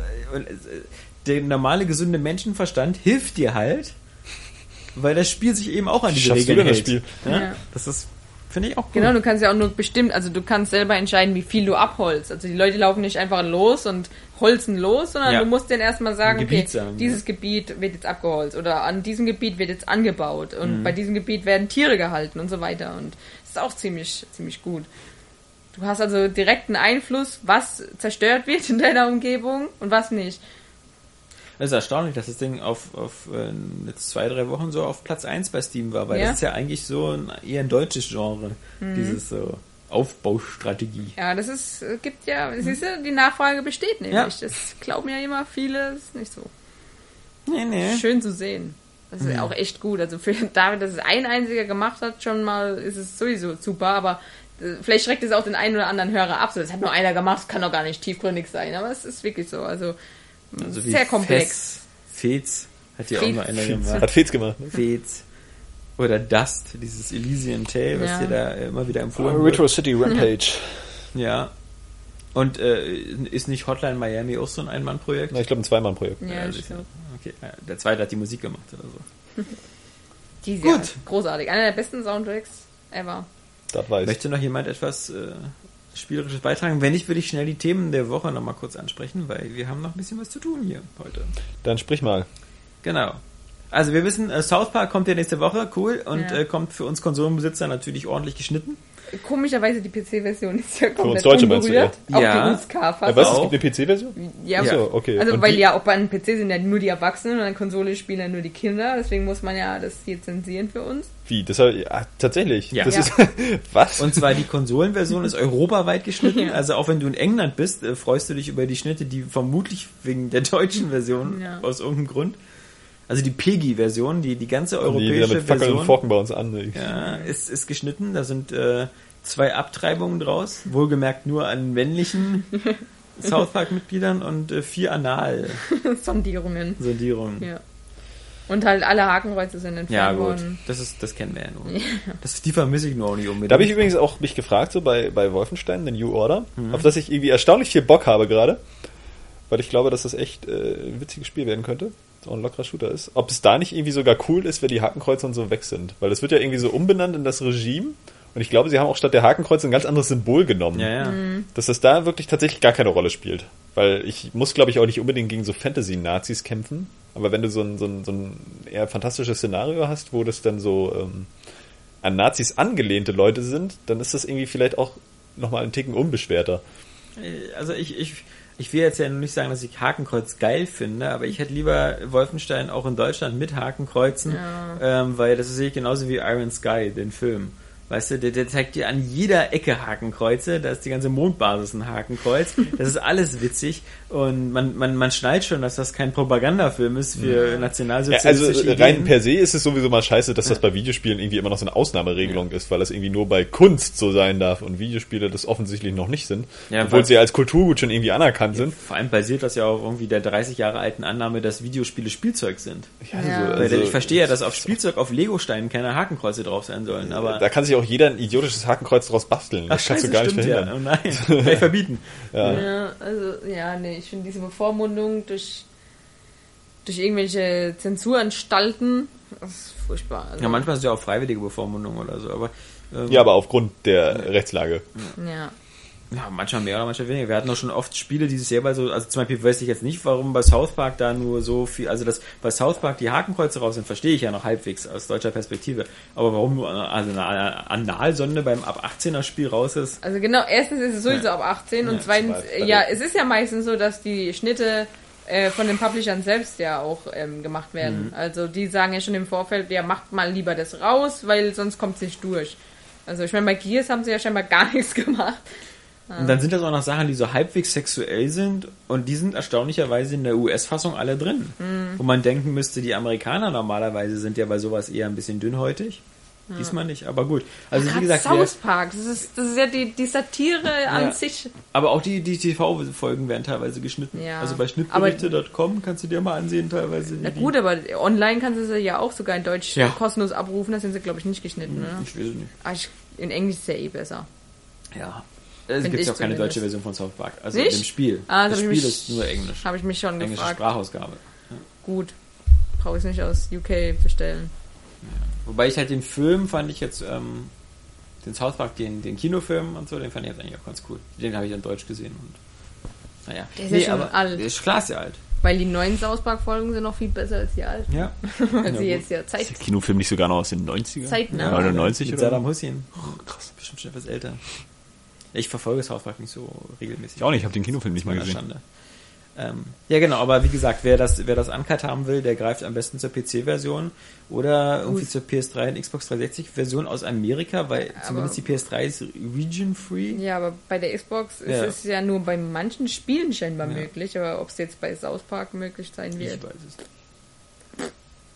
der normale gesunde Menschenverstand hilft dir halt, weil das Spiel sich eben auch an diese Regeln hält. Das Spiel? Ja? Das ist, finde ich auch cool. Genau, du kannst ja auch nur bestimmt, also du kannst selber entscheiden, wie viel du abholst. Also die Leute laufen nicht einfach los und holzen los, sondern du musst denen erstmal sagen, okay, dieses Gebiet wird jetzt abgeholzt oder an diesem Gebiet wird jetzt angebaut und bei diesem Gebiet werden Tiere gehalten und so weiter und das ist auch ziemlich gut. Du hast also direkten Einfluss, was zerstört wird in deiner Umgebung und was nicht. Das ist erstaunlich, dass das Ding auf jetzt 2-3 Wochen so auf Platz 1 bei Steam war, weil das ist ja eigentlich so eher ein deutsches Genre, dieses so Aufbaustrategie. Ja, gibt ja, siehst du, die Nachfrage besteht nämlich. Ja. Das glauben ja immer viele, das ist nicht so. Nee. Schön zu sehen. Das ist auch echt gut. Also für David, dass es ein einziger gemacht hat, schon mal ist es sowieso super, aber vielleicht schreckt es auch den einen oder anderen Hörer ab. So, das hat nur einer gemacht, das kann doch gar nicht tiefgründig sein, aber es ist wirklich so. Also sehr komplex. Fez hat ja auch noch einer gemacht. Hat Fez gemacht, ne? Fez. Oder Dust, dieses Elysian Tale, was dir da immer wieder empfohlen wird. Retro City Rampage. Ja. Und ist nicht Hotline Miami auch so ein Ein-Mann-Projekt? Na, ich glaube ein Zwei-Mann-Projekt. Ja, ich glaube. Okay, der zweite hat die Musik gemacht oder so. Gut. Großartig. Einer der besten Soundtracks ever. Das weiß ich. Möchte noch jemand etwas Spielerisches beitragen? Wenn nicht, würde ich schnell die Themen der Woche nochmal kurz ansprechen, weil wir haben noch ein bisschen was zu tun hier heute. Dann sprich mal. Genau. Also wir wissen, South Park kommt ja nächste Woche, cool, und kommt für uns Konsolenbesitzer natürlich ordentlich geschnitten. Komischerweise die PC-Version ist ja komplett für uns Deutsche unberührt. Auch die USK-Fassung. Was? Es gibt eine PC-Version? Ja. So, okay. Also, weil auch bei einem PC sind ja nur die Erwachsenen und an Konsole spielen ja nur die Kinder, deswegen muss man ja das hier zensieren für uns. Wie? Das tatsächlich? Ja. Das ist, was? Und zwar die Konsolenversion ist europaweit geschnitten, also auch wenn du in England bist, freust du dich über die Schnitte, die vermutlich wegen der deutschen Version aus irgendeinem Grund. Also die PEGI-Version, die ganze europäische mit Fackeln Version und Forken bei uns an. Ist geschnitten. Da sind 2 Abtreibungen draus, wohlgemerkt nur an männlichen South Park-Mitgliedern und 4 Sondierungen. Ja. Und halt alle Hakenkreuze sind entfernt worden. Das kennen wir ja nur. Die vermisse ich nur auch nicht unbedingt. Da habe ich übrigens auch mich gefragt, so bei Wolfenstein, The New Order, auf das ich irgendwie erstaunlich viel Bock habe gerade, weil ich glaube, dass das echt ein witziges Spiel werden könnte. Auch ein lockerer Shooter ist. Ob es da nicht irgendwie sogar cool ist, wenn die Hakenkreuze und so weg sind. Weil das wird ja irgendwie so umbenannt in das Regime. Und ich glaube, sie haben auch statt der Hakenkreuze ein ganz anderes Symbol genommen. Ja. Dass das da wirklich tatsächlich gar keine Rolle spielt. Weil ich muss, glaube ich, auch nicht unbedingt gegen so Fantasy-Nazis kämpfen. Aber wenn du so ein eher fantastisches Szenario hast, wo das dann so an Nazis angelehnte Leute sind, dann ist das irgendwie vielleicht auch nochmal einen Ticken unbeschwerter. Also ich will jetzt ja nicht sagen, dass ich Hakenkreuz geil finde, aber ich hätte lieber Wolfenstein auch in Deutschland mit Hakenkreuzen, weil das sehe ich genauso wie Iron Sky, den Film. Weißt du, der zeigt dir an jeder Ecke Hakenkreuze, da ist die ganze Mondbasis ein Hakenkreuz, das ist alles witzig und man schnallt schon, dass das kein Propagandafilm ist für nationalsozialistische Ideen. Rein per se ist es sowieso mal scheiße, dass das bei Videospielen irgendwie immer noch so eine Ausnahmeregelung ist, weil das irgendwie nur bei Kunst so sein darf und Videospiele das offensichtlich noch nicht sind, obwohl sie als Kulturgut schon irgendwie anerkannt sind. Vor allem basiert das ja auf irgendwie der 30 Jahre alten Annahme, dass Videospiele Spielzeug sind. Ich verstehe ja, dass auf Spielzeug auf Legosteinen keine Hakenkreuze drauf sein sollen, aber da kann sich auch jeder ein idiotisches Hakenkreuz draus basteln. Das kannst du gar nicht verhindern. Ja. Oh nein, vielleicht verbieten. Ich finde diese Bevormundung durch irgendwelche Zensuranstalten, das ist furchtbar. Also. Ja, manchmal ist es ja auch freiwillige Bevormundung oder so, aber aber aufgrund der Rechtslage. Ja. Ja, manchmal mehr oder manchmal weniger. Wir hatten auch schon oft Spiele, die sich selber so, also zum Beispiel weiß ich jetzt nicht, warum bei South Park da nur so viel, also dass bei South Park die Hakenkreuze raus sind, verstehe ich ja noch halbwegs aus deutscher Perspektive. Aber warum nur eine Analsonde beim ab 18er Spiel raus ist? Also genau, erstens ist es sowieso ab 18 und zweitens, es ist ja meistens so, dass die Schnitte von den Publishern selbst ja auch gemacht werden. Also die sagen ja schon im Vorfeld, macht mal lieber das raus, weil sonst kommt es nicht durch. Also ich meine, bei Gears haben sie ja scheinbar gar nichts gemacht. Und dann sind das auch noch Sachen, die so halbwegs sexuell sind und die sind erstaunlicherweise in der US-Fassung alle drin. Wo man denken müsste, die Amerikaner normalerweise sind ja bei sowas eher ein bisschen dünnhäutig. Diesmal nicht, aber gut. Also wie gesagt, South Park, das ist ja die Satire an sich. Aber auch die TV-Folgen werden teilweise geschnitten. Ja. Also bei schnittberichte.com kannst du dir mal ansehen teilweise. Na gut, aber online kannst du sie ja auch sogar in Deutsch kostenlos abrufen, da sind sie, glaube ich, nicht geschnitten. Ne? Ich weiß es nicht. Aber in Englisch ist ja eh besser. Ja. Es gibt ja auch keine deutsche Version von South Park. Also nicht? im Spiel. Das Spiel ist nur Englisch. Habe ich mich schon Englische gefragt. Sprachausgabe. Ja. Gut. Brauche ich es nicht aus UK bestellen. Ja. Wobei ich halt den Film fand ich jetzt, den South Park, den Kinofilm und so, den fand ich jetzt eigentlich auch ganz cool. Den habe ich in Deutsch gesehen und naja. Der ist ja schon alt. Ist klar, ist ja alt. Weil die neuen South Park Folgen sind noch viel besser als die alten. Ja. Weil sie jetzt ja Zeit. Ist der Kinofilm nicht sogar noch aus den 90ern? Zeitnah. 99 mit oder? Saddam Hussein. Krass. Bestimmt schon etwas älter. Ich verfolge South Park nicht so regelmäßig. Ich auch nicht, ich habe den Kinofilm nicht mal gesehen. Schande. Ja genau, aber wie gesagt, wer das Uncut haben will, der greift am besten zur PC-Version oder irgendwie zur PS3 und Xbox 360-Version aus Amerika, weil zumindest die PS3 ist region-free. Ja, aber bei der Xbox ist es ja nur bei manchen Spielen scheinbar möglich, aber ob es jetzt bei South Park möglich sein wird. Ich weiß es nicht.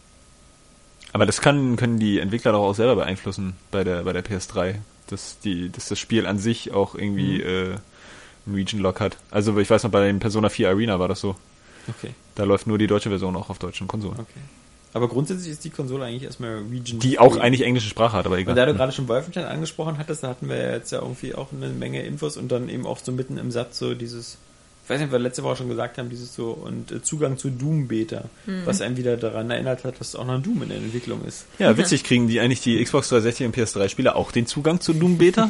Aber das können die Entwickler doch auch selber beeinflussen bei der PS3, dass das Spiel an sich auch irgendwie einen Region-Lock hat. Also ich weiß noch, bei dem Persona 4 Arena war das so. Okay. Da läuft nur die deutsche Version auch auf deutschen Konsolen. Okay. Aber grundsätzlich ist die Konsole eigentlich erstmal region-free. Die auch eigentlich englische Sprache hat, aber egal. Und da du gerade schon Wolfenstein angesprochen hattest, da hatten wir ja jetzt ja irgendwie auch eine Menge Infos und dann eben auch so mitten im Satz so dieses, ich weiß nicht, was wir letzte Woche schon gesagt haben, dieses so und Zugang zu Doom-Beta, was einem wieder daran erinnert hat, dass auch noch ein Doom in der Entwicklung ist. Ja, witzig, kriegen die eigentlich die Xbox 360 und PS3-Spieler auch den Zugang zu Doom-Beta?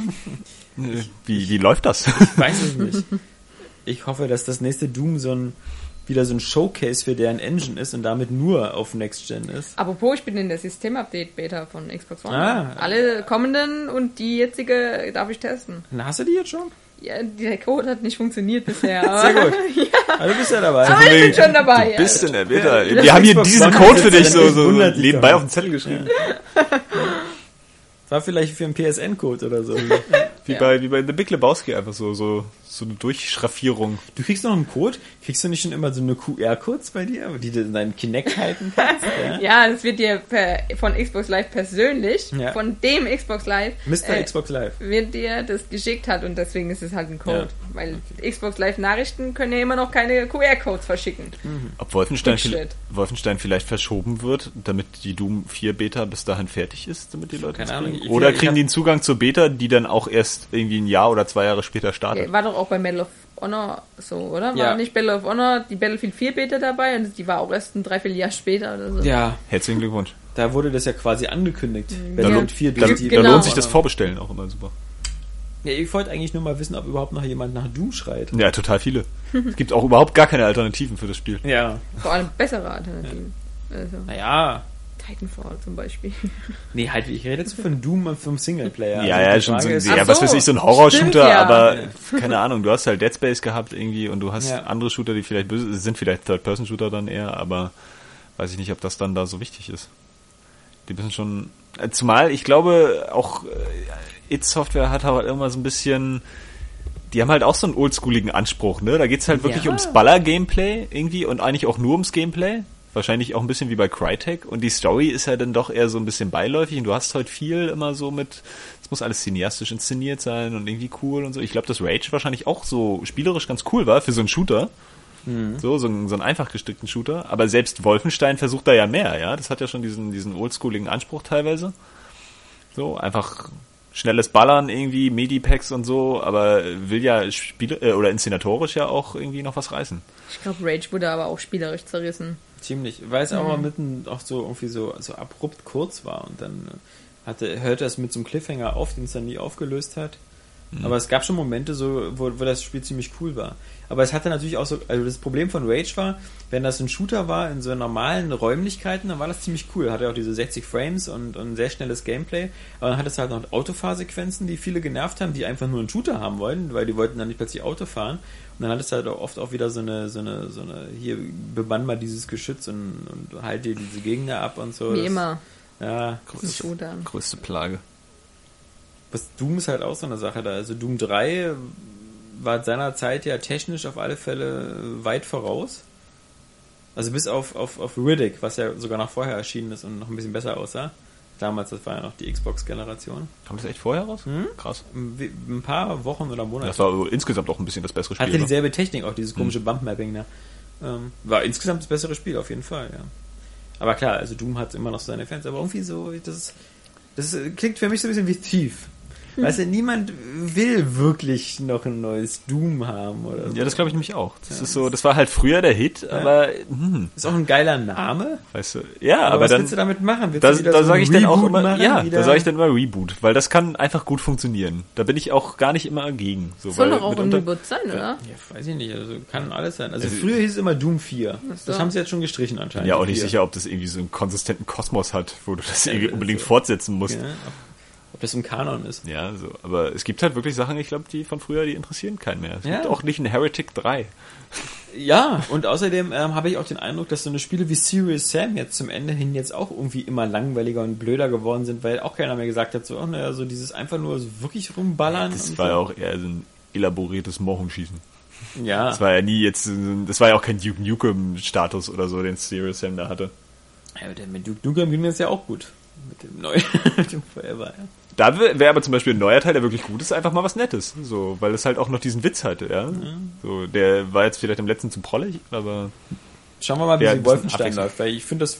Wie läuft das? Ich weiß es nicht. Ich hoffe, dass das nächste Doom wieder so ein Showcase für deren Engine ist und damit nur auf Next Gen ist. Apropos, ich bin in der System-Update-Beta von Xbox One. Alle kommenden und die jetzige darf ich testen. Na, hast du die jetzt schon? Ja, der Code hat nicht funktioniert bisher. Aber sehr gut. Also du bist ja dabei. Aber ich bin schon dabei. Du bist in der Beta. Wir haben hier diesen Code für dich so nebenbei auf den Zettel geschrieben. Das war vielleicht für einen PSN-Code oder so. Wie bei The Big Lebowski einfach so eine Durchschraffierung. Du kriegst noch einen Code? Kriegst du nicht schon immer so eine QR-Codes bei dir, die du in deinen Kinect halten kannst? Ja, das wird dir von Xbox Live persönlich, von dem Xbox Live, Mr. Xbox Live, wird dir das geschickt halt und deswegen ist es halt ein Code. Ja. Weil Xbox Live Nachrichten können ja immer noch keine QR-Codes verschicken. Ob Wolfenstein vielleicht verschoben wird, damit die Doom 4 Beta bis dahin fertig ist, damit die Leute keine Ahnung. Oder kriegen die einen Zugang zur Beta, die dann auch erst irgendwie ein Jahr oder 2 Jahre später startet? Ja, war doch auch bei Medal of Honor so, oder? War Ja. nicht Battle of Honor die Battlefield 4 Beta dabei und die war auch erst ein 3-4 Jahr später oder so. Ja, Herzlichen Glückwunsch. da wurde das ja quasi angekündigt. Da Battlefield 4 durch die- Da Genau. lohnt sich das Vorbestellen auch immer super. Ja, ich wollte eigentlich nur mal wissen, ob überhaupt noch jemand nach Doom schreit. Ja, total viele. Es gibt auch überhaupt gar keine Alternativen für das Spiel. Ja. Vor allem bessere Alternativen. Also, Naja. Titanfall zum Beispiel. Nee, halt, ich rede jetzt von Doom und vom Singleplayer. Ja, Also ja, die schon so, Frage ist- ja, Ach was so, weiß ich, so ein Horror-Shooter, stimmt, ja. aber keine Ahnung, du hast halt Dead Space gehabt irgendwie und du hast Ja. andere Shooter, die vielleicht böse sind, vielleicht Third-Person-Shooter dann eher, aber weiß ich nicht, ob das dann da so wichtig ist. Die müssen schon, zumal ich glaube auch id Software hat halt immer so ein bisschen, die haben halt auch so einen oldschooligen Anspruch, ne? Da geht's halt wirklich Ja. ums Baller-Gameplay irgendwie und eigentlich auch nur ums Gameplay. Wahrscheinlich auch ein bisschen wie bei Crytek und die Story ist ja dann doch eher so ein bisschen beiläufig und du hast heute viel immer so mit, es muss alles cineastisch inszeniert sein und irgendwie cool und so. Ich glaube, dass Rage wahrscheinlich auch so spielerisch ganz cool war für so einen Shooter. So einen einfach gestrickten Shooter. Aber selbst Wolfenstein versucht da ja mehr, ja. Das hat ja schon diesen oldschooligen Anspruch teilweise. So, einfach schnelles Ballern irgendwie, Medipacks und so, aber will ja oder inszenatorisch ja auch irgendwie noch was reißen. Ich glaube, Rage wurde aber auch spielerisch zerrissen. Ziemlich, weil es auch mal mitten auch so irgendwie so abrupt kurz war und dann hörte es mit so einem Cliffhanger auf, den es dann nie aufgelöst hat. Aber es gab schon Momente, so, wo das Spiel ziemlich cool war. Aber es hatte natürlich auch so, also das Problem von Rage war, wenn das ein Shooter war in so normalen Räumlichkeiten, dann war das ziemlich cool. Hatte auch diese 60 Frames und ein sehr schnelles Gameplay. Aber dann hat es halt noch Autofahrsequenzen, die viele genervt haben, die einfach nur einen Shooter haben wollten, weil die wollten dann nicht plötzlich Auto fahren. Und dann hat es halt auch oft auch wieder so eine, hier, bemann mal dieses Geschütz und halt dir diese Gegner ab und so. Wie Das, immer. Ja. Größte Plage. Was Doom ist halt auch so eine Sache da. Also Doom 3 war seiner Zeit ja technisch auf alle Fälle weit voraus. Also bis auf Riddick, was ja sogar noch vorher erschienen ist und noch ein bisschen besser aussah. damals, das war ja noch die Xbox-Generation. Kam das echt vorher raus? Krass. Ein paar Wochen oder Monate. Das war insgesamt auch ein bisschen das bessere Spiel. Hatte dieselbe Technik, auch dieses komische Bump-Mapping da. War insgesamt das bessere Spiel, auf jeden Fall, ja. Aber klar, also Doom hat immer noch seine Fans, aber irgendwie so, das klingt für mich so ein bisschen wie Thief. Weißt du, niemand will wirklich noch ein neues Doom haben oder so. Ja, das glaube ich nämlich auch. Das ist so, das war halt früher der Hit, aber ist auch ein geiler Name. Weißt du, ja, aber was dann willst du damit machen? Da sage ich dann auch immer, da sage ich dann immer Reboot, weil das kann einfach gut funktionieren. Da bin ich auch gar nicht immer dagegen. So, soll doch auch ein Reboot sein, oder? Ja, weiß ich nicht, also kann alles sein. Also früher hieß es immer Doom 4. Das haben sie jetzt schon gestrichen anscheinend. Ja, auch nicht sicher, ob das irgendwie so einen konsistenten Kosmos hat, wo du das irgendwie unbedingt fortsetzen musst. Ja, ob das im Kanon ist. Ja, so. Aber es gibt halt wirklich Sachen, ich glaube, die von früher, die interessieren keinen mehr. Es gibt auch nicht ein Heretic 3. Ja, und außerdem habe ich auch den Eindruck, dass so eine Spiele wie Serious Sam jetzt zum Ende hin jetzt auch irgendwie immer langweiliger und blöder geworden sind, weil auch keiner mehr gesagt hat, so, naja, so dieses einfach nur so wirklich rumballern. Das war ja auch eher so ein elaboriertes Mochenschießen. Ja. Das war ja nie jetzt, das war ja auch kein Duke Nukem-Status oder so, den Serious Sam da hatte. Ja, mit Duke Nukem ging das ja auch gut. Mit dem neuen, mit dem Forever, ja. Da wäre aber zum Beispiel ein neuer Teil, der wirklich gut ist, einfach mal was Nettes. So, weil es halt auch noch diesen Witz hatte, ja. So, der war jetzt vielleicht im letzten zu prollig, aber. Schauen wir mal, wie sie Wolfenstein läuft, weil ich finde das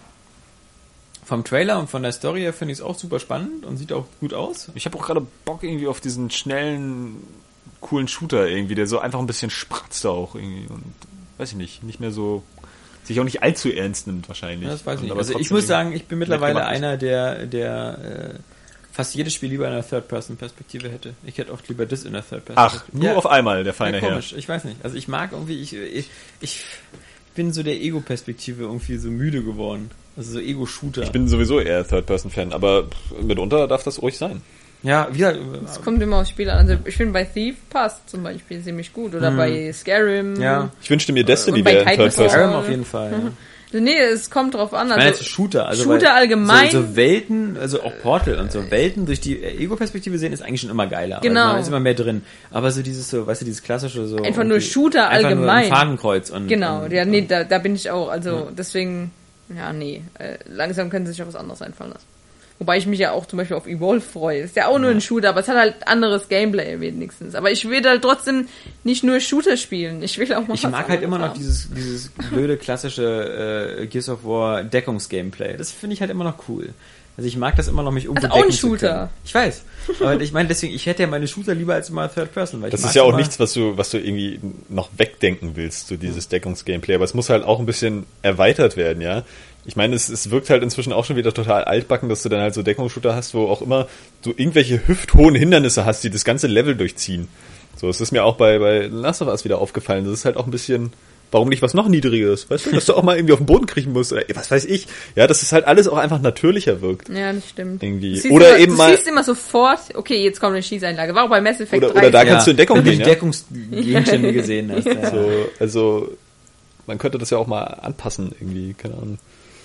vom Trailer und von der Story her finde ich es auch super spannend und sieht auch gut aus. Ich habe auch gerade Bock irgendwie auf diesen schnellen, coolen Shooter irgendwie, der so einfach ein bisschen spratzt auch irgendwie und weiß ich nicht mehr so, sich auch nicht allzu ernst nimmt wahrscheinlich. Ja, das weiß ich nicht. Aber Also ich muss sagen, ich bin mittlerweile einer, der fast jedes Spiel lieber in einer Third-Person-Perspektive hätte. Ich hätte auch lieber das in der Third-Person-Perspektive. Ach, nur auf einmal, der feine Herr. Komisch, ich weiß nicht. Also ich mag irgendwie, ich bin so der Ego-Perspektive irgendwie so müde geworden. Also so Ego-Shooter. Ich bin sowieso eher Third-Person-Fan, aber mitunter darf das ruhig sein. Ja, wieder. Es kommt immer aufs Spiel an. Also ich finde bei Thief passt zum Beispiel ziemlich gut. Oder bei Skyrim. Ja. Ich wünschte mir Destiny wäre Third-Person. Skyrim auf jeden Fall, ja. Nee, es kommt drauf an. Also Shooter allgemein. So Welten, also auch Portal und so Welten durch die Ego-Perspektive sehen ist eigentlich schon immer geiler. Genau. Also man ist immer mehr drin. Aber so dieses so, weißt du, dieses klassische so. Einfach nur Shooter einfach allgemein. Nur ein Fadenkreuz und. Genau, ja, nee, da bin ich auch. Also deswegen, ja, nee. Langsam können sie sich auch was anderes einfallen lassen. Wobei ich mich ja auch zum Beispiel auf Evolve freue. Ist ja auch nur ein Shooter, aber es hat halt anderes Gameplay wenigstens. Aber ich will halt trotzdem nicht nur Shooter spielen. Ich will auch mal. Ich mag halt immer noch dieses blöde klassische Gears of War Deckungsgameplay. Das finde ich halt immer noch cool. Also ich mag das immer noch, mich irgendwo also auch decken ein Shooter. zu können. Ich weiß. Aber ich meine, deswegen, ich hätte ja meine Shooter lieber als mal Third Person. Weil das ist ja auch nichts, was du irgendwie noch wegdenken willst, so dieses Deckungsgameplay. Aber es muss halt auch ein bisschen erweitert werden, ja. Ich meine, es wirkt halt inzwischen auch schon wieder total altbacken, dass du dann halt so Deckungsshooter hast, wo auch immer du irgendwelche hüfthohen Hindernisse hast, die das ganze Level durchziehen. So, es ist mir auch bei Last of Us wieder aufgefallen. Das ist halt auch ein bisschen, warum nicht was noch Niedrigeres? Weißt du, dass du auch mal irgendwie auf den Boden kriechen musst oder was weiß ich. Ja, dass es halt alles auch einfach natürlicher wirkt. Ja, das stimmt. Irgendwie. Oder eben mal. Du siehst immer sofort, okay, jetzt kommt eine Schießeinlage. War auch bei Mass Effect 3. Oder da kannst du in Deckung gehen, ja. Deckungsgegenstände gesehen hast. Ja. So, also, man könnte das ja auch mal anpassen irgendwie, keine Ahnung.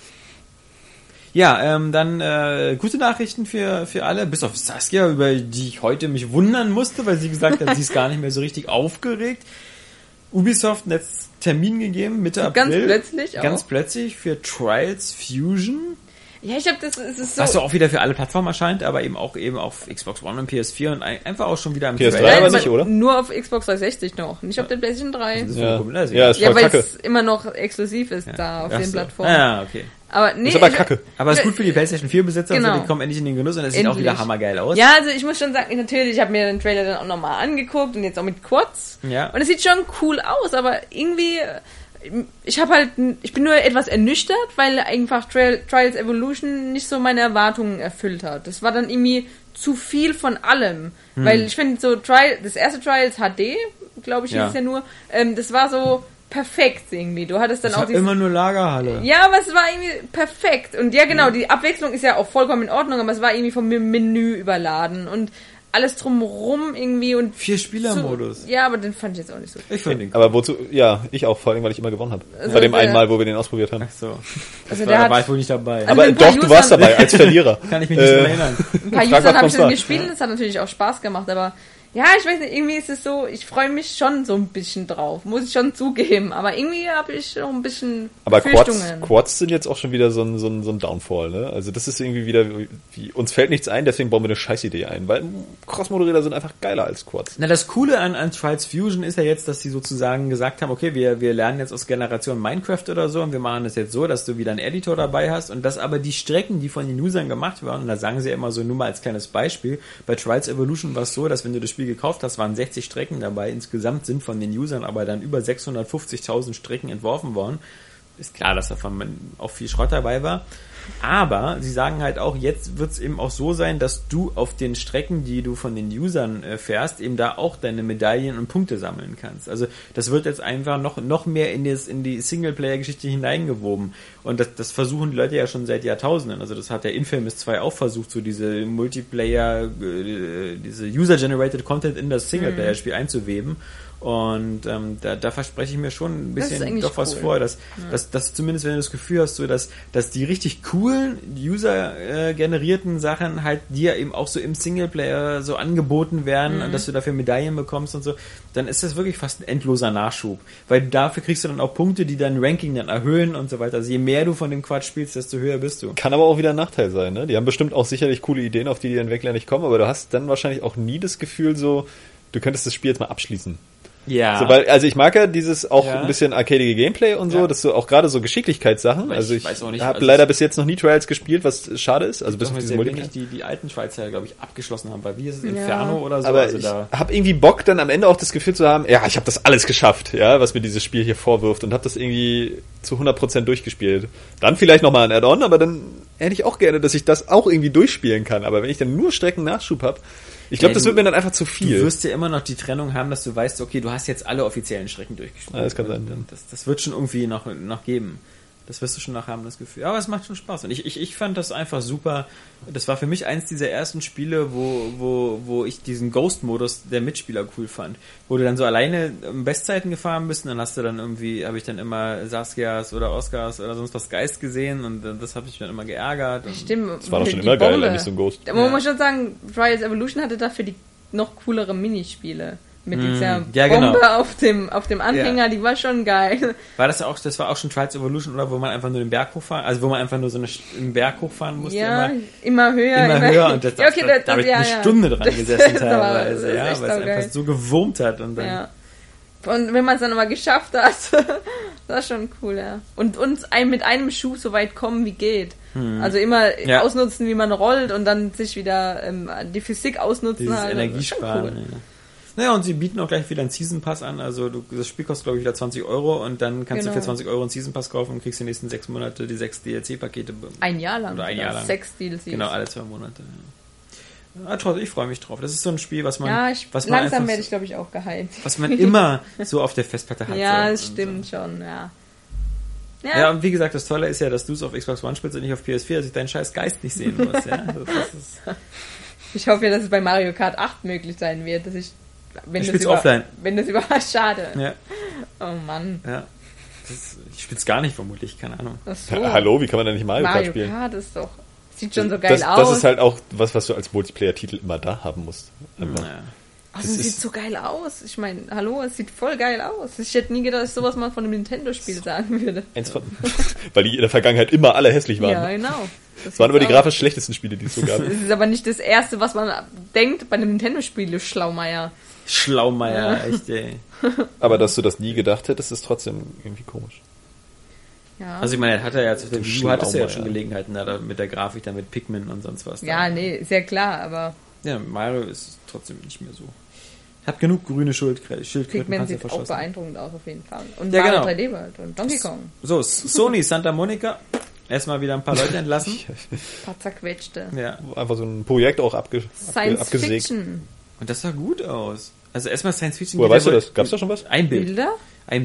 Ja, dann gute Nachrichten für alle, bis auf Saskia, über die ich heute mich wundern musste, weil sie gesagt hat, sie ist gar nicht mehr so richtig aufgeregt. Ubisoft hat jetzt Termin gegeben, Mitte April. Ganz plötzlich Ganz plötzlich für Trials Fusion. Ja, ich glaube, das ist so. Was auch wieder für alle Plattformen erscheint, aber eben auf Xbox One und PS4 und einfach auch schon wieder im PS3 aber nicht, oder? Nur auf Xbox 360 noch, nicht auf der PlayStation 3. Das ist ja, ist voll weil kacke. Es immer noch exklusiv ist da auf den Plattformen. Ja, okay. Aber nee, ist aber kacke. Aber es ist gut für die PlayStation 4 Besitzer, genau. Also die kommen endlich in den Genuss und das sieht auch wieder hammergeil aus. Ja, also ich muss schon sagen, natürlich, ich habe mir den Trailer dann auch nochmal angeguckt und jetzt auch mit Quads. Ja. Und es sieht schon cool aus, aber irgendwie, ich bin nur etwas ernüchtert, weil einfach Trials Evolution nicht so meine Erwartungen erfüllt hat. Das war dann irgendwie zu viel von allem. Weil ich finde so das erste Trials HD, glaube ich, hieß es ja nur, das war so perfekt irgendwie. Du hattest dann das auch immer nur Lagerhalle. Ja, aber es war irgendwie perfekt. Und ja, genau, die Abwechslung ist ja auch vollkommen in Ordnung, aber es war irgendwie vom Menü überladen und alles drumrum irgendwie und 4-Spieler-Modus. So, ja, aber den fand ich jetzt auch nicht so. Ich fand den cool. Aber wozu? Ja, ich auch, vor allem, weil ich immer gewonnen habe. Also bei dem einen Mal, wo wir den ausprobiert haben. Ach so. Also da war ich wohl nicht dabei. Also aber doch, du warst dabei, als Verlierer. Kann ich mich nicht mehr erinnern. Ein paar Usern habe ich dann gespielt, das hat natürlich auch Spaß gemacht, aber Ja, ich weiß nicht, irgendwie ist es so, ich freue mich schon so ein bisschen drauf, muss ich schon zugeben, aber irgendwie habe ich noch ein bisschen Aber Befürchtungen. Quads sind jetzt auch schon wieder so ein Downfall, ne? Also das ist irgendwie wieder, uns fällt nichts ein, deswegen bauen wir eine Scheißidee ein, weil Cross-Motorräder sind einfach geiler als Quads. Na, das Coole an Trials Fusion ist ja jetzt, dass sie sozusagen gesagt haben, okay, wir lernen jetzt aus Generation Minecraft oder so und wir machen das jetzt so, dass du wieder einen Editor dabei hast und dass aber die Strecken, die von den Usern gemacht werden, und da sagen sie ja immer so, nur mal als kleines Beispiel, bei Trials Evolution war es so, dass wenn du das Spiel gekauft hast, waren 60 Strecken dabei, insgesamt sind von den Usern aber dann über 650.000 Strecken entworfen worden. Ist klar, dass davon auch viel Schrott dabei war. Aber sie sagen halt auch, jetzt wird es eben auch so sein, dass du auf den Strecken, die du von den Usern fährst, eben da auch deine Medaillen und Punkte sammeln kannst. Also das wird jetzt einfach noch mehr in die Singleplayer-Geschichte hineingewoben. Und das versuchen die Leute ja schon seit Jahrtausenden. Also das hat der Infamous 2 auch versucht, so diese Multiplayer, diese User-Generated Content in das Singleplayer-Spiel einzuweben. Und da verspreche ich mir schon ein bisschen doch was vor, dass zumindest, wenn du das Gefühl hast, so dass die richtig coolen User-generierten Sachen halt dir eben auch so im Singleplayer so angeboten werden und dass du dafür Medaillen bekommst und so, dann ist das wirklich fast ein endloser Nachschub. Weil dafür kriegst du dann auch Punkte, die dein Ranking dann erhöhen und so weiter. Also je mehr du von dem Quatsch spielst, desto höher bist du. Kann aber auch wieder ein Nachteil sein, ne? Die haben bestimmt auch sicherlich coole Ideen, auf die Entwickler nicht kommen, aber du hast dann wahrscheinlich auch nie das Gefühl so, du könntest das Spiel jetzt mal abschließen. Ja. So, weil, also ich mag ja dieses auch ein bisschen arcadige Gameplay und so, dass du auch gerade so Geschicklichkeitssachen, also ich habe leider bis jetzt noch nie Trials gespielt, was schade ist, also bis auf diesen Multiplayer. Die alten Schweizer, glaube ich, abgeschlossen haben, weil wie ist es, Inferno oder so. Aber also ich habe irgendwie Bock, dann am Ende auch das Gefühl zu haben, ja, ich habe das alles geschafft, ja, was mir dieses Spiel hier vorwirft und habe das irgendwie zu 100% durchgespielt. Dann vielleicht nochmal ein Add-on, aber dann hätte ich auch gerne, dass ich das auch irgendwie durchspielen kann, aber wenn ich dann nur Strecken-Nachschub habe, ich glaube, das wird mir dann einfach zu viel. Du wirst ja immer noch die Trennung haben, dass du weißt, okay, du hast jetzt alle offiziellen Strecken durchgespielt. Ja, das kann sein. Ja. Das wird schon irgendwie noch geben. Das wirst du schon noch haben, das Gefühl. Aber es macht schon Spaß. Und ich fand das einfach super. Das war für mich eins dieser ersten Spiele, wo ich diesen Ghost-Modus der Mitspieler cool fand. Wo du dann so alleine Bestzeiten gefahren bist und dann hast du dann irgendwie, habe ich dann immer Saskias oder Oscars oder sonst was Geist gesehen und das habe ich dann immer geärgert. Stimmt. Das war doch schon immer geil, eigentlich so ein Ghost. Da muss man schon sagen, Trials Evolution hatte dafür die noch coolere Minispiele. Mit dieser Bombe auf dem Anhänger, die war schon geil. War das war auch schon Trials Evolution, oder wo man einfach nur den Berg hochfahren, also wo man einfach nur so einen Berg hochfahren musste? Ja, immer höher. Immer höher und da habe ich eine Stunde dran gesessen teilweise, weil es einfach so gewurmt hat. Und dann und wenn man es dann aber geschafft hat, das war schon cool, ja. Und mit einem Schuh so weit kommen, wie geht. Also immer ausnutzen, wie man rollt und dann sich wieder die Physik ausnutzen. Dieses Energiesparen, cool. Naja, und sie bieten auch gleich wieder einen Season Pass an, also das Spiel kostet, glaube ich, wieder 20 € und dann kannst du für 20 € einen Season Pass kaufen und kriegst die nächsten 6 Monate die 6 DLC-Pakete. Ein Jahr lang. Oder ein Jahr lang. 6 DLCs. Genau, alle 2 Monate. Ja, ich freue mich drauf. Das ist so ein Spiel, was man... langsam werde ich, glaube ich, auch gehypt. Was man immer so auf der Festplatte hat. Ja, das stimmt schon, ja. Ja, und wie gesagt, das Tolle ist ja, dass du es auf Xbox One spielst und nicht auf PS4, dass ich deinen scheiß Geist nicht sehen muss. Ja? Ich hoffe ja, dass es bei Mario Kart 8 möglich sein wird, dass ich offline. Wenn das überhaupt schade. Ja. Oh Mann. Ja. Ich spiel's gar nicht vermutlich, keine Ahnung. So. Hallo, wie kann man denn nicht Mario Kart spielen? Mario Kart ist doch... Sieht schon so geil aus. Das ist halt auch was du als Multiplayer-Titel immer da haben musst. Also es sieht so geil aus. Ich meine, hallo, es sieht voll geil aus. Ich hätte nie gedacht, dass ich sowas mal von einem Nintendo-Spiel sagen würde. Weil die in der Vergangenheit immer alle hässlich waren. Ja, genau. Das waren aber die grafisch schlechtesten Spiele, die es so gab. Das ist aber nicht das Erste, was man denkt bei einem Nintendo-Spiel, Schlaumeier. Echt, ey. Aber dass du das nie gedacht hättest, ist trotzdem irgendwie komisch. Ja. Also ich meine, du hattest ja schon Gelegenheiten da mit der Grafik, da mit Pikmin und sonst was. Ja, nee, ist ja klar, aber... Ja, Mario ist trotzdem nicht mehr so. Hat genug grüne Schildkröten. Pikmin sieht auch beeindruckend aus, auf jeden Fall. Und Mario 3D World und Donkey Kong. So, Sony Santa Monica. Erstmal wieder ein paar Leute entlassen. Ein paar zerquetschte. Ja. Einfach so ein Projekt auch Science abgesägt. Fiction. Und das sah gut aus. Also erstmal Science Fiction. Woher weißt du das? Gab's da schon was? Ein Bild. Bilder? Ein Bild.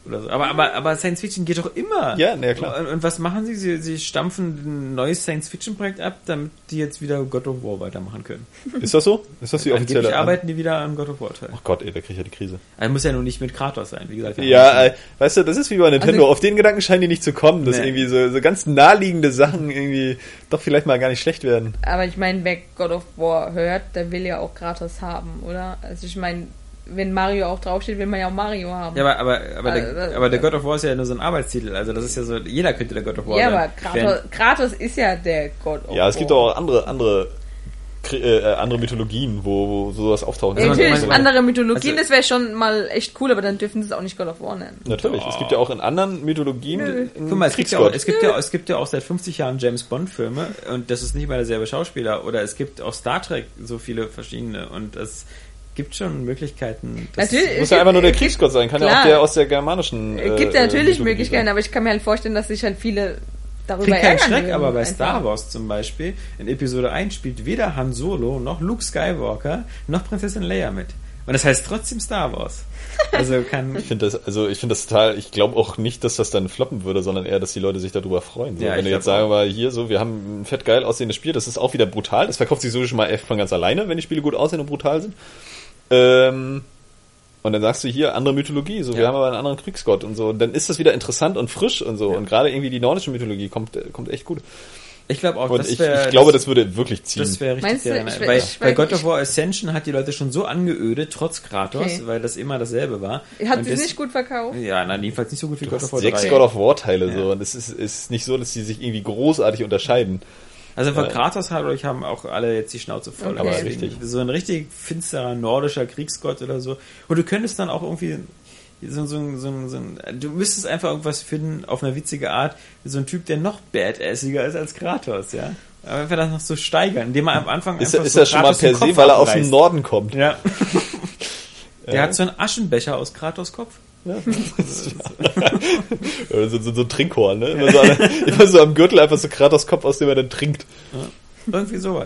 oder so. Aber Science Fiction geht doch immer. Ja, na klar. Und was machen sie? Sie stampfen ein neues Science Fiction Projekt ab, damit die jetzt wieder God of War weitermachen können. Ist das so? Ist das die offizielle? Angeblich arbeiten die wieder an God of War Teil. Ach Gott, ey, da krieg ich ja die Krise. Also muss ja nur nicht mit Kratos sein, wie gesagt. Weißt du, das ist wie bei Nintendo. Auf den Gedanken scheinen die nicht zu kommen, dass irgendwie so ganz naheliegende Sachen irgendwie doch vielleicht mal gar nicht schlecht werden. Aber ich meine, wer God of War hört, der will ja auch Kratos haben, oder? Also ich meine, wenn Mario auch draufsteht, will man ja auch Mario haben. Ja, aber der God of War ist ja nur so ein Arbeitstitel. Also das ist ja so, jeder könnte der God of War sein. Ja, aber Kratos ist ja der God of War. Ja, es gibt auch andere Mythologien, wo sowas auftaucht. Ja, natürlich, andere Mythologien, das wäre schon mal echt cool, aber dann dürfen sie es auch nicht God of War nennen. Natürlich, es gibt ja auch in anderen Mythologien... Guck mal, es gibt ja auch seit 50 Jahren James Bond-Filme und das ist nicht mal derselbe Schauspieler. Oder es gibt auch Star Trek so viele verschiedene und es gibt schon Möglichkeiten. Natürlich, muss ja einfach nur der Kriegsgott sein, kann ja auch der aus der germanischen... Es gibt ja natürlich Möglichkeiten, aber ich kann mir halt vorstellen, dass sich halt viele darüber ärgern. Kein Schreck, würden, aber bei Star Wars zum Beispiel, in Episode 1 spielt weder Han Solo, noch Luke Skywalker, noch Prinzessin Leia mit. Und das heißt trotzdem Star Wars. Also ich finde das total, ich glaube auch nicht, dass das dann floppen würde, sondern eher, dass die Leute sich darüber freuen. So, wenn du jetzt sagen wir hier so, wir haben ein fett geil aussehendes Spiel, das ist auch wieder brutal, das verkauft sich so schon mal von ganz alleine, wenn die Spiele gut aussehen und brutal sind. Und dann sagst du hier, andere Mythologie, so, wir haben aber einen anderen Kriegsgott und so, und dann ist das wieder interessant und frisch und so, und gerade irgendwie die nordische Mythologie kommt echt gut. Ich glaube auch, das würde wirklich ziehen. Das wäre richtig. Bei God of War Ascension hat die Leute schon so angeödet, trotz Kratos, weil das immer dasselbe war. Hat sich nicht gut verkauft? Ja, nein, jedenfalls nicht so gut wie God of War 3. 6 God of War Teile so, und es ist nicht so, dass die sich irgendwie großartig unterscheiden. Also von Kratos haben auch alle jetzt die Schnauze voll. Okay. Aber richtig. So ein richtig finsterer nordischer Kriegsgott oder so. Und du könntest dann auch irgendwie du müsstest einfach irgendwas finden auf eine witzige Art, so ein Typ, der noch badassiger ist als Kratos, ja. Aber einfach das noch so steigern, indem man am Anfang ist er schon mal per se, weil er aus dem Norden kommt. Ja. Der hat so einen Aschenbecher aus Kratos Kopf. Ja. so ein Trinkhorn, ne? Immer so am Gürtel einfach so Kratos Kopf, aus dem er dann trinkt. Ja. Irgendwie sowas.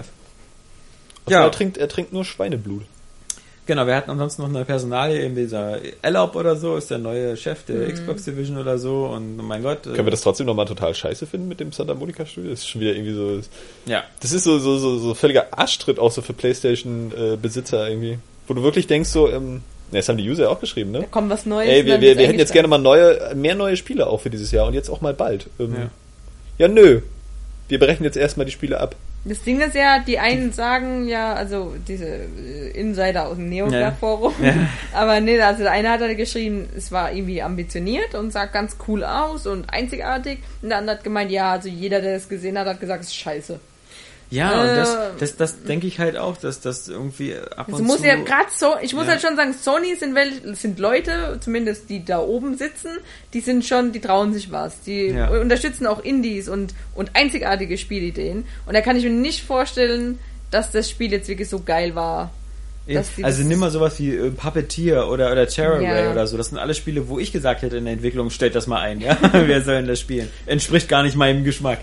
Ja. Er trinkt nur Schweineblut. Genau, wir hatten ansonsten noch eine Personalie, eben dieser Elop oder so, ist der neue Chef der Xbox Division oder so, und mein Gott. Können wir das trotzdem nochmal total scheiße finden mit dem Santa Monica Studio? Das ist schon wieder irgendwie so... Ja. Das ist so völliger Arschtritt auch so für PlayStation-Besitzer irgendwie. Wo du wirklich denkst so, das haben die User auch geschrieben, ne? Da kommt was Neues. Ey, wir hätten jetzt gerne mal mehr neue Spiele auch für dieses Jahr und jetzt auch mal bald. Ja, nö. Wir brechen jetzt erstmal die Spiele ab. Das Ding ist ja, die einen sagen ja, also diese Insider aus dem Neoblatt-Forum, aber nee, also der eine hat halt geschrieben, es war irgendwie ambitioniert und sah ganz cool aus und einzigartig, und der andere hat gemeint, ja, also jeder, der das gesehen hat, hat gesagt, es ist scheiße. Ja, und das denke ich halt auch, dass das irgendwie ab und zu... muss ja gerade ich muss halt schon sagen, Sony sind Leute, zumindest die da oben sitzen, die trauen sich was. Die unterstützen auch Indies und einzigartige Spielideen. Und da kann ich mir nicht vorstellen, dass das Spiel jetzt wirklich so geil war. Also nimm mal sowas wie Puppeteer oder Terraway oder so. Das sind alle Spiele, wo ich gesagt hätte in der Entwicklung, stellt das mal ein, ja? Wer soll denn das spielen? Entspricht gar nicht meinem Geschmack.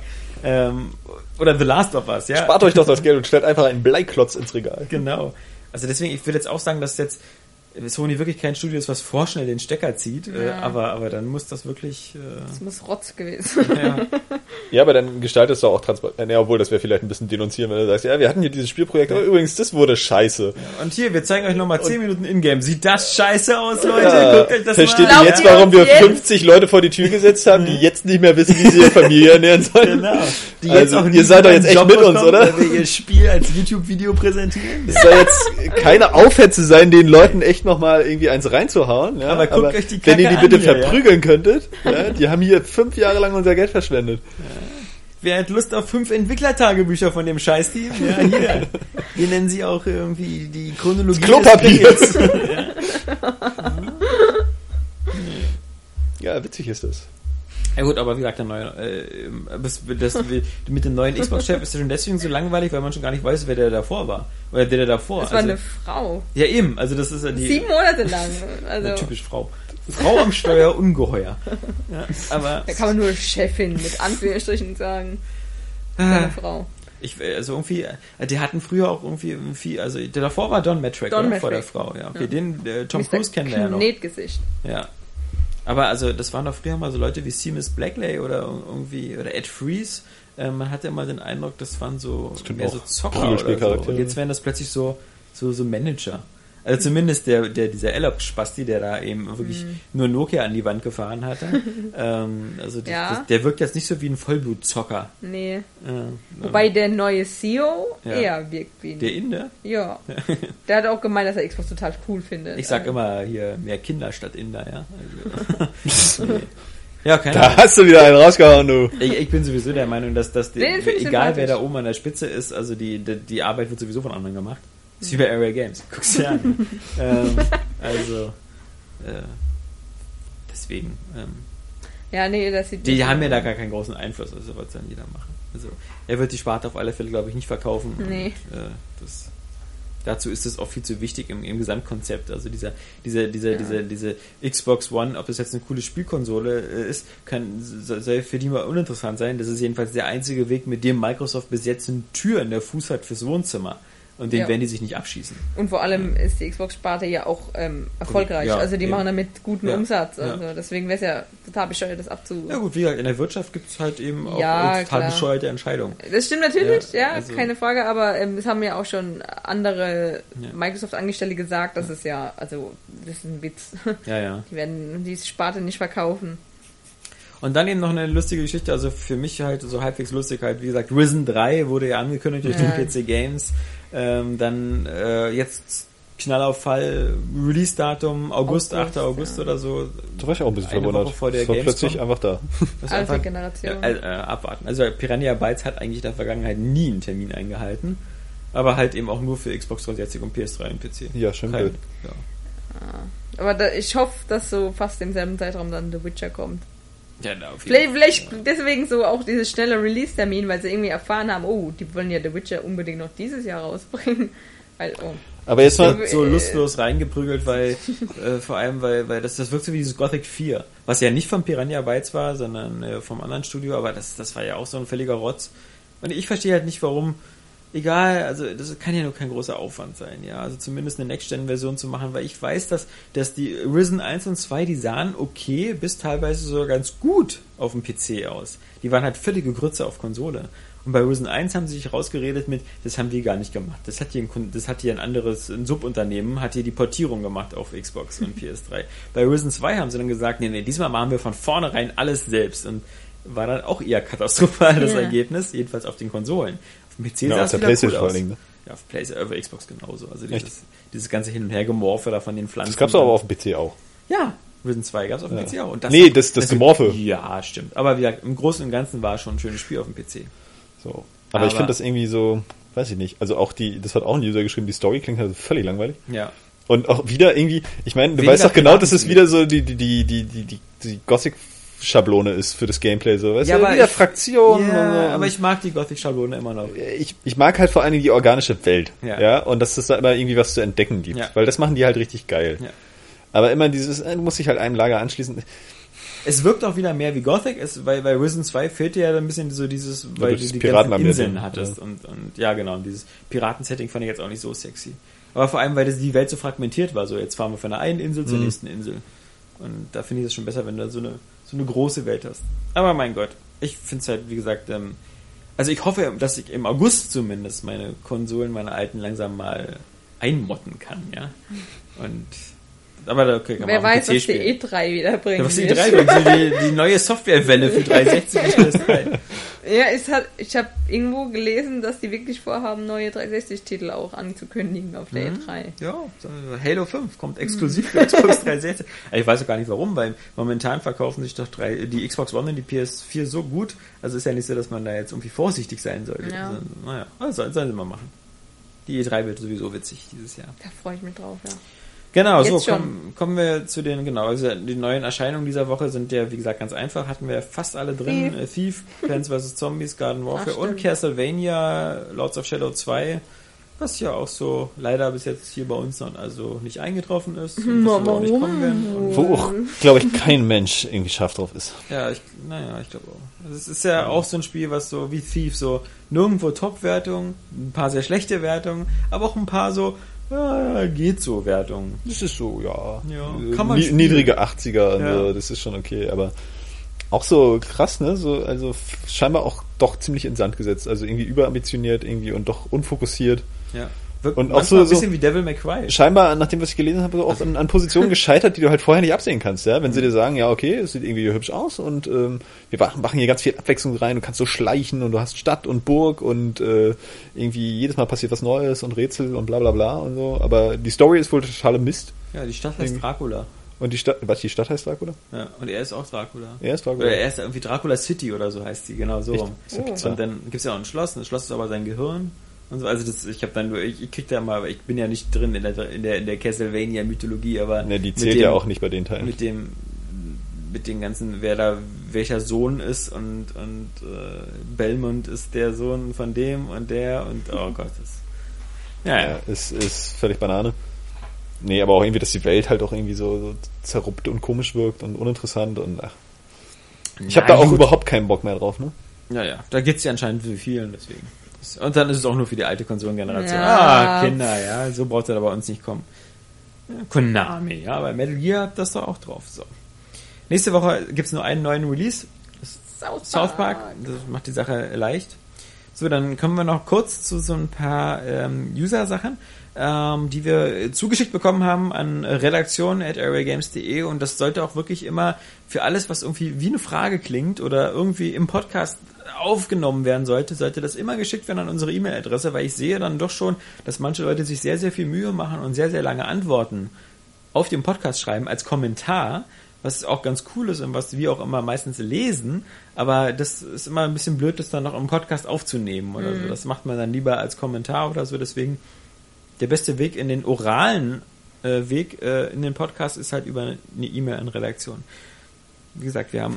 Oder The Last of Us, ja. Spart euch doch das Geld und stellt einfach einen Bleiklotz ins Regal. Genau. Also deswegen, ich würde jetzt auch sagen, dass jetzt Sony wirklich kein Studio ist, was vorschnell den Stecker zieht, aber dann muss das wirklich... Das muss Rotz gewesen. Ja, aber dann gestaltest du auch transparent. Ja, obwohl, das wäre vielleicht ein bisschen denunzieren, wenn du sagst, ja, wir hatten hier dieses Spielprojekt, aber übrigens, das wurde scheiße. Ja, und hier, wir zeigen euch nochmal 10 Minuten Ingame. Sieht das scheiße aus, Leute? Guckt euch das Versteht mal an. ihr jetzt, warum wir 50 Leute vor die Tür gesetzt haben, die jetzt nicht mehr wissen, wie sie ihre Familie ernähren sollen? Genau. Die jetzt auch ihr seid doch jetzt echt mit uns, oder? Wenn wir ihr Spiel als YouTube-Video präsentieren. Das soll jetzt keine Aufhetze sein, den Leuten echt nochmal irgendwie eins reinzuhauen. Ja? Aber guckt euch die Kacke wenn ihr die bitte hier, verprügeln könntet, die haben hier 5 Jahre lang unser Geld verschwendet. Ja. Wer hat Lust auf 5 Entwicklertagebücher von dem Scheiß-Team? Ja, hier. Wir nennen sie auch irgendwie die Chronologie des Klopapiers. Ja, witzig ist das. Ja gut, aber wie gesagt, mit dem neuen Xbox-Chef ist das schon deswegen so langweilig, weil man schon gar nicht weiß, wer der davor war. Oder der davor. Das war eine Frau. Ja eben, also das ist ja die... 7 Monate lang. Also typisch Frau. Frau am Steuer, ungeheuer. Ja, aber da kann man nur Chefin mit Anführungsstrichen sagen. Eine Frau. Also irgendwie, die hatten früher auch irgendwie, also der davor war Don Mattrick, vor der Frau. Ja, okay, den Tom Cruise kennen wir ja noch. Knetgesicht. Ja. Aber also das waren doch früher mal so Leute wie Seamus Blackley oder irgendwie oder Ed Freeze. Man hatte immer den Eindruck, das waren so mehr so Zocker oder so. Und jetzt werden das plötzlich so Manager. Also zumindest dieser Ellop-Spasti, der da eben wirklich nur Nokia an die Wand gefahren hatte. Der wirkt jetzt nicht so wie ein Vollblutzocker. Nee. Wobei der neue CEO eher wirkt wie ein... Der Inder? Ja. Der hat auch gemeint, dass er Xbox total cool findet. Ich sag immer hier, mehr Kinder statt Inder, ja. Also, ja, keine Ahnung. Da hast du wieder einen rausgehauen, du. Ich bin sowieso der Meinung, dass egal wer da oben an der Spitze ist, also die Arbeit wird sowieso von anderen gemacht. Das ist wie bei Area Games. Guck's dir an. Deswegen. Die haben ja da gar keinen großen Einfluss, also was dann jeder machen. Also er wird die Sparte auf alle Fälle, glaube ich, nicht verkaufen. Nee. Und, dazu ist es auch viel zu wichtig im Gesamtkonzept. Also diese Xbox One, ob das jetzt eine coole Spielkonsole ist, soll für die mal uninteressant sein. Das ist jedenfalls der einzige Weg, mit dem Microsoft bis jetzt eine Tür in der Fuß hat fürs Wohnzimmer. Und den werden die sich nicht abschießen. Und vor allem ist die Xbox-Sparte ja auch erfolgreich. Ja, also die machen damit guten Umsatz. Ja. Also deswegen wäre es ja total bescheuert, das abzu... Ja gut, wie gesagt, in der Wirtschaft gibt es halt eben auch total bescheuerte Entscheidungen. Das stimmt natürlich, also keine Frage. Aber es haben ja auch schon andere Microsoft-Angestellte gesagt, dass es das ist ein Witz. Ja. Die werden diese Sparte nicht verkaufen. Und dann eben noch eine lustige Geschichte, also für mich halt so halbwegs lustig halt, wie gesagt, Risen 3 wurde ja angekündigt durch den PC Games. Dann jetzt Knallauffall, Release-Datum August, 8. August oder so. Da war ich auch ein bisschen verwundert. Vor der das war Gamescom. Plötzlich einfach da. Alte Generation. Abwarten. Also Piranha Bytes hat eigentlich in der Vergangenheit nie einen Termin eingehalten, aber halt eben auch nur für Xbox 360 und PS3 und PC. Ja, schön blöd. Ja. Aber ich hoffe, dass so fast im selben Zeitraum dann The Witcher kommt. Ja, vielleicht deswegen so auch dieses schnelle Release-Termin, weil sie irgendwie erfahren haben, die wollen ja The Witcher unbedingt noch dieses Jahr rausbringen. Aber jetzt mal so lustlos reingeprügelt, weil vor allem, weil das wirkt so wie dieses Gothic 4, was ja nicht von Piranha Bytes war, sondern vom anderen Studio, aber das war ja auch so ein völliger Rotz. Und ich verstehe halt nicht, warum. Egal, also das kann ja nur kein großer Aufwand sein, ja, also zumindest eine Next-Gen-Version zu machen, weil ich weiß, dass die Risen 1 und 2, die sahen okay bis teilweise sogar ganz gut auf dem PC aus. Die waren halt völlige Grütze auf Konsole. Und bei Risen 1 haben sie sich rausgeredet mit, das haben die gar nicht gemacht. Das hat hier ein Subunternehmen, hat hier die Portierung gemacht auf Xbox und PS3. Bei Risen 2 haben sie dann gesagt, nee, diesmal machen wir von vornherein alles selbst. Und war dann auch eher katastrophal, das Ergebnis, jedenfalls auf den Konsolen. Auf dem PC sah es wieder cool aus. Ne? Ja, auf Xbox genauso. Also dieses ganze Hin- und Her-Gemorfe da von den Pflanzen. Das gab's aber auf dem PC auch. Ja, Risen 2 gab's auf dem PC auch. Und das Gemorfe. Ja, stimmt. Aber wie gesagt, im Großen und Ganzen war schon ein schönes Spiel auf dem PC. So. Aber ich finde das irgendwie so, weiß ich nicht. Also auch das hat auch ein User geschrieben, die Story klingt halt völlig langweilig. Ja. Und auch wieder irgendwie, ich meine, du weißt doch genau, dass es wieder so die Gothic-Schablone ist für das Gameplay, so, weißt du, wieder Fraktionen. Ja, aber ich mag die Gothic-Schablone immer noch. Ich mag halt vor allen Dingen die organische Welt, ja, und dass es da immer irgendwie was zu entdecken gibt, weil das machen die halt richtig geil. Ja. Aber immer du musst dich halt einem Lager anschließen. Es wirkt auch wieder mehr wie Gothic, weil bei Risen 2 fehlte ja ein bisschen so dieses, weil du die ganzen ganzen Inseln hattest und ja genau, und dieses Piraten-Setting fand ich jetzt auch nicht so sexy. Aber vor allem, weil die Welt so fragmentiert war, so jetzt fahren wir von der einen Insel zur nächsten Insel. Und da finde ich es schon besser, wenn du so eine große Welt hast. Aber mein Gott, ich finde es halt, wie gesagt, also ich hoffe, dass ich im August zumindest meine Konsolen, meine alten, langsam mal einmotten kann, ja. Aber da kann wer man weiß, PC was spielen. die E3 wieder bringt. Ja, was die E3 bringt, die neue Softwarewelle für 360 und PS3. Ja, ich habe irgendwo gelesen, dass die wirklich vorhaben, neue 360-Titel auch anzukündigen auf der E3. Ja, Halo 5 kommt exklusiv für Xbox 360. Ich weiß auch gar nicht warum, weil momentan verkaufen sich doch die Xbox One und die PS4 so gut, also ist ja nicht so, dass man da jetzt irgendwie vorsichtig sein sollte. Ja. Also, sollen sie mal machen. Die E3 wird sowieso witzig dieses Jahr. Da freue ich mich drauf, ja. Genau, jetzt so kommen wir zu also die neuen Erscheinungen dieser Woche sind ja, wie gesagt, ganz einfach, hatten wir fast alle drin. Thief, Plants vs. Zombies, Garden Warfare und Castlevania, Lords of Shadow 2, was ja auch so leider bis jetzt hier bei uns noch also nicht eingetroffen ist und das auch nicht kommen werden. Wo auch, glaube ich, kein Mensch irgendwie scharf drauf ist. Ja, ich glaube auch. Es ist ja auch so ein Spiel, was so wie Thief, so nirgendwo Top-Wertungen, ein paar sehr schlechte Wertungen, aber auch ein paar so, geht so Wertung. Das ist so, ja. Kann man niedrige 80er und so, das ist schon okay, aber auch so krass, ne? So, also scheinbar auch doch ziemlich in Sand gesetzt, also irgendwie überambitioniert irgendwie und doch unfokussiert. Ja. Und auch so ein bisschen wie Devil May Cry. Scheinbar, nach dem, was ich gelesen habe, auch an Positionen gescheitert, die du halt vorher nicht absehen kannst, ja. Wenn sie dir sagen, ja, okay, es sieht irgendwie hübsch aus und wir machen hier ganz viel Abwechslung rein, du kannst so schleichen und du hast Stadt und Burg und irgendwie jedes Mal passiert was Neues und Rätsel und bla bla bla und so. Aber die Story ist wohl totaler Mist. Ja, die Stadt heißt Dracula. Und die Stadt heißt Dracula? Ja, und er ist auch Dracula. Er ist Dracula. Oder er ist irgendwie Dracula City oder so heißt die, genau so rum. Und dann gibt's ja auch ein Schloss, und das Schloss ist aber sein Gehirn. Und so, also ich krieg da mal, ich bin ja nicht drin in der Castlevania Mythologie, aber ne, die zählt ja auch nicht bei den Teilen. Mit den ganzen, wer da welcher Sohn ist und Belmont ist der Sohn von dem und der und oh Gott, ja, ist völlig Banane. Nee, aber auch irgendwie, dass die Welt halt auch irgendwie so zerruppt und komisch wirkt und uninteressant und ich habe da auch überhaupt keinen Bock mehr drauf, ne? Ja, da geht's ja anscheinend für vielen, deswegen. Und dann ist es auch nur für die alte Konsolengeneration. Ja. Kinder, ja, so braucht er da bei uns nicht kommen. Konami, ja, bei Metal Gear hat das doch auch drauf. So. Nächste Woche gibt's nur einen neuen Release. South Park. Das macht die Sache leicht. So, dann kommen wir noch kurz zu so ein paar User-Sachen, die wir zugeschickt bekommen haben an redaktion@areagames.de und das sollte auch wirklich immer für alles, was irgendwie wie eine Frage klingt oder irgendwie im Podcast aufgenommen werden sollte das immer geschickt werden an unsere E-Mail-Adresse, weil ich sehe dann doch schon, dass manche Leute sich sehr, sehr viel Mühe machen und sehr, sehr lange Antworten auf dem Podcast schreiben als Kommentar, was auch ganz cool ist und was wir auch immer meistens lesen, aber das ist immer ein bisschen blöd, das dann noch im Podcast aufzunehmen oder so. Das macht man dann lieber als Kommentar oder so, deswegen der beste Weg in den oralen Weg in den Podcast ist halt über eine E-Mail an Redaktion. Wie gesagt, wir haben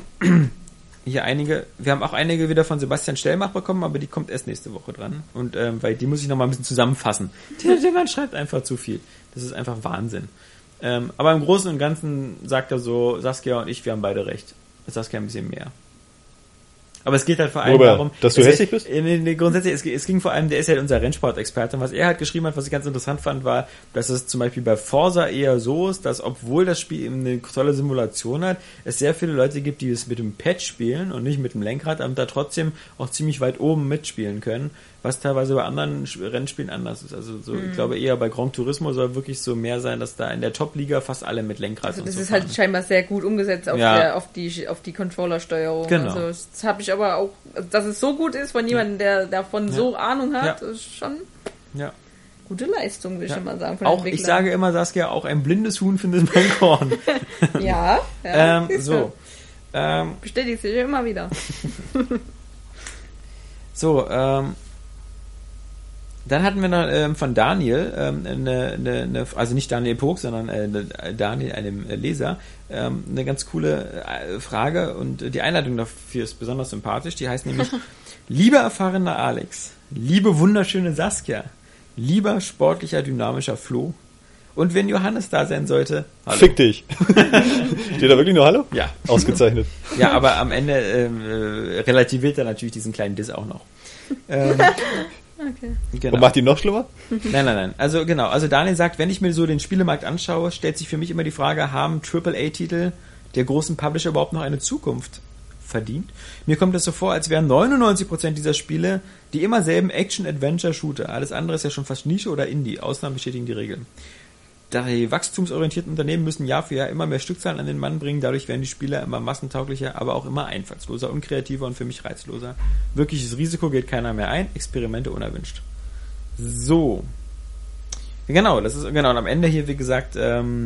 auch einige wieder von Sebastian Stellmach bekommen, aber die kommt erst nächste Woche dran. Und weil die muss ich noch mal ein bisschen zusammenfassen. Der Mann schreibt einfach zu viel. Das ist einfach Wahnsinn. Aber im Großen und Ganzen sagt er so, Saskia und ich, wir haben beide recht. Saskia ein bisschen mehr. Aber es geht halt vor allem darum, dass du hässlich bist? Grundsätzlich, es ging vor allem, der ist ja unser Rennsport-Experte. Und was er halt geschrieben hat, was ich ganz interessant fand, war, dass es zum Beispiel bei Forza eher so ist, dass obwohl das Spiel eben eine tolle Simulation hat, es sehr viele Leute gibt, die es mit dem Pad spielen und nicht mit dem Lenkrad, aber da trotzdem auch ziemlich weit oben mitspielen können, was teilweise bei anderen Rennspielen anders ist. Also so, ich glaube eher bei Gran Turismo soll wirklich so mehr sein, dass da in der Top-Liga fast alle mit Lenkrad also und so das ist halt scheinbar sehr gut umgesetzt auf die Controller-Steuerung. Genau. Also das habe ich aber auch, dass es so gut ist von jemandem, der davon so Ahnung hat, ist schon gute Leistung, würde ich schon mal sagen. Von auch, ich sage immer, Saskia, auch ein blindes Huhn findet mein Korn. So. Bestätigt sich immer wieder. So, dann hatten wir noch von Daniel, also nicht Daniel Pog, sondern Daniel, einem Leser, eine ganz coole Frage und die Einleitung dafür ist besonders sympathisch. Die heißt nämlich, lieber erfahrener Alex, liebe wunderschöne Saskia, lieber sportlicher, dynamischer Flo und wenn Johannes da sein sollte, hallo. Fick dich. Steht da wirklich nur Hallo? Ja. Ausgezeichnet. Ja, aber am Ende relativiert er natürlich diesen kleinen Diss auch noch. Okay. Genau. Und macht ihn noch schlimmer? Nein. Also Daniel sagt, wenn ich mir so den Spielemarkt anschaue, stellt sich für mich immer die Frage, haben AAA-Titel der großen Publisher überhaupt noch eine Zukunft verdient? Mir kommt es so vor, als wären 99% dieser Spiele die immer selben Action-Adventure-Shooter. Alles andere ist ja schon fast Nische oder Indie. Ausnahmen bestätigen die Regeln. Die wachstumsorientierten Unternehmen müssen Jahr für Jahr immer mehr Stückzahlen an den Mann bringen, dadurch werden die Spieler immer massentauglicher, aber auch immer einfallsloser, unkreativer und für mich reizloser. Wirkliches Risiko geht keiner mehr ein, Experimente unerwünscht. So. Genau, und am Ende hier, wie gesagt,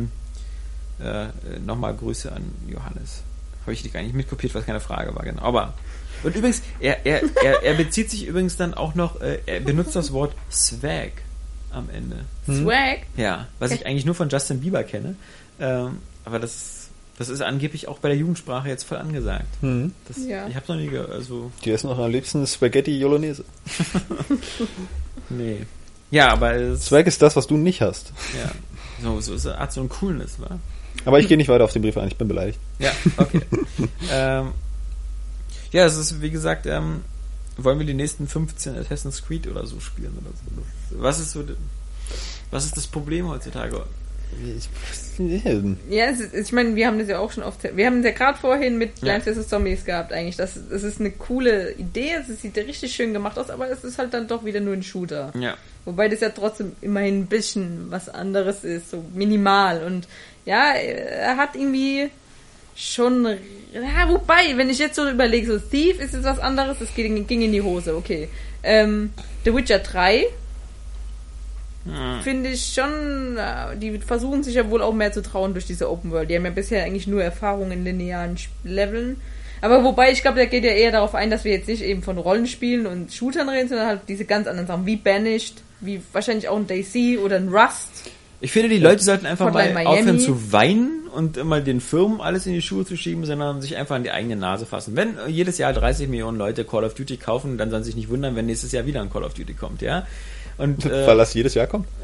nochmal Grüße an Johannes. Habe ich die gar nicht mitkopiert, was keine Frage war, genau. Aber, und übrigens, er bezieht sich übrigens dann auch noch, er benutzt das Wort Swag am Ende. Swag? Ja, was ich eigentlich nur von Justin Bieber kenne. Aber das ist angeblich auch bei der Jugendsprache jetzt voll angesagt. Ich hab's noch nie gehört. Also die essen auch am liebsten Spaghetti Bolognese. Nee. Ja, aber Swag ist das, was du nicht hast. Ja. So ist eine Art so ein Coolness, wa? Aber ich gehe nicht weiter auf den Brief ein, ich bin beleidigt. Ja, okay. Ja, es ist, wie gesagt, wollen wir die nächsten 15 Assassin's Creed oder so spielen oder so? Was ist so... Was ist das Problem heutzutage? Ja, ich meine, wir haben das ja auch schon oft, wir haben es ja gerade vorhin mit Plants vs. Zombies gehabt eigentlich, das ist eine coole Idee, es sieht ja richtig schön gemacht aus, aber es ist halt dann doch wieder nur ein Shooter. Ja. Wobei das ja trotzdem immerhin ein bisschen was anderes ist, so minimal und ja, er hat irgendwie schon, ja, wobei, wenn ich jetzt so überlege, so Thief ist jetzt was anderes, das ging in die Hose, okay. The Witcher 3 finde ich schon, die versuchen sich ja wohl auch mehr zu trauen durch diese Open World. Die haben ja bisher eigentlich nur Erfahrung in linearen Leveln. Aber wobei, ich glaube, der geht ja eher darauf ein, dass wir jetzt nicht eben von Rollenspielen und Shootern reden, sondern halt diese ganz anderen Sachen, wie Banished, wie wahrscheinlich auch ein DayZ oder ein Rust. Ich finde, die Leute sollten einfach Hotline mal Miami. aufhören zu weinen und immer den Firmen alles in die Schuhe zu schieben, sondern sich einfach an die eigene Nase fassen. Wenn jedes Jahr 30 Millionen Leute Call of Duty kaufen, dann sollen sie sich nicht wundern, wenn nächstes Jahr wieder ein Call of Duty kommt, ja? Und, weil das jedes Jahr kommt?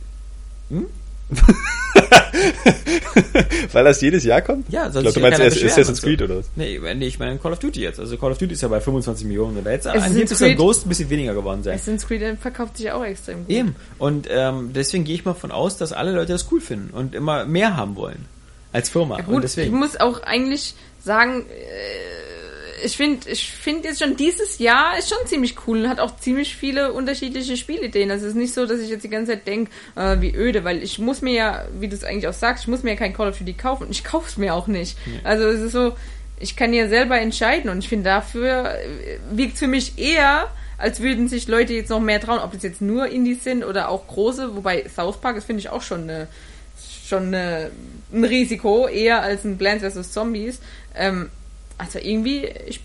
Weil das jedes Jahr kommt? Ja, ich glaube, du meinst erst Assassin's Creed oder was? Nee, ich meine Call of Duty jetzt. Also Call of Duty ist ja bei 25 Millionen oder jetzt Assassin's ist der Ghost ein bisschen weniger geworden sein. Assassin's Creed verkauft sich auch extrem gut. Eben. Und deswegen gehe ich mal von aus, dass alle Leute das cool finden und immer mehr haben wollen. Als Firma. Ja, gut, und deswegen. ich muss auch eigentlich sagen, ich finde jetzt schon dieses Jahr ist schon ziemlich cool und hat auch ziemlich viele unterschiedliche Spielideen. Also es ist nicht so, dass ich jetzt die ganze Zeit denke, wie öde, weil ich muss mir ja, wie du es eigentlich auch sagst, ich muss mir ja kein Call of Duty kaufen und ich kaufe es mir auch nicht. Ja. Also es ist so, ich kann ja selber entscheiden und ich finde dafür wirkt es für mich eher, als würden sich Leute jetzt noch mehr trauen, ob es jetzt nur Indies sind oder auch große, wobei South Park ist, finde ich, auch schon ein Risiko, eher als ein Plants vs. Zombies. Also irgendwie,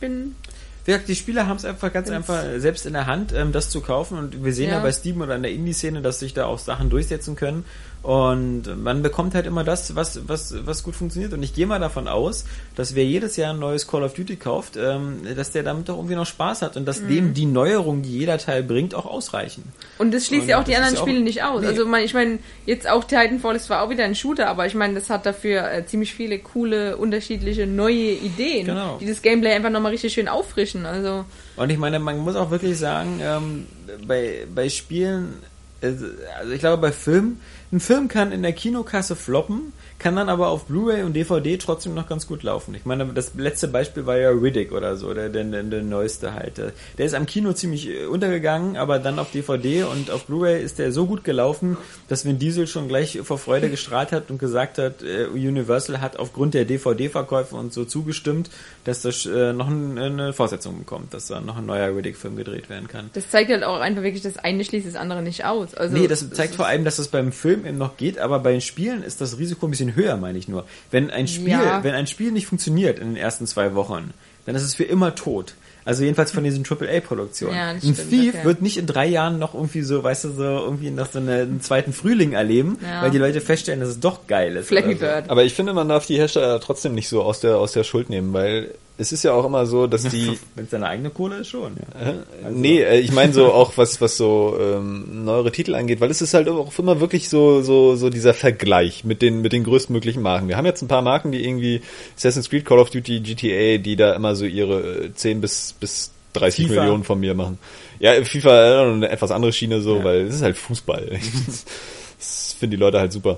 die Spieler haben es einfach ganz einfach selbst in der Hand, das zu kaufen und wir sehen ja bei Steam oder in der Indie-Szene, dass sich da auch Sachen durchsetzen können und man bekommt halt immer das, was gut funktioniert und ich gehe mal davon aus, dass wer jedes Jahr ein neues Call of Duty kauft, dass der damit doch irgendwie noch Spaß hat und dass dem die Neuerungen, die jeder Teil bringt, auch ausreichen. Und das schließt ja auch die anderen Spiele nicht aus. Nee. Also ich meine, jetzt auch Titanfall ist zwar auch wieder ein Shooter, aber ich meine, das hat dafür ziemlich viele coole, unterschiedliche, neue Ideen, die das Gameplay einfach nochmal richtig schön auffrischen. Also und ich meine, man muss auch wirklich sagen, bei Spielen, also ich glaube bei Filmen, ein Film kann in der Kinokasse floppen, kann dann aber auf Blu-ray und DVD trotzdem noch ganz gut laufen. Ich meine, das letzte Beispiel war ja Riddick oder so, der neueste halt. Der ist am Kino ziemlich untergegangen, aber dann auf DVD und auf Blu-ray ist der so gut gelaufen, dass Vin Diesel schon gleich vor Freude gestrahlt hat und gesagt hat, Universal hat aufgrund der DVD-Verkäufe und so zugestimmt, dass das noch eine Fortsetzung bekommt, dass da noch ein neuer Riddick-Film gedreht werden kann. Das zeigt halt auch einfach wirklich, das eine schließt das andere nicht aus. Also nee, das zeigt vor allem, dass das beim Film eben noch geht, aber bei den Spielen ist das Risiko ein bisschen höher, meine ich nur. Wenn ein Spiel nicht funktioniert in den ersten 2 Wochen, dann ist es für immer tot. Also jedenfalls von diesen AAA-Produktionen. Ja, ein Thief wird nicht in 3 Jahren noch irgendwie so, weißt du, so irgendwie noch so einen zweiten Frühling erleben, weil die Leute feststellen, dass es doch geil ist. Flappy Bird. Aber ich finde, man darf die Hersteller trotzdem nicht so aus der Schuld nehmen, weil es ist ja auch immer so, dass die... Wenn es deine eigene Kohle ist, schon. Ja. Also. Nee, ich meine so auch, was so neuere Titel angeht, weil es ist halt auch immer wirklich so dieser Vergleich mit den größtmöglichen Marken. Wir haben jetzt ein paar Marken, die irgendwie Assassin's Creed, Call of Duty, GTA, die da immer so ihre 10 bis 30 FIFA. Millionen von mir machen. Ja, FIFA eine etwas andere Schiene so, weil es ist halt Fußball. Das finden die Leute halt super.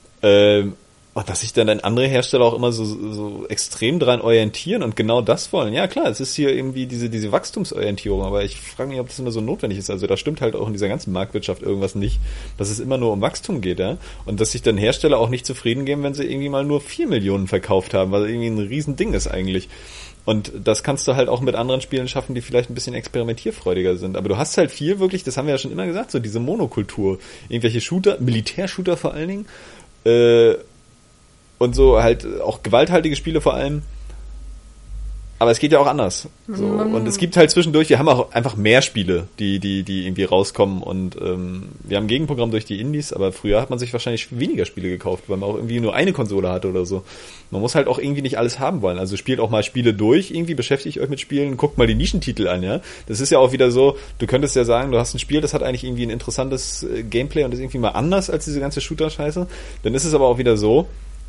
Und dass sich dann andere Hersteller auch immer so extrem dran orientieren und genau das wollen. Ja klar, es ist hier irgendwie diese Wachstumsorientierung, aber ich frage mich, ob das immer so notwendig ist. Also da stimmt halt auch in dieser ganzen Marktwirtschaft irgendwas nicht, dass es immer nur um Wachstum geht, ja. Und dass sich dann Hersteller auch nicht zufrieden geben, wenn sie irgendwie mal nur 4 Millionen verkauft haben, was irgendwie ein Riesending ist eigentlich. Und das kannst du halt auch mit anderen Spielen schaffen, die vielleicht ein bisschen experimentierfreudiger sind. Aber du hast halt viel wirklich, das haben wir ja schon immer gesagt, so diese Monokultur. Irgendwelche Shooter, Militärshooter vor allen Dingen, und so halt auch gewalthaltige Spiele vor allem. Aber es geht ja auch anders. So. Und es gibt halt zwischendurch, wir haben auch einfach mehr Spiele, die irgendwie rauskommen. Und wir haben ein Gegenprogramm durch die Indies, aber früher hat man sich wahrscheinlich weniger Spiele gekauft, weil man auch irgendwie nur eine Konsole hatte oder so. Man muss halt auch irgendwie nicht alles haben wollen. Also spielt auch mal Spiele durch, irgendwie beschäftigt euch mit Spielen, guckt mal die Nischentitel an, ja. Das ist ja auch wieder so, du könntest ja sagen, du hast ein Spiel, das hat eigentlich irgendwie ein interessantes Gameplay und ist irgendwie mal anders als diese ganze Shooter-Scheiße. Dann ist es aber auch wieder so,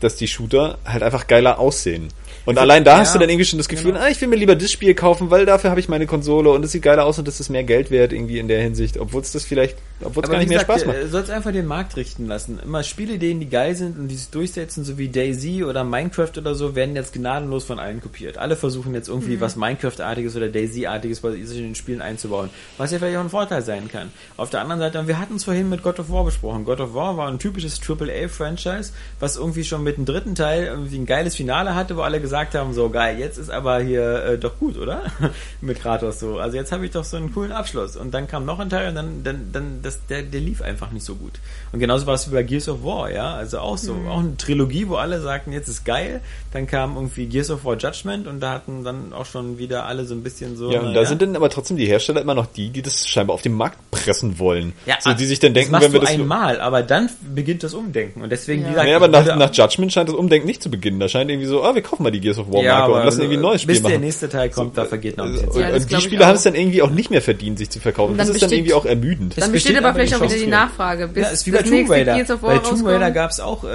dass die Shooter halt einfach geiler aussehen. Und allein da hast du dann irgendwie schon das Gefühl, ich will mir lieber das Spiel kaufen, weil dafür habe ich meine Konsole und es sieht geiler aus und das ist mehr Geld wert irgendwie in der Hinsicht, obwohl es gar nicht mehr Spaß macht. Du sollst einfach den Markt richten lassen. Immer Spielideen, die geil sind und die sich durchsetzen, so wie DayZ oder Minecraft oder so, werden jetzt gnadenlos von allen kopiert. Alle versuchen jetzt irgendwie was Minecraft-artiges oder DayZ-artiges bei sich in den Spielen einzubauen, was ja vielleicht auch ein Vorteil sein kann. Auf der anderen Seite, und wir hatten es vorhin mit God of War besprochen. God of War war ein typisches AAA-Franchise, was irgendwie schon mit dem dritten Teil irgendwie ein geiles Finale hatte, wo alle gesagt haben, so geil, jetzt ist aber hier doch gut, oder? Mit Kratos so. Also jetzt habe ich doch so einen coolen Abschluss. Und dann kam noch ein Teil und dann der lief einfach nicht so gut. Und genauso war es wie bei Gears of War, ja. Also auch so, auch eine Trilogie, wo alle sagten, jetzt ist geil. Dann kam irgendwie Gears of War Judgment und da hatten dann auch schon wieder alle so ein bisschen so. Ja, und da sind dann aber trotzdem die Hersteller immer noch die das scheinbar auf den Markt pressen wollen. Ja, so, die sich dann denken, das wenn wir du das einmal, aber dann beginnt das Umdenken. Und deswegen, wie gesagt, aber nach Judgment scheint das Umdenken nicht zu beginnen. Da scheint irgendwie so, wir kaufen mal die Gears of War Marke und lassen irgendwie ein neues Spiel machen. Bis der nächste Teil kommt, da vergeht noch ein bisschen Zeit. Und die Spieler haben es dann irgendwie auch nicht mehr verdient, sich zu verkaufen. Das ist dann irgendwie auch ermüdend. Dann besteht aber vielleicht auch wieder die Nachfrage. Bis ist wie bei Tomb Raider. Bei Tomb Raider gab es auch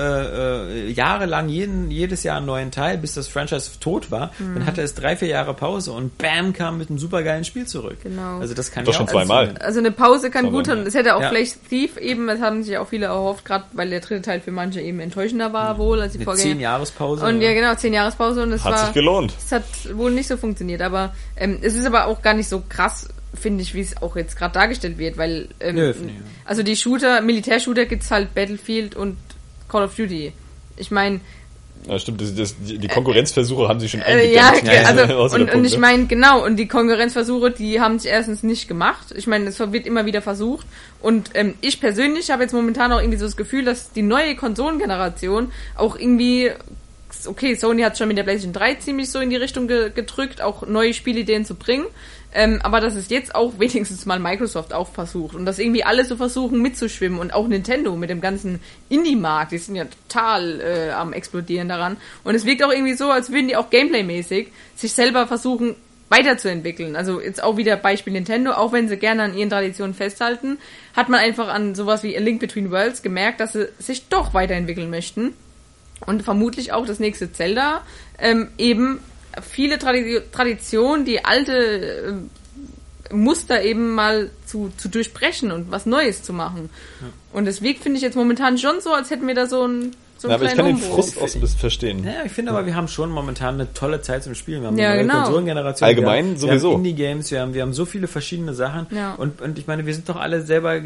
jahrelang jedes Jahr einen neuen Teil, bis das Franchise tot war. Dann hatte es 3-4 Jahre Pause und bam, kam mit einem supergeilen Spiel zurück. Genau. Also das kann doch schon zweimal. Also eine Pause kann gut tun. Es hätte auch vielleicht Thief eben, das haben sich auch viele erhofft, gerade weil der dritte Teil für manche eben enttäuschender war wohl als die Vorgänger. 10-Jahrespause. Und ja genau, 10-Jahrespause und es hat sich gelohnt. Es hat wohl nicht so funktioniert, aber es ist aber auch gar nicht so krass, finde ich, wie es auch jetzt gerade dargestellt wird, weil also die Militärshooter gibt's halt Battlefield und Call of Duty. Ich meine, ja, stimmt, die Konkurrenzversuche haben sich schon eingedämmt. Und ich meine, genau, und die Konkurrenzversuche, die haben sich erstens nicht gemacht. Ich meine, es wird immer wieder versucht. Und ich persönlich habe jetzt momentan auch irgendwie so das Gefühl, dass die neue Konsolengeneration auch irgendwie, okay, Sony hat schon mit der PlayStation 3 ziemlich so in die Richtung gedrückt, auch neue Spielideen zu bringen. Aber dass es jetzt auch wenigstens mal Microsoft auch versucht und dass irgendwie alle so versuchen mitzuschwimmen und auch Nintendo mit dem ganzen Indie-Markt, die sind ja total am explodieren daran und es wirkt auch irgendwie so, als würden die auch Gameplay-mäßig sich selber versuchen weiterzuentwickeln. Also jetzt auch wieder Beispiel Nintendo, auch wenn sie gerne an ihren Traditionen festhalten, hat man einfach an sowas wie A Link Between Worlds gemerkt, dass sie sich doch weiterentwickeln möchten und vermutlich auch das nächste Zelda eben viele Traditionen, die alte Muster eben mal zu durchbrechen und was Neues zu machen. Ja. Und deswegen finde ich jetzt momentan schon so, als hätten wir da so ein aber ich kann den Frust auch so ein bisschen verstehen. Ja, ich finde aber, wir haben schon momentan eine tolle Zeit zum Spielen. Wir haben eine neue Konsolengeneration. Allgemein sowieso. Wir haben Indie-Games, wir haben so viele verschiedene Sachen. Ja. Und ich meine, wir sind doch alle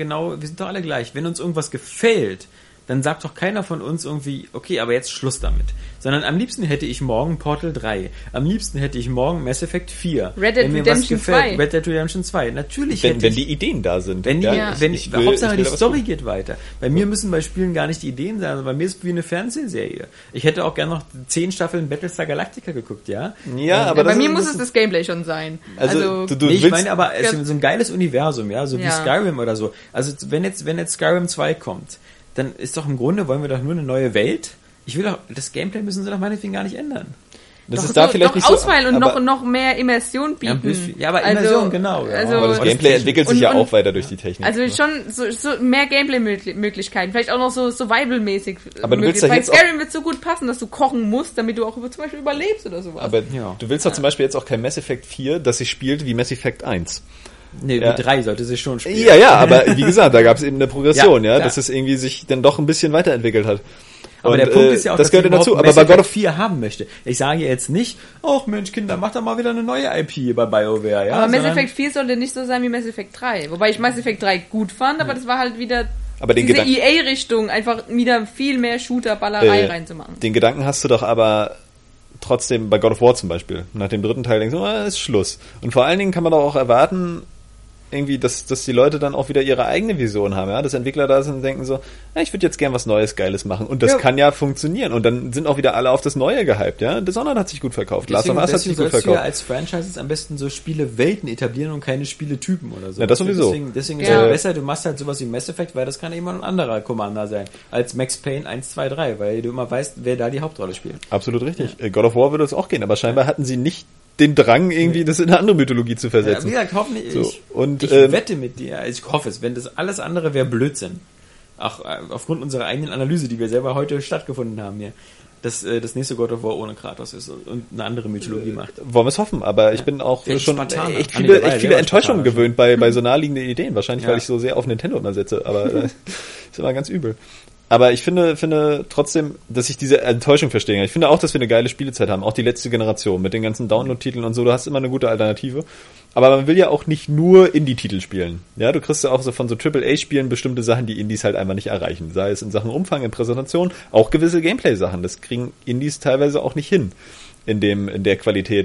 gleich. Wenn uns irgendwas gefällt, dann sagt doch keiner von uns irgendwie, okay, aber jetzt Schluss damit. Sondern am liebsten hätte ich morgen Portal 3. Am liebsten hätte ich morgen Mass Effect 4. Red Dead Redemption 2. Red Dead Redemption 2. Natürlich wenn die Ideen da sind. Hauptsache die Story geht weiter. Bei mir müssen bei Spielen gar nicht die Ideen sein, sondern bei mir ist es wie eine Fernsehserie. Ich hätte auch gerne noch 10 Staffeln Battlestar Galactica geguckt, ja? Ja, aber bei mir muss es das Gameplay schon sein. Also ich meine aber, es ist so ein geiles Universum, ja, so wie Skyrim oder so. Also wenn jetzt Skyrim 2 kommt, dann ist doch im Grunde, wollen wir doch nur eine neue Welt. Das Gameplay müssen sie doch meinetwegen gar nicht ändern. Das ist da vielleicht nicht so. Ausweilen und noch mehr Immersion bieten. Ja, aber Immersion, genau. Ja. Aber das Gameplay entwickelt sich ja auch weiter durch die Technik. Also schon so mehr Gameplay-Möglichkeiten. Vielleicht auch noch so Survival-mäßig. Aber du willst bei Skyrim wird so gut passen, dass du kochen musst, damit du auch zum Beispiel überlebst oder sowas. Aber du willst doch zum Beispiel jetzt auch kein Mass Effect 4, das sich spielt wie Mass Effect 1. Nee, mit 3 sollte sich schon spielen. Ja, aber wie gesagt, da gab es eben eine Progression, dass es irgendwie sich dann doch ein bisschen weiterentwickelt hat. Aber der Punkt ist ja auch, das gehört dazu. Aber bei God of 4 haben möchte. Ich sage jetzt nicht, ach Mensch, Kinder, mach doch mal wieder eine neue IP bei BioWare. Ja? Aber Mass Effect 4 sollte nicht so sein wie Mass Effect 3. Wobei ich Mass Effect 3 gut fand, aber das war halt wieder diese EA-Richtung, einfach wieder viel mehr Shooter-Ballerei reinzumachen. Den Gedanken hast du doch aber trotzdem bei God of War zum Beispiel. Nach dem dritten Teil denkst du, ist Schluss. Und vor allen Dingen kann man doch auch erwarten, irgendwie, dass die Leute dann auch wieder ihre eigene Vision haben, ja, dass Entwickler da sind und denken so, ich würde jetzt gern was Neues, Geiles machen und das kann ja funktionieren und dann sind auch wieder alle auf das Neue gehypt, ja, Dishonored hat sich gut verkauft, Last of Us hat sich gut verkauft. Du ja als Franchises am besten so Spiele-Welten etablieren und keine Spiele-Typen oder so. Ja, das sowieso. Deswegen ist es besser, du machst halt sowas wie Mass Effect, weil das kann immer ein anderer Commander sein, als Max Payne 1, 2, 3, weil du immer weißt, wer da die Hauptrolle spielt. Absolut richtig. Ja. God of War würde es auch gehen, aber scheinbar hatten sie nicht den Drang, irgendwie das in eine andere Mythologie zu versetzen. Ja, wie gesagt, hoffentlich. So, ich wette mit dir, also ich hoffe es, wenn das alles andere wäre Blödsinn. Auch aufgrund unserer eigenen Analyse, die wir selber heute stattgefunden haben hier. dass das nächste God of War ohne Kratos ist und eine andere Mythologie macht. Wollen wir es hoffen, aber ich bin auch Der schon Spartaner. echt Ah, nee, der war viele ja Enttäuschungen Spartaner. gewöhnt bei so naheliegenden Ideen. Wahrscheinlich, weil Ja. ich so sehr auf Nintendo immer setze, aber ist immer ganz übel. Aber ich finde trotzdem, dass ich diese Enttäuschung verstehe. Ich finde auch, dass wir eine geile Spielezeit haben, auch die letzte Generation mit den ganzen Download-Titeln und so. Du hast immer eine gute Alternative. Aber man will ja auch nicht nur Indie-Titel spielen. Ja, du kriegst ja auch so von so AAA-Spielen bestimmte Sachen, die Indies halt einfach nicht erreichen. Sei es in Sachen Umfang, in Präsentation, auch gewisse Gameplay-Sachen. Das kriegen Indies teilweise auch nicht hin in der Qualität.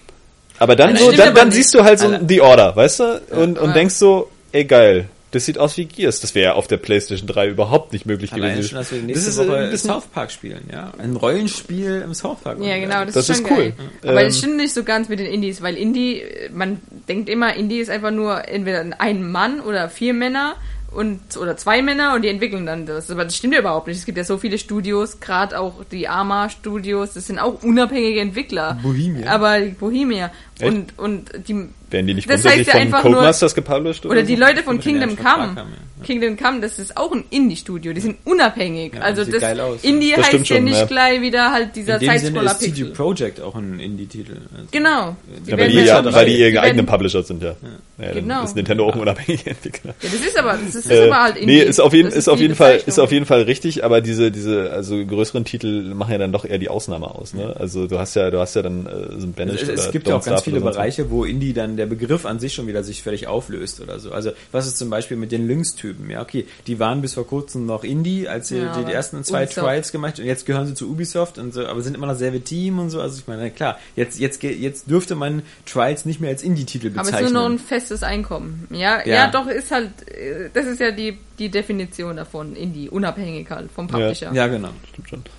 Aber dann Das so, stimmt aber dann nicht. siehst du halt so Alter. The Order, weißt du? Und Ja. denkst so, ey geil, das sieht aus wie Gears. Das wäre ja auf der PlayStation 3 überhaupt nicht möglich Allein gewesen. schon, dass wir Das nächste ist ein Woche bisschen- South Park spielen, ja. Ein Rollenspiel im South Park. Ja, genau, das Das ist schon ist cool. geil. Aber Ähm, es stimmt nicht so ganz mit den Indies, weil Indie, man denkt immer, Indie ist einfach nur entweder ein Mann oder 4 Männer oder 2 Männer und die entwickeln dann das. Aber das stimmt ja überhaupt nicht. Es gibt ja so viele Studios, gerade auch die Arma-Studios, das sind auch unabhängige Entwickler. Bohemia. Aber Bohemia. Echt? Und die... Werden die nicht Das grundsätzlich heißt ja von einfach nur- Codemasters gepublished? Oder die so? Leute von Mit denen Kingdom ja schon Come. Frag haben, ja. Kingdom Come, das ist auch ein Indie-Studio. Die sind unabhängig. Ja, also sieht das geil aus, ja. Indie Das stimmt heißt ja schon, nicht ja. gleich wieder halt dieser In dem Sinne ist Zeitscroller-Pixel. CD Projekt auch ein Indie-Titel. Also Genau. Ja, weil werden die, ja schon- weil die ihren die eigenen werden- Publisher sind, ja. Ja, dann Genau. ist Nintendo auch ein unabhängiger Entwickler. Ja, das ist aber halt Indie. Nee, ist auf jeden, Das ist auf die jeden Fall, Bezeichnung. ist auf jeden Fall richtig, aber diese, also größeren Titel machen ja dann doch eher die Ausnahme aus, ne? Also du hast ja dann so ein Banished Es oder gibt ja auch Don't ganz Starve viele oder sonst was. Bereiche, wo Indie dann der Begriff an sich schon wieder sich völlig auflöst oder so. Also was ist zum Beispiel mit den Lynx-Typen? Ja, okay, die waren bis vor kurzem noch Indie, als sie Ja, die aber ersten 2 Ubisoft. Trials gemacht haben und jetzt gehören sie zu Ubisoft und so, aber sind immer noch dasselbe Team und so. Also ich meine, na klar, jetzt dürfte man Trials nicht mehr als Indie-Titel Aber es bezeichnen. ist nur noch ein festes Einkommen. Ja, Ja. doch, ist halt, das ist ja die Definition davon, Indie, unabhängig halt vom Publisher. Ja, genau. Stimmt schon.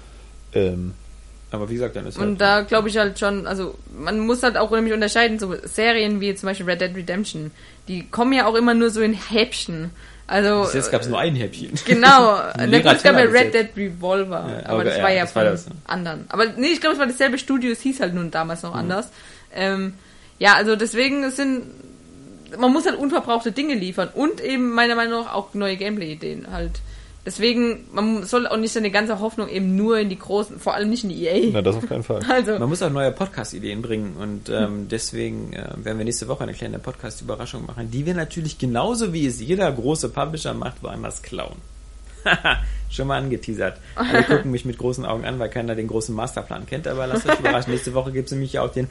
Aber wie gesagt, dann ist Und halt, da glaube ich halt schon, also man muss halt auch nämlich unterscheiden, so Serien wie zum Beispiel Red Dead Redemption, die kommen ja auch immer nur so in Häppchen. Also bis jetzt gab es nur ein Häppchen. genau, Ein da gab es ja Teller bis Red jetzt. Dead Revolver, Ja, aber das ja, war ja das von war das, ja. anderen. Aber nee, ich glaube, es war dasselbe Studio, es hieß halt nun damals noch anders. Ja, also deswegen, man muss halt unverbrauchte Dinge liefern und eben meiner Meinung nach auch neue Gameplay-Ideen halt. Deswegen, man soll auch nicht seine ganze Hoffnung eben nur in die großen, vor allem nicht in EA. Na, das auf keinen Fall. Also, Man muss auch neue Podcast-Ideen bringen und deswegen werden wir nächste Woche eine kleine Podcast-Überraschung machen, die wir natürlich genauso wie es jeder große Publisher macht, woanders klauen. Schon mal angeteasert. Alle gucken mich mit großen Augen an, weil keiner den großen Masterplan kennt, aber lasst euch überraschen. Nächste Woche gibt es nämlich ja auch den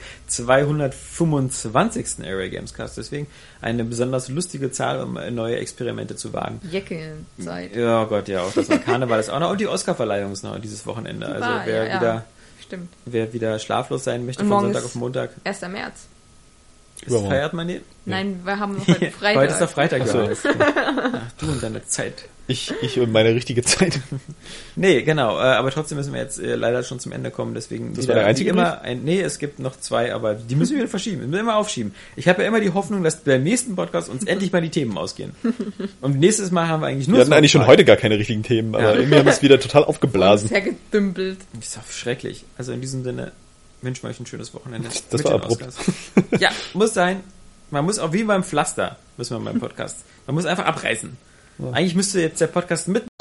225. Area Games Cast, deswegen eine besonders lustige Zahl, um neue Experimente zu wagen. Jecke-Zeit. Ja, oh Gott, ja, auch das noch. Karneval ist auch noch und die Oscar-Verleihung ist noch dieses Wochenende. Also War, Stimmt. wer wieder schlaflos sein möchte Und von morgen Sonntag ist auf Montag, 1. März. Übermorgen. feiert man den? Nein, wir haben noch heute Freitag. Heute ist der Freitag, Ach so. Johannes. Ach, du und deine Zeit. Ich und meine richtige Zeit. Nee, genau, aber trotzdem müssen wir jetzt leider schon zum Ende kommen, deswegen Das war der einzige wie immer nee, es gibt noch 2, aber die müssen wir wieder verschieben, wir müssen immer aufschieben. Ich habe ja immer die Hoffnung, dass beim nächsten Podcast uns endlich mal die Themen ausgehen. Und nächstes Mal haben wir eigentlich nur Wir hatten eigentlich schon Fragen. heute gar keine richtigen Themen, aber irgendwie haben wir es wieder total aufgeblasen. Sehr gedümpelt. Das ist doch schrecklich. Also in diesem Sinne wünschen wir euch ein schönes Wochenende. Das Mit war den abrupt. Oscars. Ja, muss sein. Man muss auch wie beim Pflaster, müssen wir beim Podcast. Man muss einfach abreißen. Eigentlich müsste jetzt der Podcast mit